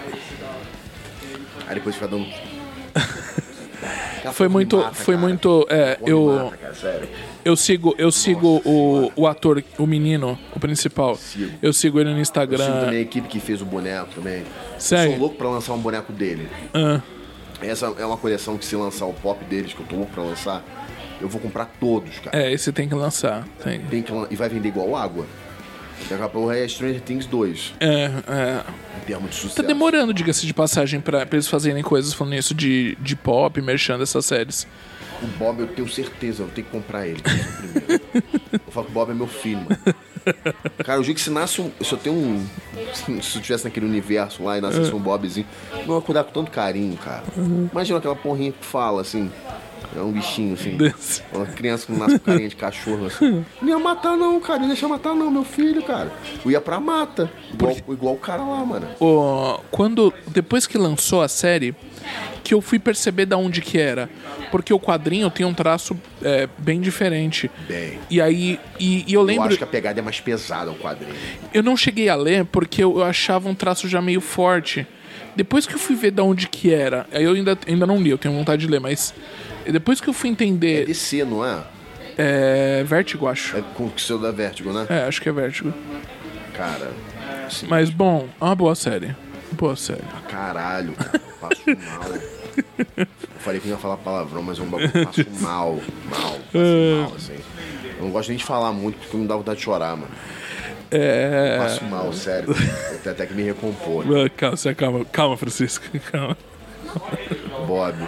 Aí depois fica dando. Aquela Foi porra me muito, mata, foi cara. muito, é, Porra me eu, mata, cara, sério. eu sigo, eu sigo o, o ator, o menino, o principal. Sigo. Eu sigo ele no Eu sigo Instagram. também a equipe que fez o boneco também. Sério? Eu sou louco pra lançar um boneco dele. Ah, Essa é uma coleção que, se lançar o pop deles, que eu tô louco pra lançar, eu vou comprar todos, cara. é, esse tem que lançar. Tem. Tem que lan- E vai vender igual água. Daqui a pouco é Stranger Things dois. É, é. Em termos de sucesso. Tá demorando, diga-se de passagem, pra, pra eles fazerem coisas falando isso de, de pop, merchan dessas séries. O Bob, eu tenho certeza, eu tenho que comprar ele. esse é o primeiro. Eu falo que o Bob é meu filho, mano. Cara, eu digo que se nasce um. Se eu tenho um. Se eu tivesse naquele universo lá e nascesse um Bobzinho, eu ia cuidar com tanto carinho, cara. Imagina aquela porrinha que fala assim. É um bichinho assim. Desse. Uma criança que nasce com carinha de cachorro assim. Não ia matar, não, cara. Não deixa matar, não, meu filho, cara. Eu ia pra mata. Igual, igual o cara lá, mano. Ó, quando, depois que lançou a série, que eu fui perceber da onde que era. Porque o quadrinho tem um traço é, bem diferente. Bem. E aí, e, e eu Eu lembro... acho que a pegada é mais pesada o quadrinho. Eu não cheguei a ler porque eu, eu achava um traço já meio forte. Depois que eu fui ver da onde que era, aí eu ainda, ainda não li, eu tenho vontade de ler, mas depois que eu fui É entender, D C, não é? é Vértigo, acho. É com o seu da Vertigo, né? É, acho que é Vértigo. Cara, assim, Mas bom, é uma boa série. Boa série. caralho, cara. Passo mal. Eu falei que não ia falar palavrão, mas é um bagulho que eu passo mal. Mal. Passo mal, assim. Eu não gosto nem de falar muito porque me dá vontade de chorar, mano. É. Passo mal, sério. Eu tenho até que me recompor. Ah, Calma, você- calma, calma, Francisco. Calma. Bob.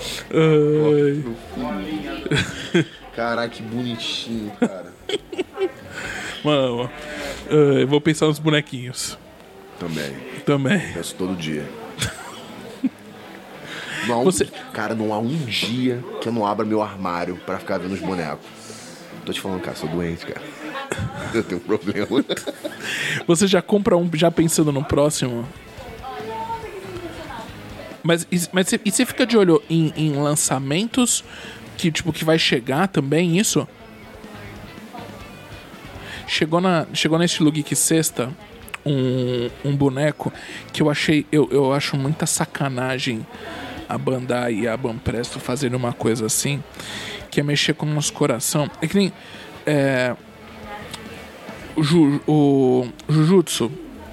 Ai, Caralho, que bonitinho, cara. mano, ah, eu vou pensar nos bonequinhos Também. também. Penso todo dia. Não há um, Você- Cara, não há um dia que eu não abra meu armário pra ficar vendo os bonecos. Tô te falando, cara, sou doente, cara. Eu tenho um problema. Você já compra um já pensando no próximo? Mas, e- mas você- e você fica de olho em, em lançamentos que, tipo, que vai chegar também, isso? Chegou na, chegou na Estilo Geek sexta um, um boneco que eu achei, eu, eu acho muita sacanagem a Bandai e a Banpresto fazerem uma coisa assim, que é mexer com o nosso coração. É que nem é, o, Ju, o Jujutsu.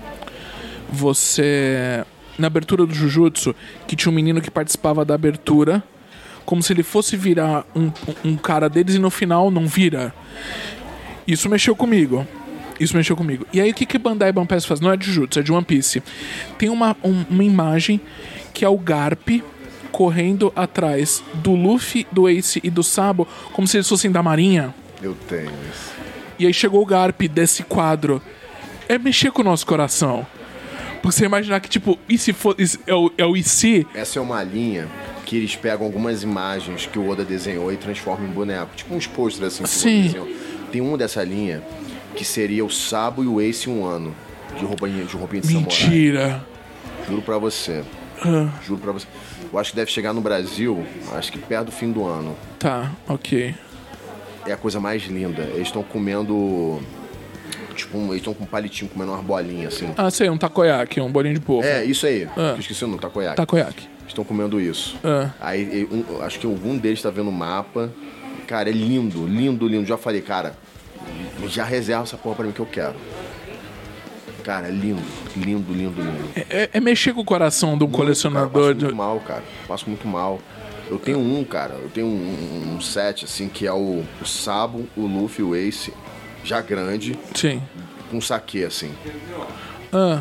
Você, na abertura do Jujutsu, que tinha um menino que participava da abertura, como se ele fosse virar um, um cara deles e no final não vira. Isso mexeu comigo. Isso mexeu comigo. E aí o que que Bandai Banpresto faz? Não é de Jujutsu, é de One Piece. Tem uma, um- uma imagem que é o Garp correndo atrás do Luffy, do Ace e do Sabo, como se eles fossem da marinha. Eu tenho isso. E aí chegou o Garp desse quadro. É mexer com o nosso coração. Porque você imaginar que, tipo, e se for. is- É o, é o e se? Essa é uma linha que eles pegam algumas imagens que o Oda desenhou e transformam em boneco. Tipo uns posters assim que Sim. o Oda desenhou. Tem um dessa linha que seria o Sabo e o Ace um ano. De roupinha de, roupinha de samurai. Mentira. Juro pra você. Ah, Juro pra você. Eu acho que deve chegar no Brasil, acho que perto do fim do ano. tá, ok. É a coisa mais linda. Eles estão comendo. Tipo, um- eles estão com um palitinho comendo umas bolinhas assim. Ah, sei, um takoyaki, um bolinho de polvo. É, isso aí. Ah. Eu esqueci o nome, takoyaki. Takoyaki. Estão comendo isso. Ah. Aí e- um- acho que algum deles tá vendo o mapa. Cara, é lindo, lindo, lindo. Já falei, cara, já reserva essa porra pra mim que eu quero. Cara, é lindo, lindo, lindo, lindo. É, é mexer com o coração de um Cara, colecionador. eu passo de- muito mal, cara. Passo muito mal. Eu tenho um, cara. Eu tenho um, um- um set, assim, que é o, o Sabo, o Luffy, o Ace, já grande, Sim. com um saque, assim. Ah,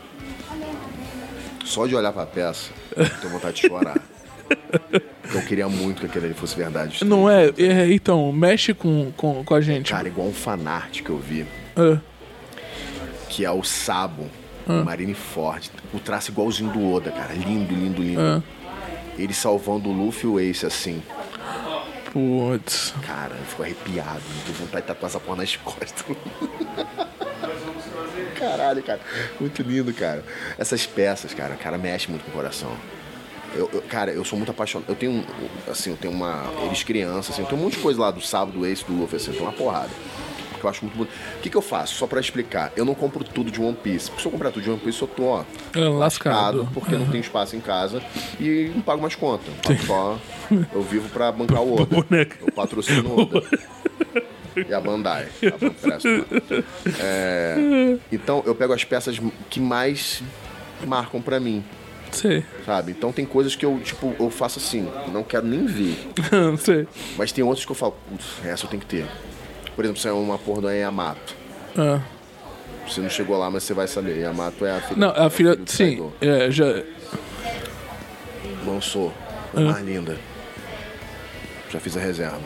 Só de olhar pra peça, eu tenho vontade de chorar. Porque eu queria muito que aquele ali fosse verdade. não é, é. Então, mexe com, com, com a gente. Cara, igual um fanart que eu vi, Ah, que é o Sabo, o Marineford. O traço igualzinho do Oda, cara. Lindo, lindo, lindo. ah. Ele salvando o Luffy e o Ace, assim. Putz. Cara, eu fico arrepiado. Não tenho vontade de tatuar essa porra nas costas. Caralho, cara. Muito lindo, cara. Essas peças, cara, cara, mexe muito com o coração. Eu, eu, cara, eu sou muito apaixonado. Eu tenho, assim, eu tenho uma... Eles crianças, assim, eu tenho um monte de coisa lá do sábado, do Ace, do Luffy, assim, eu tenho uma porrada. Que eu acho muito bonito. O que que eu faço? Só pra explicar. Eu não compro tudo de One Piece. Porque se eu comprar tudo de One Piece, eu tô, ó... É, lascado. Porque não tem espaço em casa e não pago mais conta. Eu só... Eu vivo pra bancar o Oda. Eu patrocino o Oda. E a Bandai. A Bandai. É... Então, eu pego as peças que mais marcam pra mim. Sei. Sabe? Então tem coisas que eu, tipo, eu faço assim, não quero nem ver. Sei. Mas tem outras que eu falo, putz, essa eu tenho que ter. Por exemplo, se é uma porra do Yamato. Ah. Você não chegou lá, mas você vai saber. Yamato é a filha. Não, a é filha... filho do Sim, traidor. é, já... Lançou. A mais linda. Já fiz a reserva.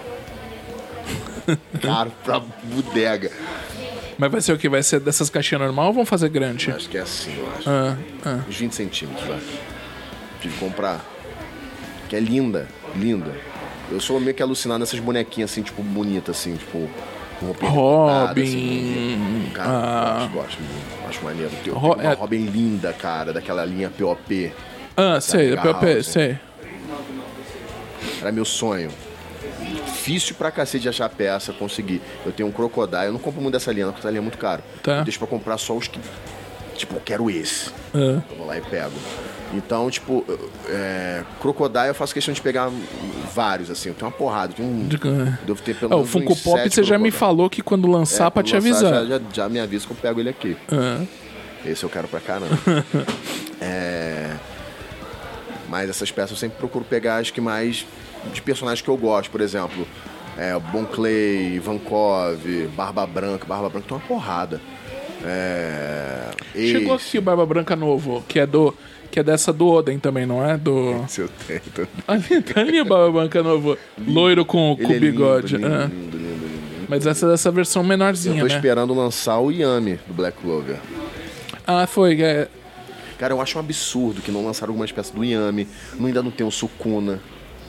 Caro pra bodega. Mas vai ser o quê? Vai ser dessas caixinhas normal ou vão fazer grande? Acho que é assim, eu acho. Ah, ah. Uns vinte centímetros, vai. Tive que comprar. Que é linda, linda. Eu sou meio que alucinado nessas bonequinhas assim, tipo, bonitas, assim, tipo... com roupinha Robin. recortada, assim. Cara, Ah. eu gosto, gosto muito. Acho maneiro. Eu tenho Ro- uma é- Robin linda, cara, daquela linha P O P. Ah, sei, legal, P O P, assim. sei. Era meu sonho. Difícil pra cacete de achar a peça, consegui. Eu tenho um Crocodile, eu não compro muito dessa linha, porque essa linha é muito caro. Tá. Eu deixo pra comprar só os que... Tipo, eu quero esse. Ah. Eu vou lá e pego. Então, tipo, é, Crocodile eu faço questão de pegar vários, assim. Eu tenho uma porrada. Tenho um, De- devo ter pelo Ah, o menos Funko uns Pop sete você já me Crocodile. falou que quando lançar É, pra quando te lançar, avisar. Já, já, já me avisa que eu pego ele aqui. Ah. Esse eu quero pra caramba. É... Mas essas peças eu sempre procuro pegar as que mais... De personagens que eu gosto, por exemplo... É, Bon Clay, Ivankov, Barba Branca. Barba Branca tem uma porrada. É... Chegou Ace. aqui o Barba Branca novo, que é do... Que é dessa do Oden também, não é? Do... Se eu tenho, tô- Ali, tá ali o Barba Branca novo. Loiro com, com Ele é bigode. lindo, lindo, Ah. lindo, lindo, lindo, lindo. Mas essa é dessa versão Eu menorzinha, tô né? esperando lançar o Yami do Black Clover. Ah, foi. É... Cara, eu acho um absurdo que não lançaram algumas peças do Yami. Não, ainda não tem o Sukuna.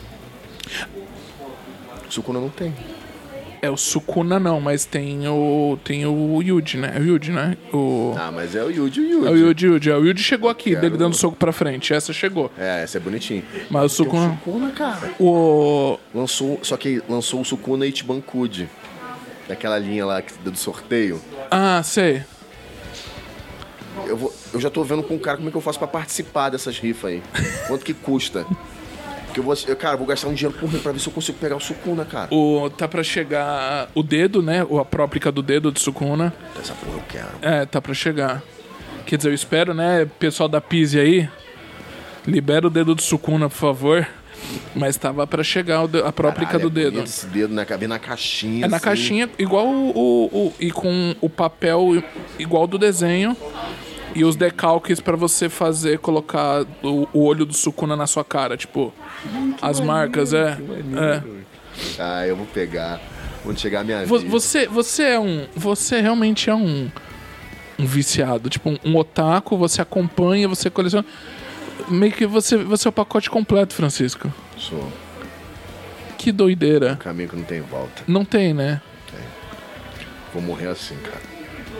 O Sukuna não tem. é o Sukuna não, mas tem o... Tem o Yuji, né? É o Yuji, né? O... Ah, mas é o Yuji, o Yuji. É o Yuji, Yuji. É, o Yuji chegou aqui, Quero- dele dando soco pra frente. Essa chegou. É, esse é bonitinho. Mas o Sukuna... Sukuna, cara. O... Lançou, só que lançou o Sukuna Ichiban-Kuji. Daquela linha lá que- do sorteio. Ah, sei. Eu, vou, eu já tô vendo com o cara como é que eu faço pra participar dessas rifas aí. Quanto que custa? Porque eu vou, eu, cara, eu vou gastar um dinheiro por mês pra ver se eu consigo pegar o Sukuna, cara. O... Tá pra chegar o dedo, né? A próplica do dedo do Sukuna. Essa porra eu quero. É, tá pra chegar. Quer dizer, eu espero, né, pessoal da Pise aí, libera o dedo do Sukuna, por favor. Mas tava pra chegar o de- a próplica Caralho, do é dedo. bonito esse dedo, né? Vem na caixinha. É na assim. caixinha, igual o, o- o- e com o papel igual do desenho. E os decalques pra você fazer, colocar o, o olho do Sukuna na sua cara, tipo, as marcas, é. é. Ah, eu vou pegar. Quando chegar a minha Vo- vez. Você, você é um. Você realmente é um. Um viciado. Tipo, um, um otaku, você acompanha, você coleciona. Meio que você, você é o pacote completo, Francisco. Sou Que doideira. um caminho que não tem volta. Não tem, né? Vou morrer assim, cara.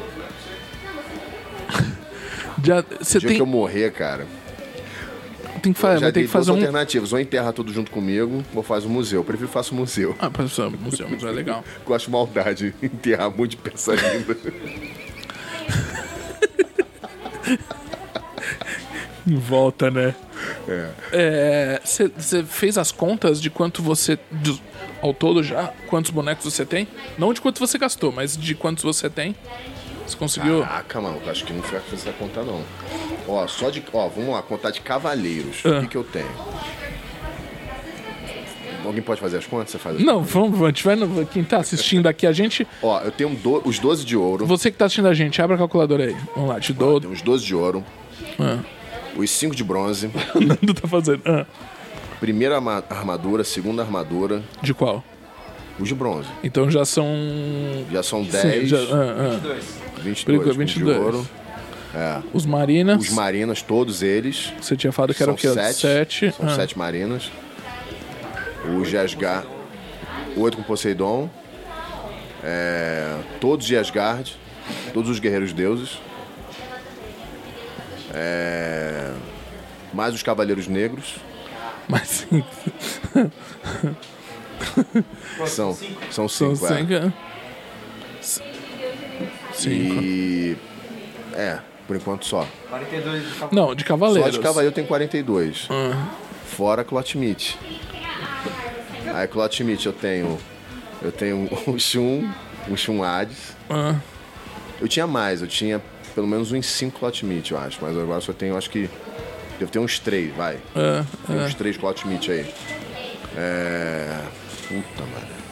Já, você O dia tem, que eu morrer, cara. tem que fazer, já vai ter dei que fazer duas um. alternativas. Ou enterra tudo junto comigo, ou faz um museu. Eu prefiro faço museu. Ah, pra museu, museu é legal. Eu acho maldade enterrar um monte de peça linda. Em volta, né? É. Você fez as contas de quanto você. de- ao todo já? Quantos bonecos você tem? Não de quanto você gastou, mas de quantos você tem? Você conseguiu? Caraca, mano, acho que não foi essa conta, não. Ó, só de. Ó, vamos lá, contar de cavaleiros. Ah. O que, que eu tenho? Alguém pode fazer as contas? Você faz as Não, vamos, vamos. Tiver no- quem tá assistindo aqui, a gente. Ó, eu tenho do- os doze de ouro. Você que tá assistindo a gente, abre a calculadora aí. Vamos lá, te dou. Tem os doze de ouro. Ah. Os cinco de bronze. O Nando tá fazendo. Ah. Primeira arma- armadura, segunda armadura. De qual? Os de bronze. Então já são. Já são Sim, dez, já- ah, ah. vinte e Briga, dois vinte e de dois. ouro. É. Os Marinas. Os marinas, todos eles. Você tinha falado que era São o quê? sete. Sete. São Ah. sete marinas. O Jasgar. Oito com Poseidon. É, todos de Asgard. Todos os guerreiros deuses. É... Mais os Cavaleiros Negros. Mas sim. São, são São cinco, é. cinco. é. Cinco. E... É, por enquanto só. quarenta e dois de cavalo. Não, de Cavaleiros. Só de Cavaleiro tem quarenta e dois. Ah, Fora Clotmith. Aí Clotmith eu tenho... Eu tenho um Shun, um Shun Hades. ah. Eu tinha mais, eu tinha pelo menos uns cinco Clotmith, eu acho. Mas agora só tenho, acho que... Devo ter uns três, vai. É, Tem é. uns três Clotmith aí. É... Puta, mano.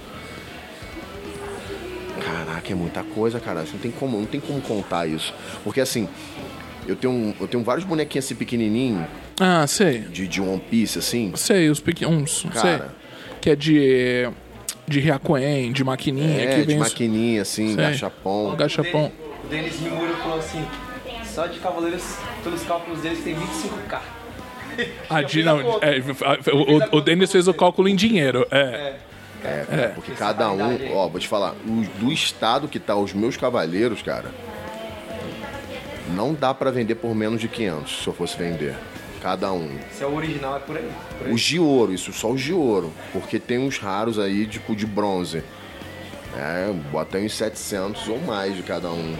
Caraca, é muita coisa, cara. Não tem como, não tem como contar isso. Porque assim, eu tenho, um- eu tenho vários bonequinhos assim pequenininhos, Ah, sei. de, de One Piece, assim. Sei, os pequenos. Sei. Cara. Que é de. De Ryakuen, de maquininha. É, que de vem os- maquininha, assim, Sei. gachapon. Gachapon. O Denis Rimura falou assim: só de Cavaleiros, pelos cálculos deles, tem vinte e cinco K. Ah, Eu de, fiz a não, conta. é, o, o, o Denis fez o cálculo em dinheiro. É. É, cara, porque cada um, variedade aí. ó, vou te falar, o- do estado que tá os meus cavaleiros, cara, não dá pra vender por menos de quinhentos, se eu fosse vender. Cada um. Se é o original, é por aí. Por aí. Os de ouro, isso só os de ouro. Porque tem uns raros aí, tipo, de bronze. É, bota aí uns setecentos ou mais de cada um.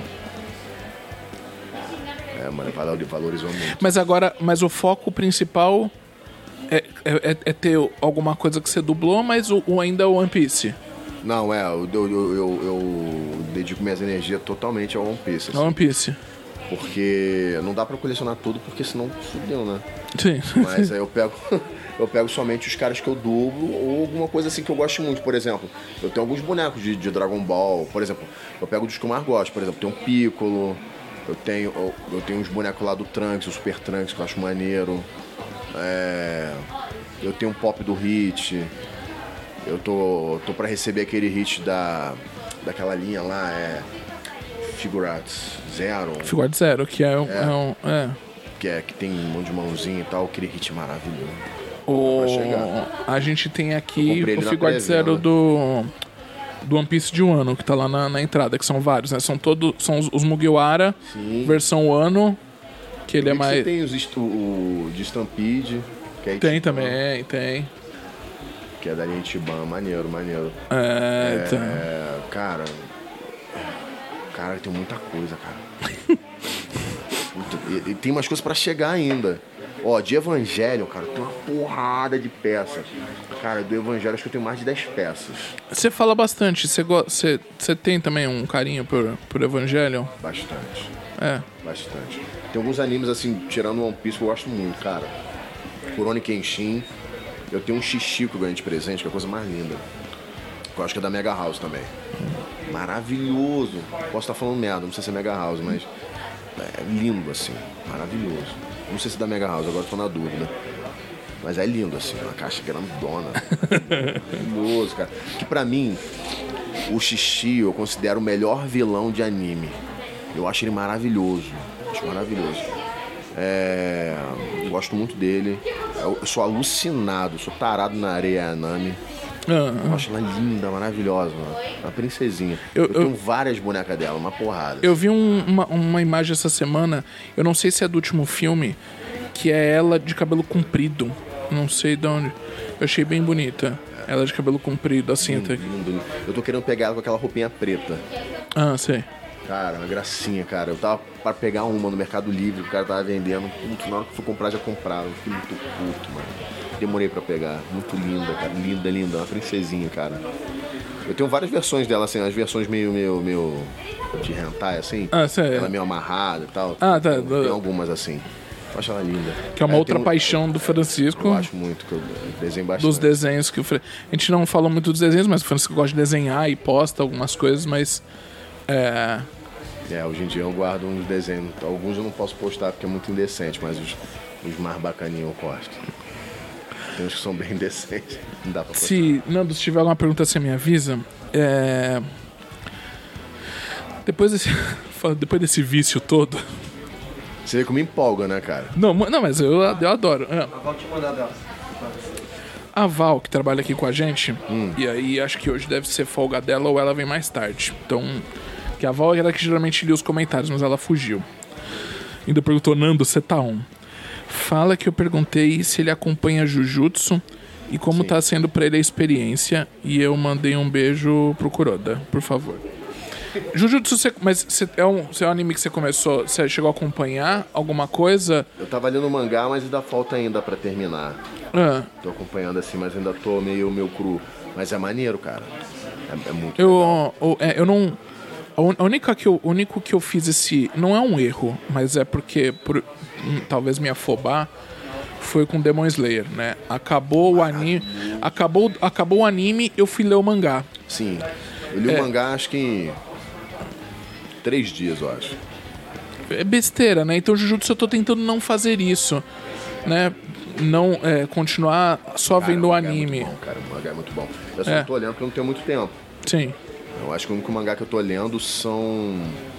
É, mano, valor- valorizou muito. Mas agora, mas o foco principal é, é, é- é ter alguma coisa que você dublou, mas o, o ainda é o One Piece. Não, é, eu, eu, eu, eu- eu dedico minhas energias totalmente ao One Piece. É assim, o One Piece. porque não dá pra colecionar tudo, porque senão fudeu, né? Sim. Mas aí eu pego, eu pego somente os caras que eu dublo ou alguma coisa assim que eu gosto muito. Por exemplo, eu tenho alguns bonecos de, de Dragon Ball. Por exemplo, eu pego dos que eu mais gosto. Por exemplo, tem um Piccolo, eu tenho, eu, eu tenho uns bonecos lá do Trunks, o Super Trunks, que eu acho maneiro. É, eu tenho um Pop do Hit. Eu tô, tô pra receber aquele hit da, daquela linha lá, é Figurates Zero. Figure de zero, que é, um- É. é um. É. Que, é, que tem um monte de mãozinha e tal, aquele hit maravilhoso. O, Vai chegar. a gente tem Eu aqui comprei o ele na Figure de zero pré-venda. do. Do One Piece de Wano, que tá lá na, na entrada, que são vários, né? São todos. São os, os Mugiwara, Sim. versão Wano, que ele é Eu vi que mais. Você tem os, est- o, o de Stampede, que é Tem Ichiban, também, tem. que é da linha Ichiban, maneiro, maneiro. É, tem. É, cara, cara, tem muita coisa, cara. Puta, e, e tem umas coisas pra chegar ainda. Ó, de Evangelho, cara, tem uma porrada de peças. Cara, do Evangelho acho que eu tenho mais de dez peças. Você fala bastante, você go- você você tem também um carinho por, por Evangelion? Bastante, É. bastante. Tem alguns animes, assim, tirando One Piece, que eu gosto muito, cara. Rurouni Kenshin. Eu tenho um xixi que eu ganhei de presente, que é a coisa mais linda. Que eu acho que é da Mega House também. Maravilhoso. Posso estar falando merda, não sei se é Mega House, mas é lindo, assim. Maravilhoso. Não sei se é da Mega House, agora tô na dúvida. Mas é lindo, assim, uma caixa grandona. Maravilhoso, cara. Que pra mim, o Xixi eu considero o melhor vilão de anime. Eu acho ele maravilhoso. Acho maravilhoso. É, eu gosto muito dele. Eu, eu sou alucinado, sou tarado na areia Anami. Ah, Eu acho ela linda, maravilhosa, mano. Uma princesinha. Eu- Eu, eu- tenho várias bonecas dela, uma porrada. eu vi um- uma, uma imagem essa semana, eu não sei se é do último filme, que é ela de cabelo comprido. Não sei de onde. Eu achei bem bonita. Ela de cabelo comprido, assim até. Lindo, lindo. Eu tô querendo pegar ela com aquela roupinha preta. Ah, sei. Cara, uma gracinha, cara. Eu tava pra pegar uma no Mercado Livre, o cara tava vendendo. Puto, na hora que eu fui comprar, já comprava. Eu fiquei muito puto, mano. Demorei pra pegar. Muito linda, cara. Linda, linda. Uma princesinha, cara. Eu tenho várias versões dela, assim, as versões meio, meio, meio de hentai, assim. Ah, sei. Ela meio amarrada e tal. Ah, tá. Tem algumas assim. Eu acho ela linda. Que é uma eu outra tenho um- paixão do Francisco. Eu acho muito, que eu desenho bastante. Dos desenhos que o Fran... A gente não falou muito dos desenhos, mas o Francisco gosta de desenhar e posta algumas coisas, mas. É. É, hoje em dia eu guardo uns desenhos. Alguns eu não posso postar porque é muito indecente, mas os, os mais bacaninhos eu posto. Tem uns que são bem indecentes. Não dá pra postar. Se, Nando, se tiver alguma pergunta, você me avisa. É... Depois desse... Depois desse vício todo. Você vê como me empolga, né, cara? Não, não, mas eu, eu adoro. É. A Val te mandar dela. A Val, que trabalha aqui com a gente, e aí acho que hoje deve ser folga dela ou ela vem mais tarde. Então. Que a Val era que geralmente lia os comentários, mas ela fugiu. Ainda perguntou, Nando, você tá on? Fala que eu perguntei se ele acompanha Jujutsu e como Sim. tá sendo pra ele a experiência. E eu mandei um beijo pro Kuroda, por favor. Jujutsu, você, mas você é, um, você é um anime que você começou, você chegou a acompanhar alguma coisa? Eu tava lendo o mangá, mas ainda falta ainda pra terminar. Ah, Tô acompanhando assim, mas ainda tô meio, meio cru. Mas é maneiro, cara. É, é muito eu, eu, é, eu não... A un- a única que eu, o único que eu fiz esse... Não é um erro, mas é porque... Por, hum, talvez me afobar... Foi com Demon Slayer, né? Acabou o anime... Acabou, acabou o anime, eu fui ler o mangá. Sim. Eu li É. o mangá acho que em três dias, eu acho. É besteira, né? Então Jujutsu eu tô tentando não fazer isso, né? Não é, continuar só Cara, vendo o mangá anime. É muito bom, cara. O mangá é muito bom. Eu só É. não tô olhando porque eu não tenho muito tempo. Sim. Eu acho que o único mangá que eu tô lendo são...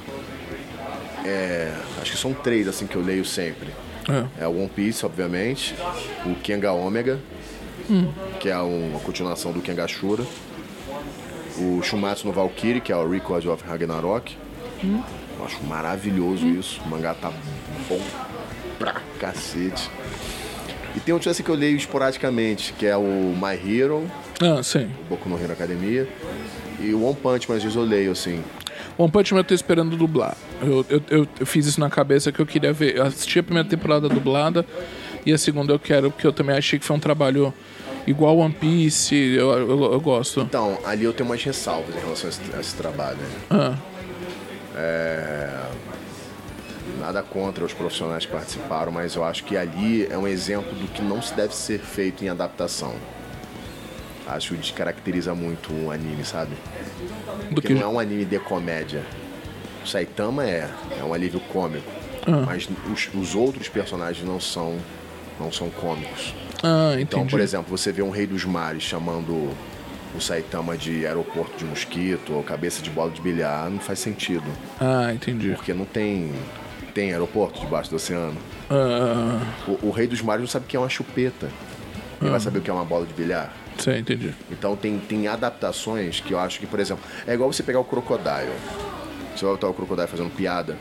É, acho que são três, assim, que eu leio sempre. É. É o One Piece, obviamente. O Kenga Omega, Hum. que é uma continuação do Kenga Shura. O Shumatsu no Valkyrie, que é o Record of Ragnarok. Hum. Eu acho maravilhoso isso. O mangá tá bom pra cacete. E tem outro assim que eu leio esporadicamente, que é o My Hero, Ah, sim. o Boku no Hero Academia. E o One Punch, mas às vezes eu leio, assim. One Punch Man eu tô esperando dublar. Eu, eu, eu, eu fiz isso na cabeça que eu queria ver. Eu assisti a primeira temporada dublada e a segunda eu quero, porque eu também achei que foi um trabalho igual One Piece. Eu, eu, eu gosto. Então, ali eu tenho umas ressalvas em relação a esse, a esse trabalho. Né? Ah, É... Nada contra os profissionais que participaram, mas eu acho que ali é um exemplo do que não se deve ser feito em adaptação. Acho que descaracteriza muito um anime, sabe? do Porque que... não é um anime de comédia. O Saitama é, é um alívio cômico. Ah. Mas os, os outros personagens não são, não são cômicos. Ah, entendi. Então, por exemplo, você vê um Rei dos Mares chamando o Saitama de aeroporto de mosquito ou cabeça de bola de bilhar, não faz sentido. Ah, entendi. Porque não tem, tem aeroporto debaixo do oceano. Ah, O, o Rei dos Mares não sabe o que é uma chupeta. Ele vai saber o que é uma bola de bilhar. sei, entendi. Então tem, tem adaptações que eu acho que, por exemplo, é igual você pegar o Crocodile. Você vai botar o Crocodile fazendo piada.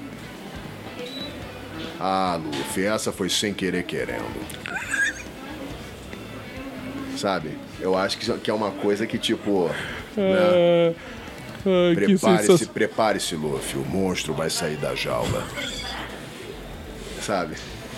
Ah, Luffy, essa foi sem querer querendo. Sabe? Eu acho que, que é uma coisa que, tipo... Né? Ai, que Prepare-se, sensação. prepare-se, Luffy. O monstro vai sair da jaula. Sabe?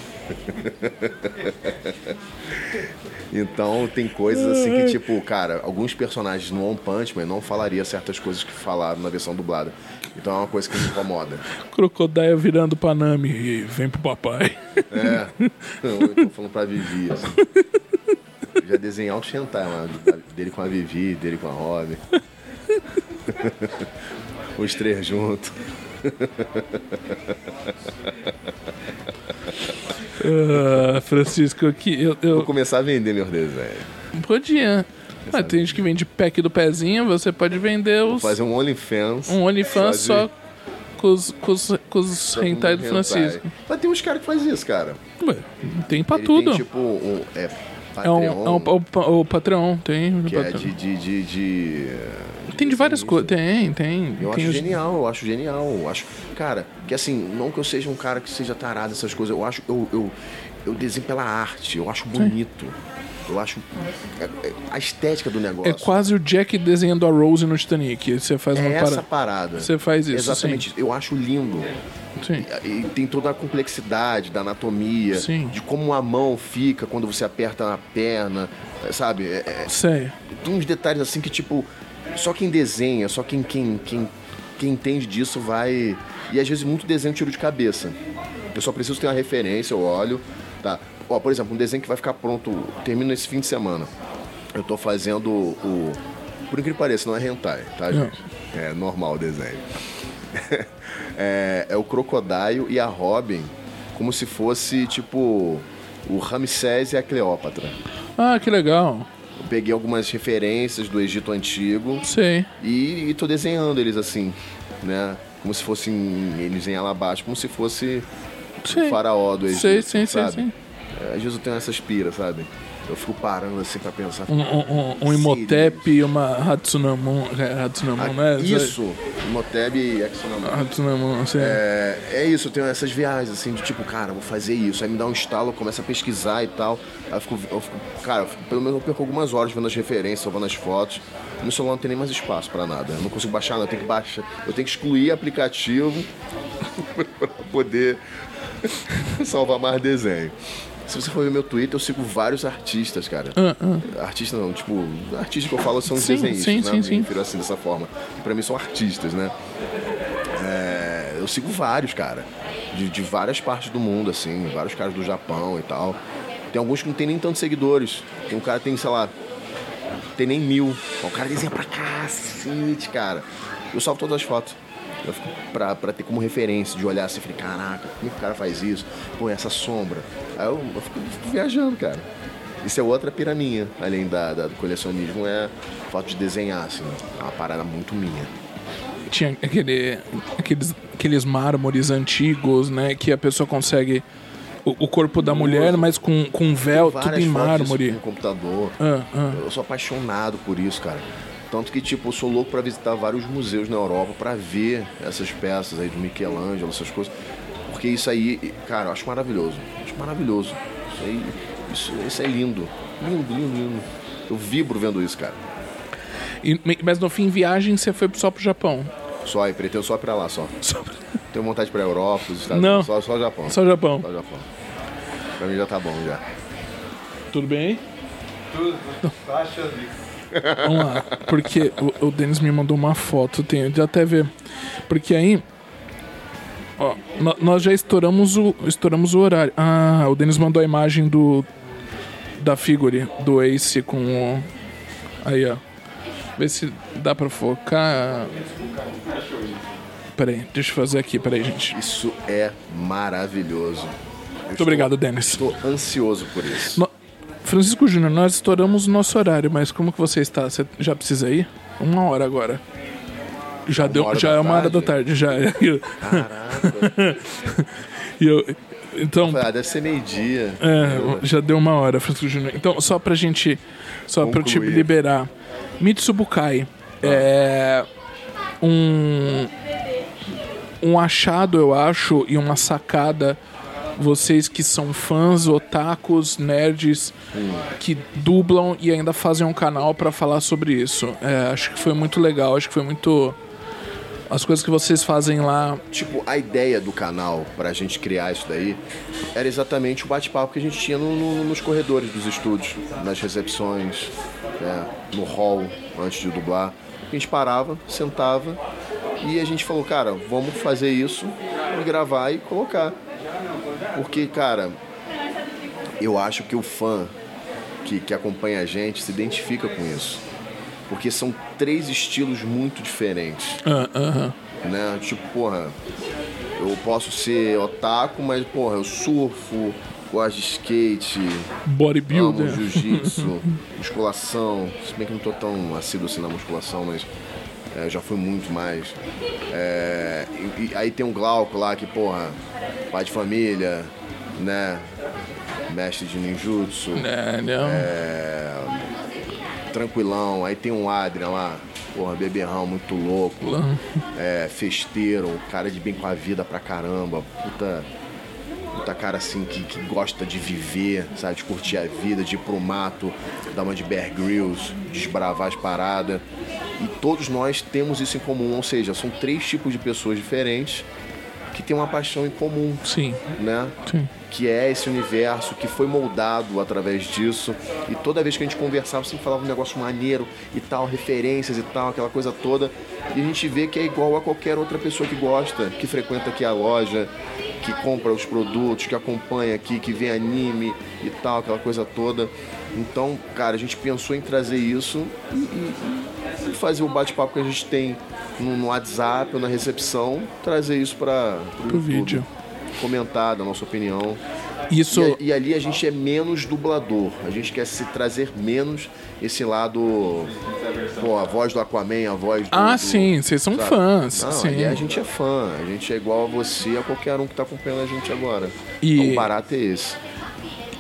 Então tem coisas assim que, tipo, cara, alguns personagens no One Punch Man não falaria certas coisas que falaram na versão dublada. Então é uma coisa que me incomoda. Crocodile virando pra Nami e vem pro papai. É. Eu tô falando pra Vivi, assim. Eu já desenhei um hentai lá, dele com a Vivi, dele com a Robin. Os três juntos. Ah, Francisco, aqui eu, eu Vou começar a vender meus desenhos. podia. Ah, tem gente que vende pack do pezinho, você pode vender os, Fazer um OnlyFans. um OnlyFans de- só com os, com os, com os só com hentai do hentai. Francisco. Mas tem uns caras que fazem isso, cara. Ué, tem pra Ele tudo. tem tipo um. É, É um, Patreon, é um, o, pa- o Patreon, tem. que é Patreon. de. de, de, de Tem de várias desenhista. coisas. Tem, tem. Eu tem acho os- genial, eu acho genial. Eu acho, cara, que assim, não que eu seja um cara que seja tarado essas coisas, eu acho, eu, eu, eu desenho pela arte, eu acho bonito. Eu acho é- é a estética do negócio. É quase o Jack desenhando a Rose no Titanic. Você faz uma É essa para... parada. Você faz isso, Exatamente. Eu acho lindo. Sim. E tem toda a complexidade da anatomia, Sim. de como a mão fica quando você aperta na perna, sabe? É, é, Sei. tem uns detalhes assim que, tipo, só quem desenha, só quem, quem, quem, quem entende disso vai... E às vezes muito desenho tiro de cabeça. Eu só preciso ter uma referência, eu olho, tá? Ó, por exemplo, um desenho que vai ficar pronto, termina esse fim de semana. Eu tô fazendo o... Por incrível que pareça, não é hentai, tá, gente? É normal o desenho. é, é o Crocodile e a Robin como se fosse, tipo, o Ramsés e a Cleópatra. Ah, que legal. Eu peguei algumas referências do Egito Antigo Sei. e, e tô desenhando eles assim, né? Como se fossem eles em Alabasta, como se fosse Sei. o faraó do Egito, Sei, sim, sim, sabe? sim. É, às vezes eu tenho essas piras, sabe? Eu fico parando assim pra pensar. Um, um, um Imhotep e uma Hatsunamon. É, Hatsunamon, Ah, né? isso, Imhotep e Exonamon. Hatsunamon, assim. É, é isso, eu tenho essas viagens assim de tipo, cara, vou fazer isso. Aí me dá um estalo, eu começo a pesquisar e tal. Aí eu fico, eu fico cara, eu fico, pelo menos eu perco algumas horas vendo as referências, salvando as fotos. No celular não tem nem mais espaço pra nada. Eu não consigo baixar, não. Eu tenho que baixar, eu tenho que excluir aplicativo pra poder salvar mais desenho. Se você for ver meu Twitter, eu sigo vários artistas, cara. Ah, ah. Artistas não, tipo, artistas que eu falo são os Sim, desenhistas, sim, né? sim, sim. Me refiro assim dessa forma. Que pra mim são artistas, né? É, eu sigo vários, cara. De, de várias partes do mundo, assim. Vários caras do Japão e tal. Tem alguns que não tem nem tantos seguidores. Tem um cara que tem, sei lá, tem nem mil. O cara desenha pra cacete, cara. Eu salvo todas as fotos. Eu fico pra, pra ter como referência, de olhar assim, falei, caraca, como é que o cara faz isso? Pô, essa sombra. Aí eu, eu fico, fico viajando, cara. Isso é outra piraninha, além da, da, do colecionismo, é o fato de desenhar, assim, é uma parada muito minha. Tinha aquele, aqueles, aqueles mármores antigos, né? Que a pessoa consegue o, o corpo da mulher, mas com, com véu, Tem tudo várias em fotos disso mármore. no computador. Ah, ah. Eu sou apaixonado por isso, cara. Tanto que, tipo, eu sou louco pra visitar vários museus na Europa pra ver essas peças aí do Michelangelo, essas coisas. Porque isso aí, cara, eu acho maravilhoso. Acho maravilhoso. Isso aí, isso, isso é lindo. Lindo, lindo, lindo. Eu vibro vendo isso, cara. E, mas no fim, viagem, você foi só pro Japão? Só aí, pretendo só pra lá, só. Só pra... Tenho vontade pra Europa, os Estados Não. Unidos, só, só o Japão. Só Japão. Só o Japão. Pra mim já tá bom, já. Tudo bem aí? Tudo, tô achando isso. Vamos lá, porque o, o Denis me mandou uma foto, tenho de até ver. Porque aí, ó, no- nós já estouramos o, estouramos o horário. Ah, o Denis mandou a imagem do da figure do Ace com o. Aí, ó. Vê se dá pra focar. Peraí, deixa eu fazer aqui, peraí, gente. Isso é maravilhoso. Eu Muito obrigado, Denis. Estou ansioso por isso. No- Francisco Júnior, nós estouramos o nosso horário, mas como que você está? Você já precisa ir? Uma hora agora. Já, Uma deu, hora já da é uma hora da tarde? tarde, já. Caraca. E eu, então, Ah, deve ser meio-dia. é, já deu uma hora, Francisco Júnior. Então, só pra gente, só pra eu te Concluir. liberar. Mitsubukai é um um achado, eu acho, e uma sacada. Vocês que são fãs, otakus, nerds, que dublam e ainda fazem um canal pra falar sobre isso. É, acho que foi muito legal, acho que foi muito... As coisas que vocês fazem lá... Tipo, a ideia do canal pra gente criar isso daí era exatamente o bate-papo que a gente tinha no- no- nos corredores dos estúdios, nas recepções, né, no hall, antes de dublar. A gente parava, sentava e a gente falou, cara, vamos fazer isso e gravar e colocar. Porque, cara, eu acho que o fã que, que acompanha a gente se identifica com isso. Porque são três estilos muito diferentes. Ah, aham. Né? Tipo, porra, eu posso ser otaku, mas, porra, eu surfo, gosto de skate, amo Bodybuilder. jiu-jitsu, musculação. Se bem que não tô tão assíduo assim na musculação, mas é, já fui muito mais. É, e, e aí tem um Glauco lá que, porra, pai de família, né? Mestre de ninjutsu. É, não. Tranquilão, aí tem um Adrian lá, porra, beberrão, muito louco, é, festeiro, um cara de bem com a vida pra caramba, puta, puta cara assim que, que gosta de viver, sabe, de curtir a vida, de ir pro mato, dar uma de Bear Grylls, desbravar as paradas, e todos nós temos isso em comum, ou seja, são três tipos de pessoas diferentes que têm uma paixão em comum, Sim, né? sim. Que é esse universo que foi moldado através disso. E toda vez que a gente conversava, sempre falava um negócio maneiro e tal, referências e tal, aquela coisa toda. E a gente vê que é igual a qualquer outra pessoa que gosta, que frequenta aqui a loja, que compra os produtos, que acompanha aqui, que vê anime e tal, aquela coisa toda. Então, cara, a gente pensou em trazer isso e, e- e fazer o bate-papo que a gente tem no, no WhatsApp ou na recepção, trazer isso para Pro vídeo. comentar, dar nossa opinião. Isso... E, e ali a gente é menos dublador. A gente quer se trazer menos esse lado. Pô, a voz do Aquaman, a voz do. Ah, do- sim, vocês são sabe? fãs. Não, sim. ali a gente é fã. A gente é igual a você, a qualquer um que tá acompanhando a gente agora. E- Então, o barato é esse.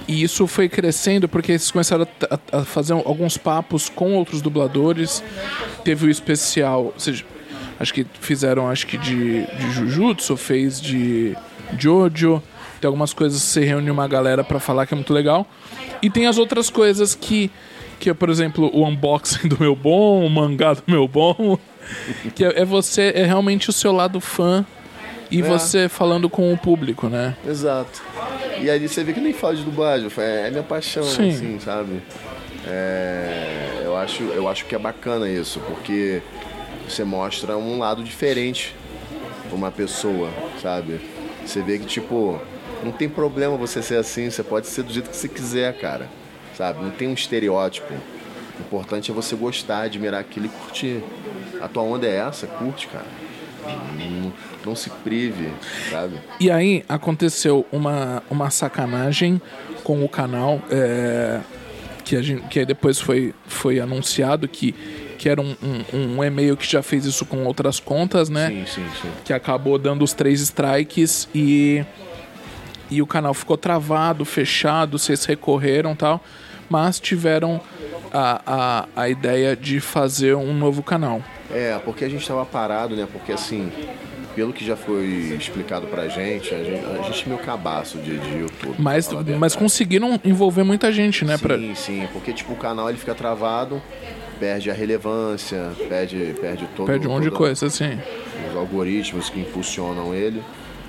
E isso foi crescendo porque eles começaram a, a- a fazer alguns papos com outros dubladores. Teve o especial, ou seja, acho que fizeram acho que de, de Jujutsu, fez de Jojo. Tem algumas coisas que você reúne uma galera pra falar que é muito legal. E tem as outras coisas que, que é, por exemplo, o unboxing do meu bom, o mangá do meu bom. Que é, é você, é realmente o seu lado fã e É. você falando com o público, né? Exato. E aí você vê que nem fala de dublagem, é, é minha paixão, Sim. assim, sabe? É, eu, acho, eu acho que é bacana isso, porque você mostra um lado diferente pra uma pessoa, sabe? Você vê que, tipo, não tem problema você ser assim, você pode ser do jeito que você quiser, cara, sabe? Não tem um estereótipo. O importante é você gostar, admirar aquilo e curtir. A tua onda é essa, curte, cara. Não, não se prive, sabe? E aí aconteceu uma, uma sacanagem com o canal, é, que, a gente, que aí depois foi, foi anunciado que, que era um, um, um e-mail que já fez isso com outras contas, né? Sim, sim, sim. Que acabou dando os três strikes e, e o canal ficou travado, fechado, vocês recorreram e tal, mas tiveram a, a, a ideia de fazer um novo canal. É, porque a gente tava parado, né? Porque assim, pelo que já foi explicado pra gente, a gente, a gente é meio cabaço de, de YouTube. Mas, pra falar a mas verdade. conseguiram envolver muita gente, né? Pra... Sim, sim, porque tipo, o canal ele fica travado, perde a relevância, perde, perde todo Perde um monte de todo- coisa, assim. os algoritmos que impulsionam ele.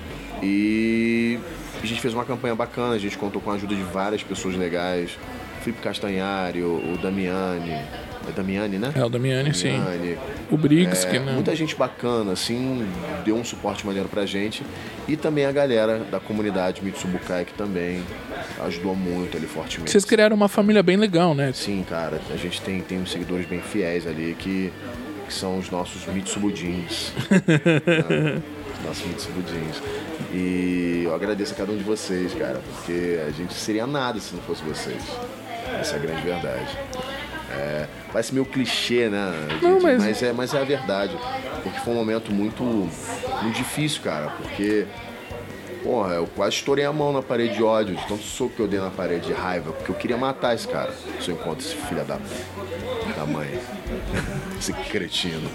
E a gente fez uma campanha bacana, a gente contou com a ajuda de várias pessoas legais. Felipe Castanhari, o, o Damiani. É Damiani, né? É, o Damiani, sim. Damiani. O Briggs, É, que né? muita gente bacana, assim, deu um suporte maneiro pra gente. E também a galera da comunidade Mitsubukai, que também ajudou muito ali fortemente. Vocês criaram uma família bem legal, né? Sim, cara, a gente tem, tem uns seguidores bem fiéis ali que, que são os nossos Mitsubudins. né? Nossos Mitsubudins. E eu agradeço a cada um de vocês, cara, porque a gente seria nada se não fosse vocês. Essa é a grande verdade. É, parece meio clichê, né? Não, gente? mas- mas... é, mas é a verdade. Porque foi um momento muito, muito difícil, cara. Porque, porra, eu quase estourei a mão na parede de ódio, de tanto soco que eu dei na parede de raiva. Porque eu queria matar esse cara. Se eu encontro esse filho da, da mãe. Esse cretino.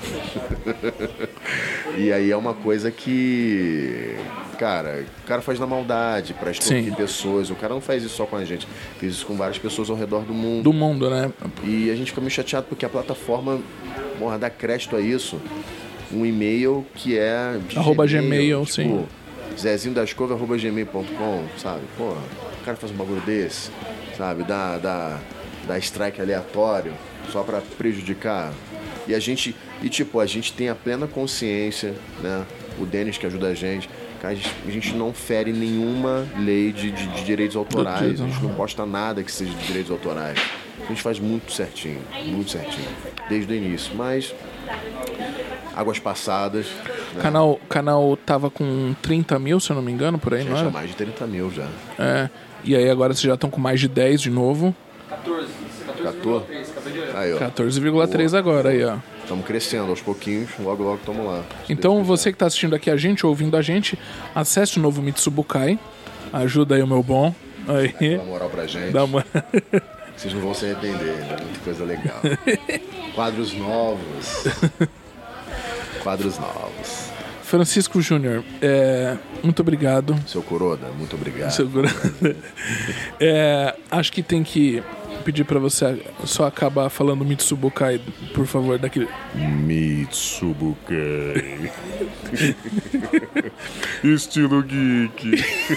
E aí é uma coisa que... Cara, o cara faz na maldade pra extorquir Sim. pessoas. O cara não faz isso só com a gente. Fez isso com várias pessoas ao redor do mundo. Do mundo, né? E a gente fica meio chateado porque a plataforma, porra, dá crédito a isso. Um e-mail que é de Arroba Gmail, tipo, sim. zezinho das couve arroba gmail ponto com, sabe? Porra, o cara faz um bagulho desse, sabe? Dá, dá, dá strike aleatório só pra prejudicar. E a gente, e tipo, a gente tem a plena consciência, né? O Denis que ajuda a gente. Cara, a gente, a gente não fere nenhuma lei de, de, de direitos autorais. A gente não posta nada que seja de direitos autorais. A gente faz muito certinho, muito certinho, desde o início. Mas, águas passadas, O né? canal, canal tava com trinta mil, se eu não me engano, por aí, Já não tinha é? mais de trinta mil já. É. E aí agora vocês já estão com mais de dez de novo. quatorze. quatorze? Aí, ó. quatorze vírgula três agora aí, ó. Estamos crescendo aos pouquinhos, logo, logo estamos lá. Se Então Deus você que tá assistindo aqui a gente, ouvindo a gente, acesse o novo Mitsubukai. Ajuda aí o meu bom. Aí. quiser. Dá moral pra gente. Dá uma... Vocês não vão se arrepender, é muita coisa legal. Quadros novos. Quadros novos. Francisco Júnior, é, muito obrigado. Seu Kuroda, muito obrigado. Segura. É, acho que tem que pedir pra você só acabar falando Mitsubukai, por favor, daquele. Mitsubukai. Estilo geek.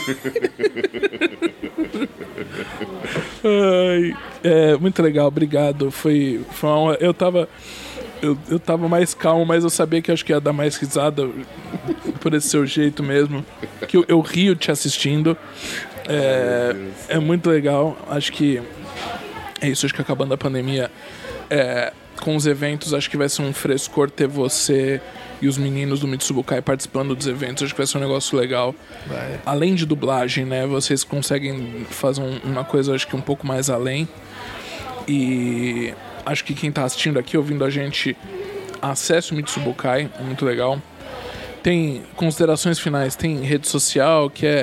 Ai, é, muito legal, obrigado. Foi, foi uma, eu tava. Eu, eu tava mais calmo, mas eu sabia que eu acho que ia dar mais risada por esse seu jeito mesmo. Que eu, eu rio te assistindo. É, é muito legal. Acho que é isso, acho que acabando a pandemia, é, com os eventos, acho que vai ser um frescor ter você e os meninos do Mitsubukai participando dos eventos. Acho que vai ser um negócio legal. Vai. Além de dublagem, né? Vocês conseguem fazer um- uma coisa, acho que um pouco mais além. E acho que quem tá assistindo aqui, ouvindo a gente, acesse o Mitsubukai, é muito legal. Tem considerações finais, tem rede social, quer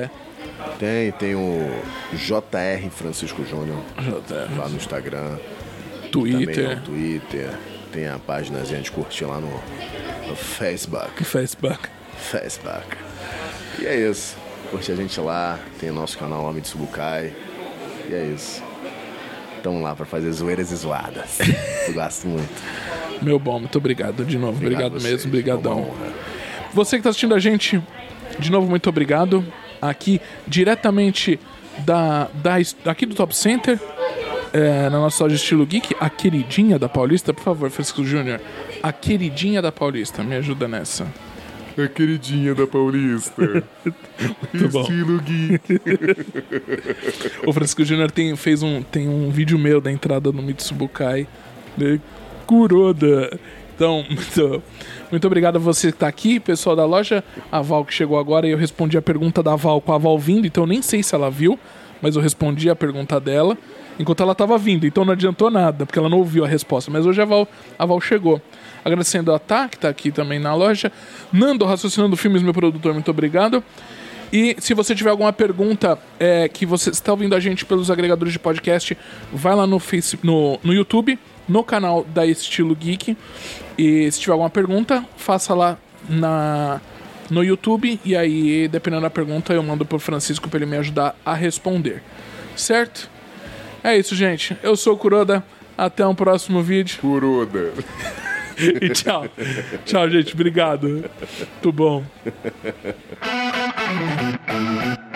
Tem, tem o J R Francisco Júnior J R. lá no Instagram. Twitter. Também no Twitter. Tem a páginazinha de curtir lá no, no Facebook. Facebook. Facebook. E é isso. Curte a gente lá. Tem o nosso canal Homem de Subucai. E é isso. Tamo lá pra fazer zoeiras e zoadas. Eu gosto muito. Meu bom, muito obrigado de novo. Obrigado, Obrigado mesmo, vocês. brigadão. Uma honra. Você que tá assistindo a gente, de novo, muito obrigado. Aqui, diretamente da, da, aqui do Top Center, é, na nossa loja Estilo Geek, a queridinha da Paulista. Por favor, Francisco Júnior, a queridinha da Paulista, me ajuda nessa. A queridinha da Paulista. Muito bom. Estilo Geek. O Francisco Júnior tem, fez um, tem um vídeo meu da entrada no Mitsubukai. Né? Kuroda. Então, muito, muito obrigado a você que tá aqui, pessoal da loja. A Val que chegou agora e eu respondi a pergunta da Val com a Val vindo, então eu nem sei se ela viu, mas eu respondi a pergunta dela enquanto ela tava vindo, então não adiantou nada, porque ela não ouviu a resposta. Mas hoje a Val, a Val chegou. Agradecendo a Tá, que tá aqui também na loja. Nando, Raciocinando Filmes, meu produtor, muito obrigado. E se você tiver alguma pergunta é, que você está ouvindo a gente pelos agregadores de podcast, vai lá no, face, no, no YouTube, no canal da Estilo Geek. E se tiver alguma pergunta, faça lá na, no YouTube. E aí, dependendo da pergunta, eu mando pro Francisco para ele me ajudar a responder. Certo? É isso, gente. Eu sou o Kuroda. Até um próximo vídeo. Kuroda. E tchau. Tchau, gente. Obrigado. Muito bom.